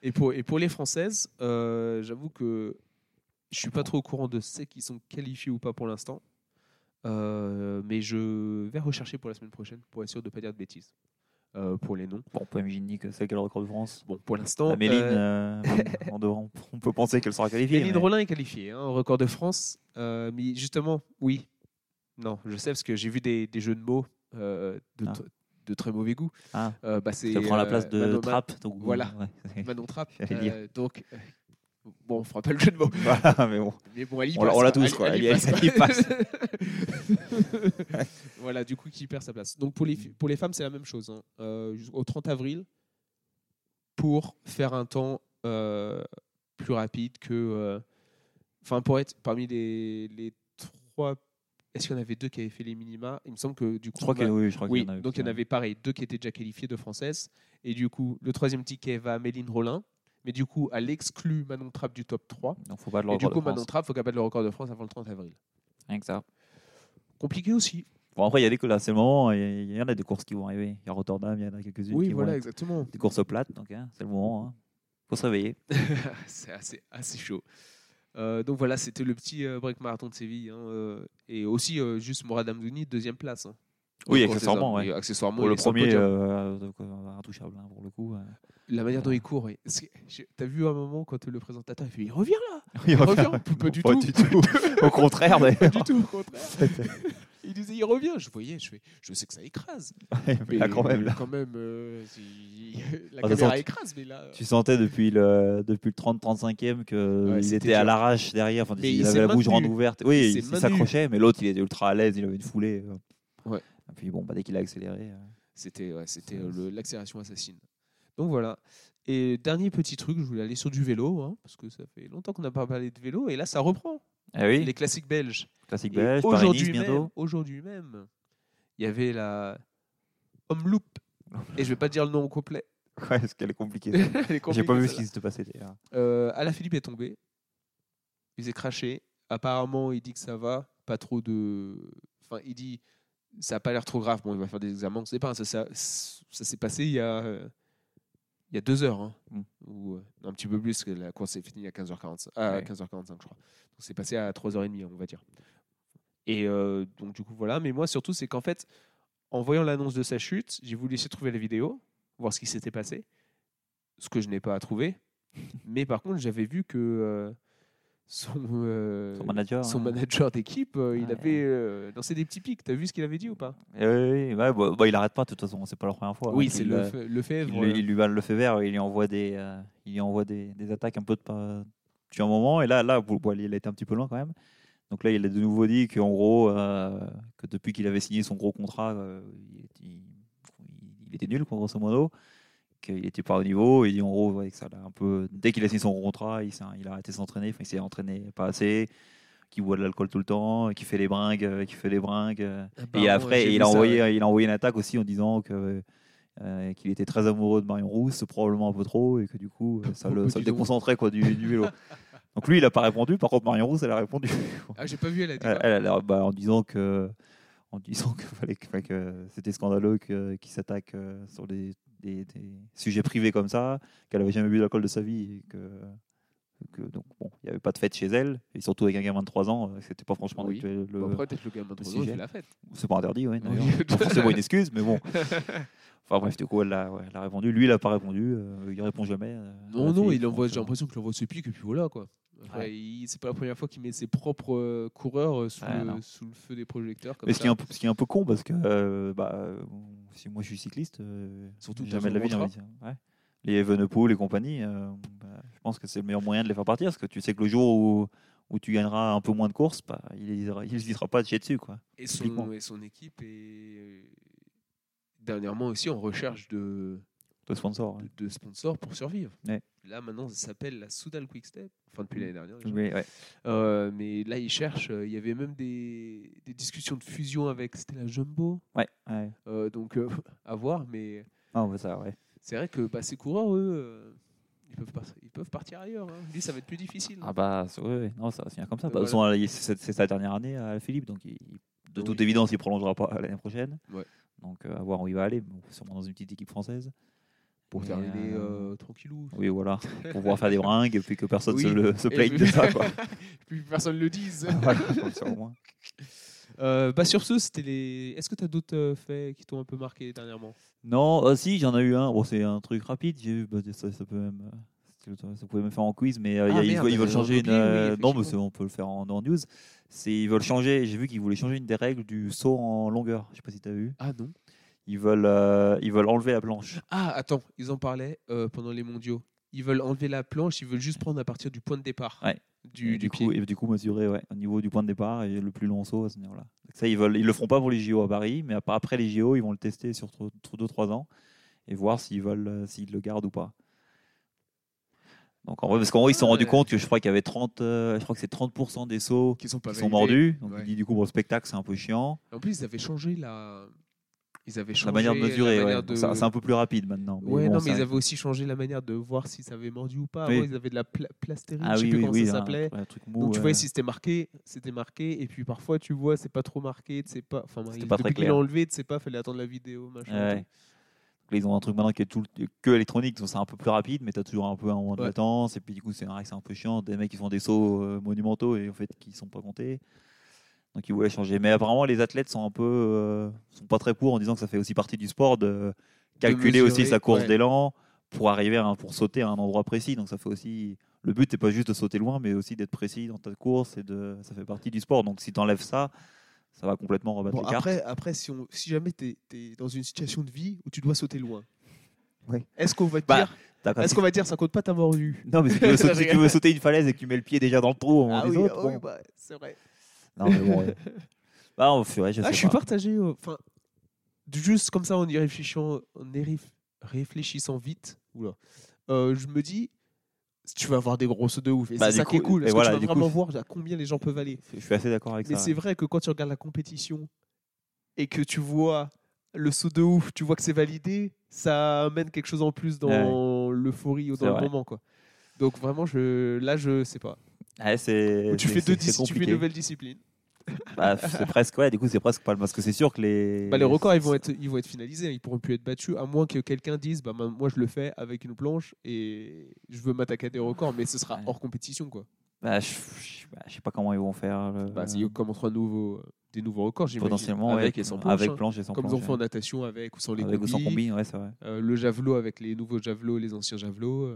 Speaker 1: Et pour les Françaises, j'avoue que je suis pas trop au courant de ceux qui sont qualifiés ou pas pour l'instant. Mais je vais rechercher pour la semaine prochaine pour être sûr de ne pas dire de bêtises. Pour les noms.
Speaker 2: Bon, on peut imaginer que c'est quel record de France.
Speaker 1: Bon, pour l'instant.
Speaker 2: La Méline, on peut penser qu'elle sera qualifiée.
Speaker 1: Méline Rollin est qualifiée, hein, record de France. Mais justement, oui. Non, je sais parce que j'ai vu des jeux de mots de très mauvais goût.
Speaker 2: Ça
Speaker 1: c'est
Speaker 2: prend la place de Trapp. Donc,
Speaker 1: voilà,
Speaker 2: ouais.
Speaker 1: Manon Trapp. Donc, bon, on fera pas le jeu de mots.
Speaker 2: Voilà, mais bon.
Speaker 1: Elle y
Speaker 2: on
Speaker 1: passe.
Speaker 2: L'a tous, quoi. Elle y passe.
Speaker 1: Voilà, du coup, qui perd sa place. Donc, pour les femmes, c'est la même chose. Hein. Au 30 avril, pour faire un temps plus rapide que... Enfin, pour être parmi les 3... Est-ce qu'il y en avait 2 qui avaient fait les minima? Il me semble que du coup...
Speaker 2: Je crois qu'il y en avait.
Speaker 1: Donc, il y en avait pareil, 2 qui étaient déjà qualifiés de françaises. Et du coup, le 3e ticket va à Méline Rollin. Mais du coup, elle exclut Manon Trapp du top 3.
Speaker 2: Donc, faut pas
Speaker 1: et du coup, Manon Trapp, il faut qu'elle batte le record de France avant le 30 avril.
Speaker 2: Rien que ça.
Speaker 1: Compliqué aussi.
Speaker 2: Bon, après, il y a des là, c'est le moment. Il y en a des courses qui vont arriver. Il y a Rotterdam, il y en a quelques-unes.
Speaker 1: Oui,
Speaker 2: qui
Speaker 1: voilà,
Speaker 2: vont
Speaker 1: exactement.
Speaker 2: des courses plates. Donc, c'est le moment. Hein. Faut se réveiller.
Speaker 1: C'est assez chaud. Donc voilà, c'était le petit break marathon de Séville. Hein, et aussi, juste Morad Amdouni, 2e place. Hein.
Speaker 2: Oui, accessoirement. Ouais.
Speaker 1: Accessoirement,
Speaker 2: pour le premier, intouchable, hein, pour le coup.
Speaker 1: La manière dont il court. Oui. T'as vu un moment quand le présentateur il fait il revient là.
Speaker 2: Il
Speaker 1: revient. Pas du tout.
Speaker 2: Au contraire, d'ailleurs.
Speaker 1: Pas du tout, au contraire. Il disait il revient. Je sais que ça écrase.
Speaker 2: Mais là, quand même.
Speaker 1: La caméra écrase, mais là.
Speaker 2: Tu sentais depuis le 30-35e qu'il était à l'arrache derrière. Enfin, il avait la bouche grande ouverte. Oui, il s'accrochait, mais l'autre, il était ultra à l'aise. Il avait une foulée.
Speaker 1: Ouais.
Speaker 2: Et puis bon, dès qu'il a accéléré.
Speaker 1: C'était l'accélération assassine. Donc voilà. Et dernier petit truc, je voulais aller sur du vélo, hein, parce que ça fait longtemps qu'on n'a pas parlé de vélo, et là ça reprend.
Speaker 2: Ah oui.
Speaker 1: Les classiques belges.
Speaker 2: Classiques belges, Paris-Nice bientôt.
Speaker 1: Aujourd'hui même, il y avait la Omloop, et je vais pas dire le nom au complet.
Speaker 2: Ouais, parce qu'elle est compliquée. J'ai pas vu ce qui s'était passé d'ailleurs.
Speaker 1: Alaphilippe est tombé, il s'est craché. Apparemment, il dit que ça va, pas trop de. Enfin, il dit ça n'a pas l'air trop grave. Bon, il va faire des examens, on ne sait pas. Ça s'est passé il y a 2 heures, hein, ou un petit peu plus, parce que la course s'est finie à 15h45, ouais. 15h45, je crois. Donc c'est passé à 3h30, on va dire. Et donc du coup, voilà. Mais moi, surtout, c'est qu'en fait, en voyant l'annonce de sa chute, j'ai voulu essayer de trouver la vidéo, voir ce qui s'était passé, ce que je n'ai pas trouvé. Mais par contre, j'avais vu que son manager d'équipe, il avait lancé des petits pics. T'as vu ce qu'il avait dit ou pas?
Speaker 2: Oui, il arrête pas de toute façon, c'est pas la première fois.
Speaker 1: Oui, c'est le fait.
Speaker 2: Il lui balle le fait vert, il lui envoie des attaques un peu depuis un moment, et là il a été un petit peu loin quand même. Donc là, il a de nouveau dit qu'en gros, que depuis qu'il avait signé son gros contrat, il était nul, quoi, grosso modo. Qu'il n'était pas au niveau. Il dit en gros que ça un peu. Dès qu'il a signé son contrat, il a arrêté de s'entraîner. Enfin, il s'est entraîné pas assez. Qu'il boit de l'alcool tout le temps, qu'il fait des bringues. Et après, il a envoyé une attaque aussi en disant qu'il était très amoureux de Marion Rousse, probablement un peu trop, et que du coup, ça le déconcentrait du vélo. Donc lui, il n'a pas répondu. Par contre, Marion Rousse, elle a répondu.
Speaker 1: Ah, j'ai pas vu, elle a dit.
Speaker 2: En disant que c'était scandaleux qu'il s'attaque sur des sujets privés comme ça, qu'elle avait jamais bu d'alcool de sa vie, et donc bon, il n'y avait pas de fête chez elle, et surtout avec un gamin de 3 ans, c'était pas franchement
Speaker 1: après peut-être le gamin de 3 ans fait la fête.
Speaker 2: C'est pas interdit, oui. C'est pas une excuse, mais bon. Enfin bref, du coup, elle a répondu. Lui, il n'a pas répondu. Il répond jamais.
Speaker 1: Non, il envoie. J'ai l'impression qu'il envoie ses pics et puis voilà quoi. Après, c'est pas la première fois qu'il met ses propres coureurs sous le feu des projecteurs. Comme
Speaker 2: mais ce qui est un peu con, parce que si moi je suis cycliste,
Speaker 1: surtout
Speaker 2: jamais de la vie, les Evenepoel et compagnie, je pense que c'est le meilleur moyen de les faire partir, parce que tu sais que le jour où tu gagneras un peu moins de courses, il n'hésitera pas à te chier dessus, quoi.
Speaker 1: Et son équipe est dernièrement aussi en recherche de
Speaker 2: sponsors,
Speaker 1: de sponsors pour survivre.
Speaker 2: Ouais.
Speaker 1: Là maintenant ça s'appelle la Soudal Quickstep, enfin depuis l'année dernière.
Speaker 2: Oui, ouais.
Speaker 1: Mais là ils cherchent, il y avait même des discussions de fusion avec, c'était la Jumbo.
Speaker 2: Ouais.
Speaker 1: Donc à voir, mais
Speaker 2: ouais.
Speaker 1: C'est vrai que ces coureurs eux ils peuvent partir ailleurs. Hein. Lui ça va être plus difficile.
Speaker 2: Non, ça va finir comme ça. De toute façon, c'est sa dernière année à Philippe, donc de toute évidence il prolongera pas l'année prochaine.
Speaker 1: Ouais.
Speaker 2: Donc à voir où il va aller, sûrement dans une petite équipe française.
Speaker 1: Pour
Speaker 2: Et,
Speaker 1: terminer tranquillou.
Speaker 2: Oui, voilà. Pour pouvoir faire des bringues et puis que personne
Speaker 1: Oui.
Speaker 2: se plaigne de ça, quoi.
Speaker 1: Puis personne le dise.
Speaker 2: Voilà, comme ça, au moins.
Speaker 1: Sur ce, c'était les. Est-ce que tu as d'autres faits qui t'ont un peu marqué dernièrement?
Speaker 2: Non, si, j'en ai eu un. Bon, c'est un truc rapide. J'ai vu, ça peut même. Ça pouvait même faire en quiz, mais ils veulent changer une. Non, mais on peut le faire en news. Ils veulent changer. J'ai vu qu'ils voulaient changer une des règles du saut en longueur. Je sais pas si tu as vu.
Speaker 1: Ah non.
Speaker 2: Ils veulent enlever la planche.
Speaker 1: Ah, attends, ils en parlaient pendant les mondiaux. Ils veulent enlever la planche, ils veulent juste prendre à partir du point de départ.
Speaker 2: Ouais.
Speaker 1: Du
Speaker 2: coup,
Speaker 1: pied.
Speaker 2: et du coup, mesurer au niveau du point de départ et le plus long saut à ce niveau-là. Ça, ils le feront pas pour les JO à Paris, mais après les JO, ils vont le tester sur 2-3 ans et voir s'ils le gardent ou pas. Donc en vrai, parce qu'en vrai, ils se sont rendus compte que je crois qu'il y avait 30% des sauts
Speaker 1: qui sont
Speaker 2: mordus. Donc
Speaker 1: ouais.
Speaker 2: du coup, pour le spectacle, c'est un peu chiant.
Speaker 1: En plus, ils avaient changé la
Speaker 2: manière de mesurer. C'est un peu plus rapide maintenant.
Speaker 1: Ouais, bon, mais ils avaient aussi changé la manière de voir si ça avait mordu ou pas.
Speaker 2: Oui.
Speaker 1: Avant, ils avaient de la plastérine,
Speaker 2: ah,
Speaker 1: je sais plus comment ça
Speaker 2: un
Speaker 1: s'appelait.
Speaker 2: truc mou,
Speaker 1: donc tu vois si c'était marqué. Et puis parfois, tu vois, c'est pas trop marqué. Pas. Enfin,
Speaker 2: c'était pas très clair.
Speaker 1: Depuis qu'ils l'ont enlevé, tu sais pas, fallait attendre la vidéo, machin.
Speaker 2: Ouais. Ils ont un truc maintenant qui est que électronique, donc c'est un peu plus rapide, mais tu as toujours un peu un moment de latence. Et puis du coup, c'est un peu chiant. Des mecs qui font des sauts monumentaux et en fait qui sont pas comptés. Donc ils voulaient changer. Mais apparemment, les athlètes sont un peu sont pas très pour en disant que ça fait aussi partie du sport de calculer aussi sa course d'élan pour arriver pour sauter à un endroit précis. Donc ça fait aussi. Le but n'est pas juste de sauter loin, mais aussi d'être précis dans ta course ça fait partie du sport. Donc si tu enlèves ça va complètement rebattre les cartes.
Speaker 1: Après si jamais tu es dans une situation de vie où tu dois sauter loin,
Speaker 2: oui.
Speaker 1: Est-ce qu'on va te dire ça compte pas ta mordue?
Speaker 2: Non, mais si tu veux sauter une falaise et que tu mets le pied déjà dans le trou au moment des autres.
Speaker 1: C'est vrai.
Speaker 2: Non, mais bon.
Speaker 1: Je suis partagé. Juste comme ça, en y réfléchissant vite, je me dis, tu vas avoir des gros sauts de ouf. Et c'est ça qui est cool. Parce que tu vas vraiment voir à combien les gens peuvent aller.
Speaker 2: Je suis assez d'accord avec ça.
Speaker 1: Mais c'est vrai que quand tu regardes la compétition et que tu vois le saut de ouf, tu vois que c'est validé, ça amène quelque chose en plus dans l'euphorie ou dans le moment, quoi. Donc vraiment, je sais pas. Tu fais une nouvelle discipline.
Speaker 2: C'est presque, du coup, c'est presque pas parce que c'est sûr que les
Speaker 1: records ils vont être finalisés, ils pourront plus être battus à moins que quelqu'un dise moi je le fais avec une planche et je veux m'attaquer à des records, mais ce sera hors compétition, quoi.
Speaker 2: Je sais pas comment ils vont faire.
Speaker 1: Ils commenceront des nouveaux records, j'imagine.
Speaker 2: Potentiellement,
Speaker 1: avec et sans planche.
Speaker 2: Avec planche et sans
Speaker 1: comme
Speaker 2: planche.
Speaker 1: Comme ils ont fait en natation avec ou sans les
Speaker 2: avec ou sans combi, ouais, c'est vrai.
Speaker 1: Le javelot avec les nouveaux javelots, les anciens javelots.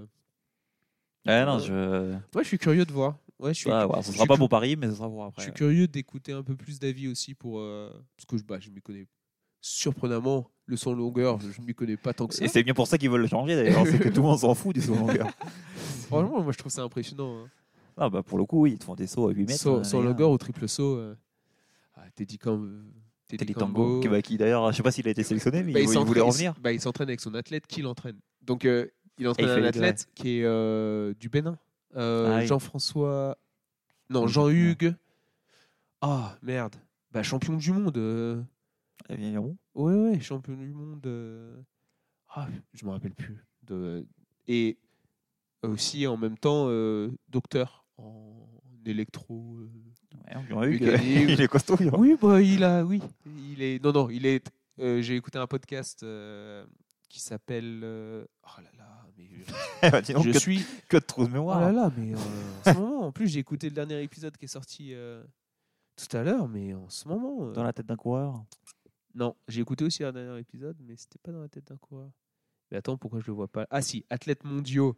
Speaker 2: Je
Speaker 1: suis curieux de voir. Ce
Speaker 2: sera pas pour Paris, mais ce sera pour après.
Speaker 1: Je suis curieux d'écouter un peu plus d'avis aussi parce que je m'y connais surprenamment. Le saut en longueur, je m'y connais pas tant que ça.
Speaker 2: Et c'est bien pour ça qu'ils veulent le changer d'ailleurs, c'est que tout le monde s'en fout du saut en longueur.
Speaker 1: Franchement, moi je trouve ça impressionnant.
Speaker 2: Pour le coup, oui, ils te font des sauts à 8 mètres.
Speaker 1: Saut en longueur ou triple saut. Teddy Tango.
Speaker 2: Qui d'ailleurs, je sais pas s'il a été sélectionné, mais il voulait revenir.
Speaker 1: Il s'entraîne avec son athlète qui l'entraîne. Donc il entraîne un athlète qui est du Bénin. Jean-François. Non, Jean-Hugues. Ah, merde. Champion du monde. Ouais, champion du monde. Je me rappelle plus. Et aussi, en même temps, docteur en électro.
Speaker 2: Il est costaud.
Speaker 1: Oui, il est. Non, il est. J'ai écouté un podcast qui s'appelle. Oh là là, mais
Speaker 2: je suis que de trou de mémoire.
Speaker 1: Oh là là, mais en ce moment, en plus, j'ai écouté le dernier épisode qui est sorti tout à l'heure, mais en ce moment.
Speaker 2: Dans la tête d'un coureur.
Speaker 1: Non, j'ai écouté aussi un dernier épisode, mais c'était pas dans la tête d'un coureur. Mais attends, pourquoi je le vois pas? Ah si, athlètes mondiaux.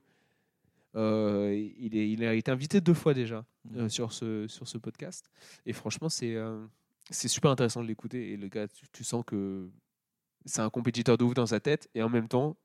Speaker 1: Il a été invité 2 fois déjà sur ce podcast. Et franchement, c'est super intéressant de l'écouter. Et le gars, tu sens que c'est un compétiteur de ouf dans sa tête. Et en même temps,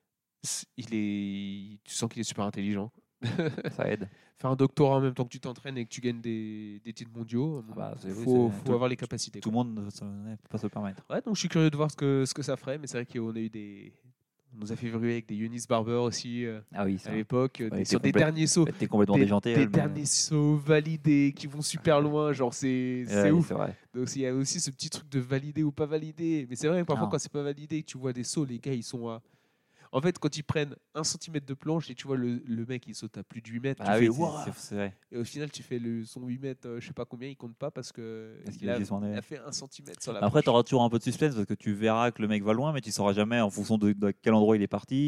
Speaker 1: tu sens qu'il est super intelligent.
Speaker 2: Ça aide.
Speaker 1: Faire un doctorat en même temps que tu t'entraînes et que tu gagnes des titres mondiaux, faut avoir les capacités.
Speaker 2: Tout le monde ne peut pas se le permettre.
Speaker 1: Ouais, donc je suis curieux de voir ce que ça ferait. Mais c'est vrai qu'on a eu on nous a fait vriller avec des Eunice Barber aussi à l'époque, sur des derniers sauts.
Speaker 2: T'es complètement déjanté.
Speaker 1: Des derniers sauts validés qui vont super loin, genre c'est ouf.
Speaker 2: C'est vrai.
Speaker 1: Donc il y a aussi ce petit truc de valider ou pas valider. Mais c'est vrai que parfois quand c'est pas validé, tu vois des sauts, les gars ils sont à... En fait, quand ils prennent 1 cm de planche et tu vois le mec il saute à plus de 8 mètres, tu fais waouh.
Speaker 2: C'est vrai.
Speaker 1: Et au final, tu fais son 8 mètres, je sais pas combien, il compte pas parce qu'il a fait 1 cm sur la
Speaker 2: Après,
Speaker 1: planche.
Speaker 2: tu auras toujours un peu de suspense parce que tu verras que le mec va loin, mais tu sauras jamais en fonction de quel endroit il est parti,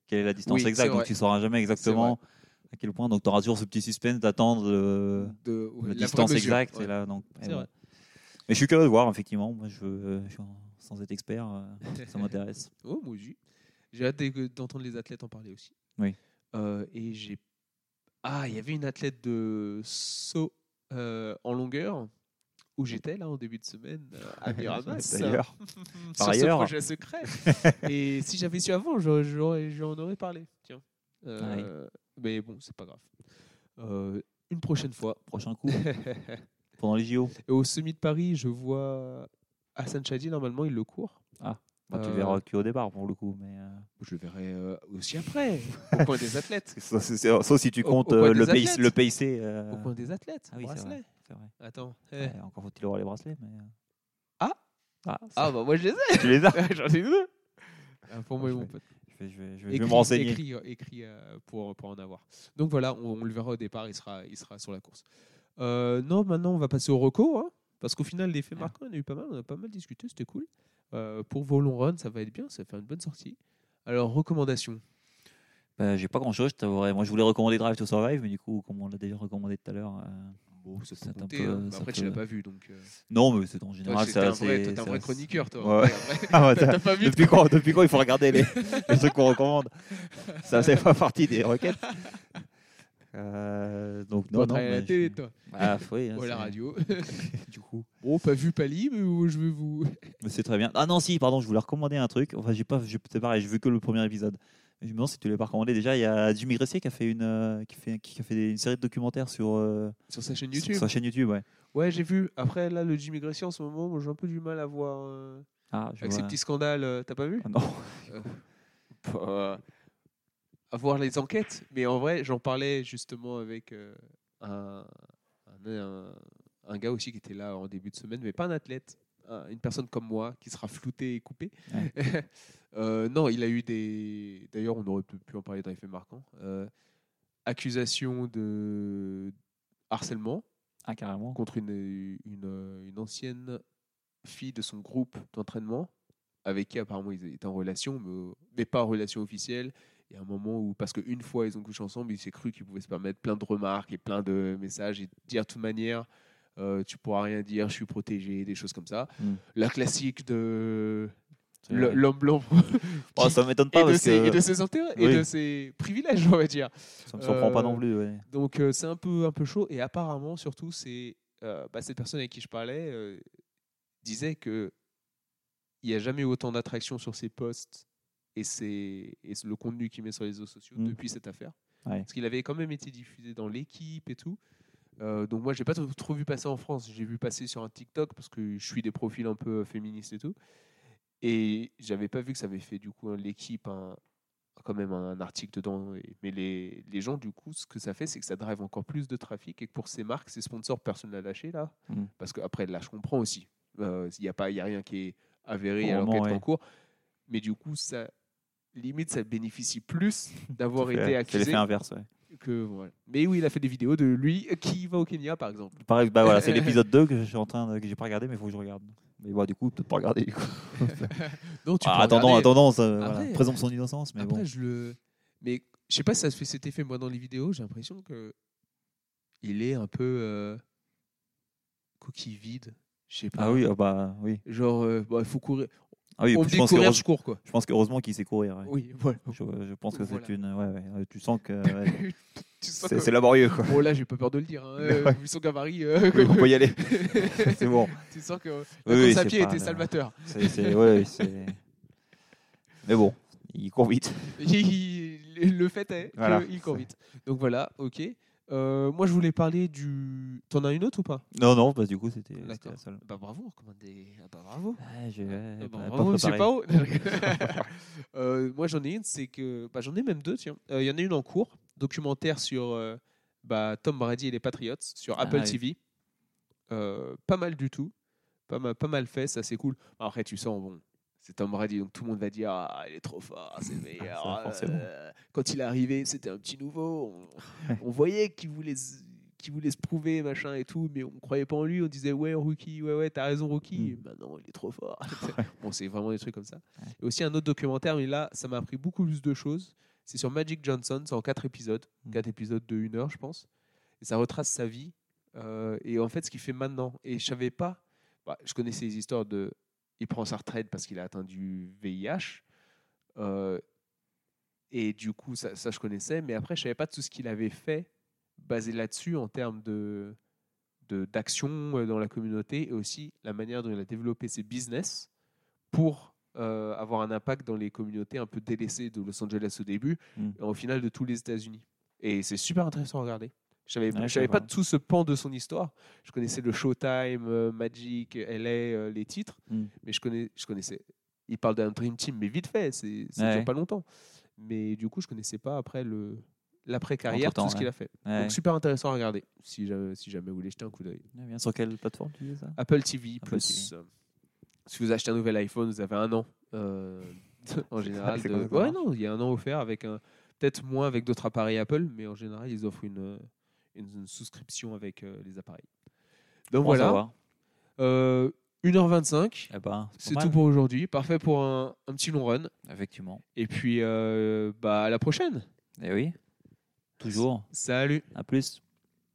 Speaker 2: quelle est la distance
Speaker 1: Oui,
Speaker 2: exacte.
Speaker 1: c'est
Speaker 2: Donc
Speaker 1: vrai.
Speaker 2: tu sauras jamais exactement à quel point. Donc tu auras toujours ce petit suspense d'attendre la distance
Speaker 1: vraie mesure,
Speaker 2: exacte.
Speaker 1: ouais.
Speaker 2: Et là, donc,
Speaker 1: C'est vrai.
Speaker 2: Mais je suis curieux de voir, effectivement. Moi, sans être expert, ça m'intéresse.
Speaker 1: Oh, moi aussi. J'ai hâte d'entendre les athlètes en parler aussi.
Speaker 2: Oui.
Speaker 1: Et j'ai. Ah, il y avait une athlète de saut en longueur où j'étais là en début de semaine à Miramas.
Speaker 2: D'ailleurs,
Speaker 1: sur
Speaker 2: par
Speaker 1: ce
Speaker 2: ailleurs.
Speaker 1: projet secret. Et si j'avais su avant, j'en aurais parlé. Tiens. Mais bon, c'est pas grave. Une prochaine fois.
Speaker 2: Prochain coup. Pendant les JO.
Speaker 1: Et au semi de Paris, je vois Hassan Chadi, normalement, il le court.
Speaker 2: Ah, bah, tu verras qu'au départ pour le coup. Mais
Speaker 1: je le verrai aussi après, au point des athlètes.
Speaker 2: Sauf si tu comptes le pacé.
Speaker 1: Au point des athlètes.
Speaker 2: Ah oui,
Speaker 1: bracelet.
Speaker 2: C'est vrai.
Speaker 1: Attends.
Speaker 2: Encore faut-il avoir les bracelets. Mais...
Speaker 1: Ah, bah moi je les ai.
Speaker 2: Tu les as.
Speaker 1: J'en ai deux. Pour moi et mon pote.
Speaker 2: Je vais me renseigner.
Speaker 1: Écrit pour en avoir. Donc voilà, on le verra au départ, il sera sur la course. Non, maintenant on va passer au reco, hein, parce qu'au final, les faits marquants, on a pas mal discuté, c'était cool. Pour vos long runs, ça va être bien, ça va faire une bonne sortie. Alors, recommandations.
Speaker 2: J'ai pas grand-chose, je t'avouerai. Moi, je voulais recommander Drive to Survive, mais du coup, comme on l'a déjà recommandé tout à l'heure,
Speaker 1: c'est un peu. Après, tu l'as pas vu, donc.
Speaker 2: Non, mais c'est en général.
Speaker 1: T'es un vrai chroniqueur, toi.
Speaker 2: Ouais.
Speaker 1: T'as pas vu
Speaker 2: depuis quand il faut regarder les trucs qu'on recommande? Ça fait pas partie des requêtes. Donc non,
Speaker 1: à la télé, toi.
Speaker 2: Ah, oui,
Speaker 1: ou à la radio.
Speaker 2: Du coup.
Speaker 1: Bon, pas vu, pas libre, mais je vais vous.
Speaker 2: Mais c'est très bien. Ah non, si, pardon, je voulais recommander un truc. Enfin, c'est pareil, j'ai vu que le premier épisode. Je me demande si tu l'as pas recommandé. Déjà, il y a Jimmy Gressier qui a fait une série de documentaires sur
Speaker 1: sa chaîne YouTube.
Speaker 2: Sur sa chaîne YouTube, ouais.
Speaker 1: Ouais, j'ai vu. Après, là, le Jimmy Gressier en ce moment, moi, j'ai un peu du mal à voir. Avec ces petits scandales, t'as pas vu?
Speaker 2: Ah, non.
Speaker 1: À voir les enquêtes. Mais en vrai, j'en parlais justement avec un gars aussi qui était là en début de semaine, mais pas un athlète. Une personne comme moi qui sera floutée et coupée. Ouais. Non, il a eu des. D'ailleurs, on aurait pu en parler dans les faits marquants. Accusation de harcèlement.
Speaker 2: Ah, carrément.
Speaker 1: Contre une ancienne fille de son groupe d'entraînement avec qui apparemment ils étaient en relation, mais pas en relation officielle. Il y a un moment où, parce qu'une fois ils ont couché ensemble, il s'est cru qu'ils pouvaient se permettre plein de remarques et plein de messages et dire de toute manière tu pourras rien dire, je suis protégé, des choses comme ça. La classique de l'homme blanc
Speaker 2: ça ne m'étonne pas
Speaker 1: et de ses intérêts et de ses privilèges, on va dire.
Speaker 2: Ça ne me surprend pas non plus. Ouais.
Speaker 1: Donc c'est un peu chaud et apparemment surtout c'est cette personne avec qui je parlais disait que il n'y a jamais eu autant d'attraction sur ses posts et le contenu qu'il met sur les réseaux sociaux depuis cette affaire.
Speaker 2: Ouais.
Speaker 1: Parce qu'il avait quand même été diffusé dans l'équipe et tout. Donc moi, je n'ai pas trop vu passer en France. J'ai vu passer sur un TikTok parce que je suis des profils un peu féministes et tout. Et je n'avais pas vu que ça avait fait du coup l'équipe quand même un article dedans. Mais les gens, du coup, ce que ça fait, c'est que ça drive encore plus de trafic et que pour ces marques, ces sponsors, personne ne l'a lâché là. Parce qu'après, là, je comprends aussi. Il n'y a rien qui est avéré à l'enquête en cours. Mais du coup, ça bénéficie plus d'avoir été accusé.
Speaker 2: C'est l'effet inverse, ouais.
Speaker 1: Voilà. Mais oui, il a fait des vidéos de lui qui va au Kenya, par exemple.
Speaker 2: Pareil, voilà, c'est l'épisode 2 que j'ai pas regardé, mais il faut que je regarde. Mais du coup, peut-être pas regarder. Du coup.
Speaker 1: Non,
Speaker 2: attendons, présomption d'innocence. Mais
Speaker 1: après,
Speaker 2: bon.
Speaker 1: Mais je sais pas si ça se fait cet effet. Moi, dans les vidéos, j'ai l'impression que il est un peu coquille vide. Je sais pas.
Speaker 2: Ah oui, oui.
Speaker 1: Genre, il faut courir.
Speaker 2: Ah oui,
Speaker 1: on me dit courir, je cours, quoi.
Speaker 2: Je pense qu'heureusement qu'il sait courir. Ouais.
Speaker 1: Oui, voilà.
Speaker 2: Je pense que c'est une. Ouais, tu sens que.
Speaker 1: C'est
Speaker 2: laborieux, quoi.
Speaker 1: Bon, là, j'ai pas peur de le dire. Vu son gabarit.
Speaker 2: Oui, on peut y aller. C'est bon.
Speaker 1: Tu sens que la course à pied était salvateur.
Speaker 2: Mais bon, il court vite.
Speaker 1: Le fait est qu'il court vite. Donc voilà, ok. Moi, je voulais parler du. T'en as une autre ou pas?
Speaker 2: Non, du coup, c'était la seule.
Speaker 1: Bravo, recommandé. Bravo.
Speaker 2: Bravo,
Speaker 1: monsieur Pao. Moi, j'en ai une, c'est que. J'en ai même deux, tiens. Il y en a une en cours, documentaire sur Tom Brady et les Patriots, sur Apple TV. Pas mal du tout. Pas mal fait, ça c'est cool. Après, tu sens, bon. C'est Tom Brady, donc tout le monde va dire il est trop fort, c'est le meilleur. Quand il est arrivé, c'était un petit nouveau. On voyait qu'il voulait se prouver, machin et tout, mais on ne croyait pas en lui. On disait rookie, t'as raison, rookie. Et maintenant, il est trop fort. Bon, c'est vraiment des trucs comme ça. Et aussi un autre documentaire, mais là, ça m'a appris beaucoup plus de choses. C'est sur Magic Johnson, c'est en 4 épisodes. 4 épisodes de 1 heure, je pense. Et ça retrace sa vie. Et en fait, ce qu'il fait maintenant. Et je savais pas. Je connaissais les histoires de. Il prend sa retraite parce qu'il a atteint du VIH. Et du coup, ça, je connaissais. Mais après, je savais pas tout ce qu'il avait fait basé là-dessus en termes d'action dans la communauté et aussi la manière dont il a développé ses business pour avoir un impact dans les communautés un peu délaissées de Los Angeles au début et au final de tous les États-Unis. Et c'est super intéressant à regarder. Je savais pas tout ce pan de son histoire. Je connaissais le Showtime, Magic, LA, les titres, mais je connaissais. Il parle d'un Dream Team, mais vite fait, c'est pas longtemps. Mais du coup, je connaissais pas après l'après-carrière, tout ce qu'il a fait. Donc super intéressant à regarder, si jamais vous voulez jeter un coup d'œil.
Speaker 2: Bien, sur quelle plateforme tu dis ça?
Speaker 1: Apple TV+. Si vous achetez un nouvel iPhone, vous avez 1 an en général. Ouais, non, il y a 1 an offert avec peut-être moins avec d'autres appareils Apple, mais en général, ils offrent une souscription avec les appareils. Donc voilà. 1h25. C'est tout pour aujourd'hui. Parfait pour un petit long run.
Speaker 2: Effectivement.
Speaker 1: Et puis, à la prochaine.
Speaker 2: Eh oui. Toujours.
Speaker 1: Salut.
Speaker 2: À plus.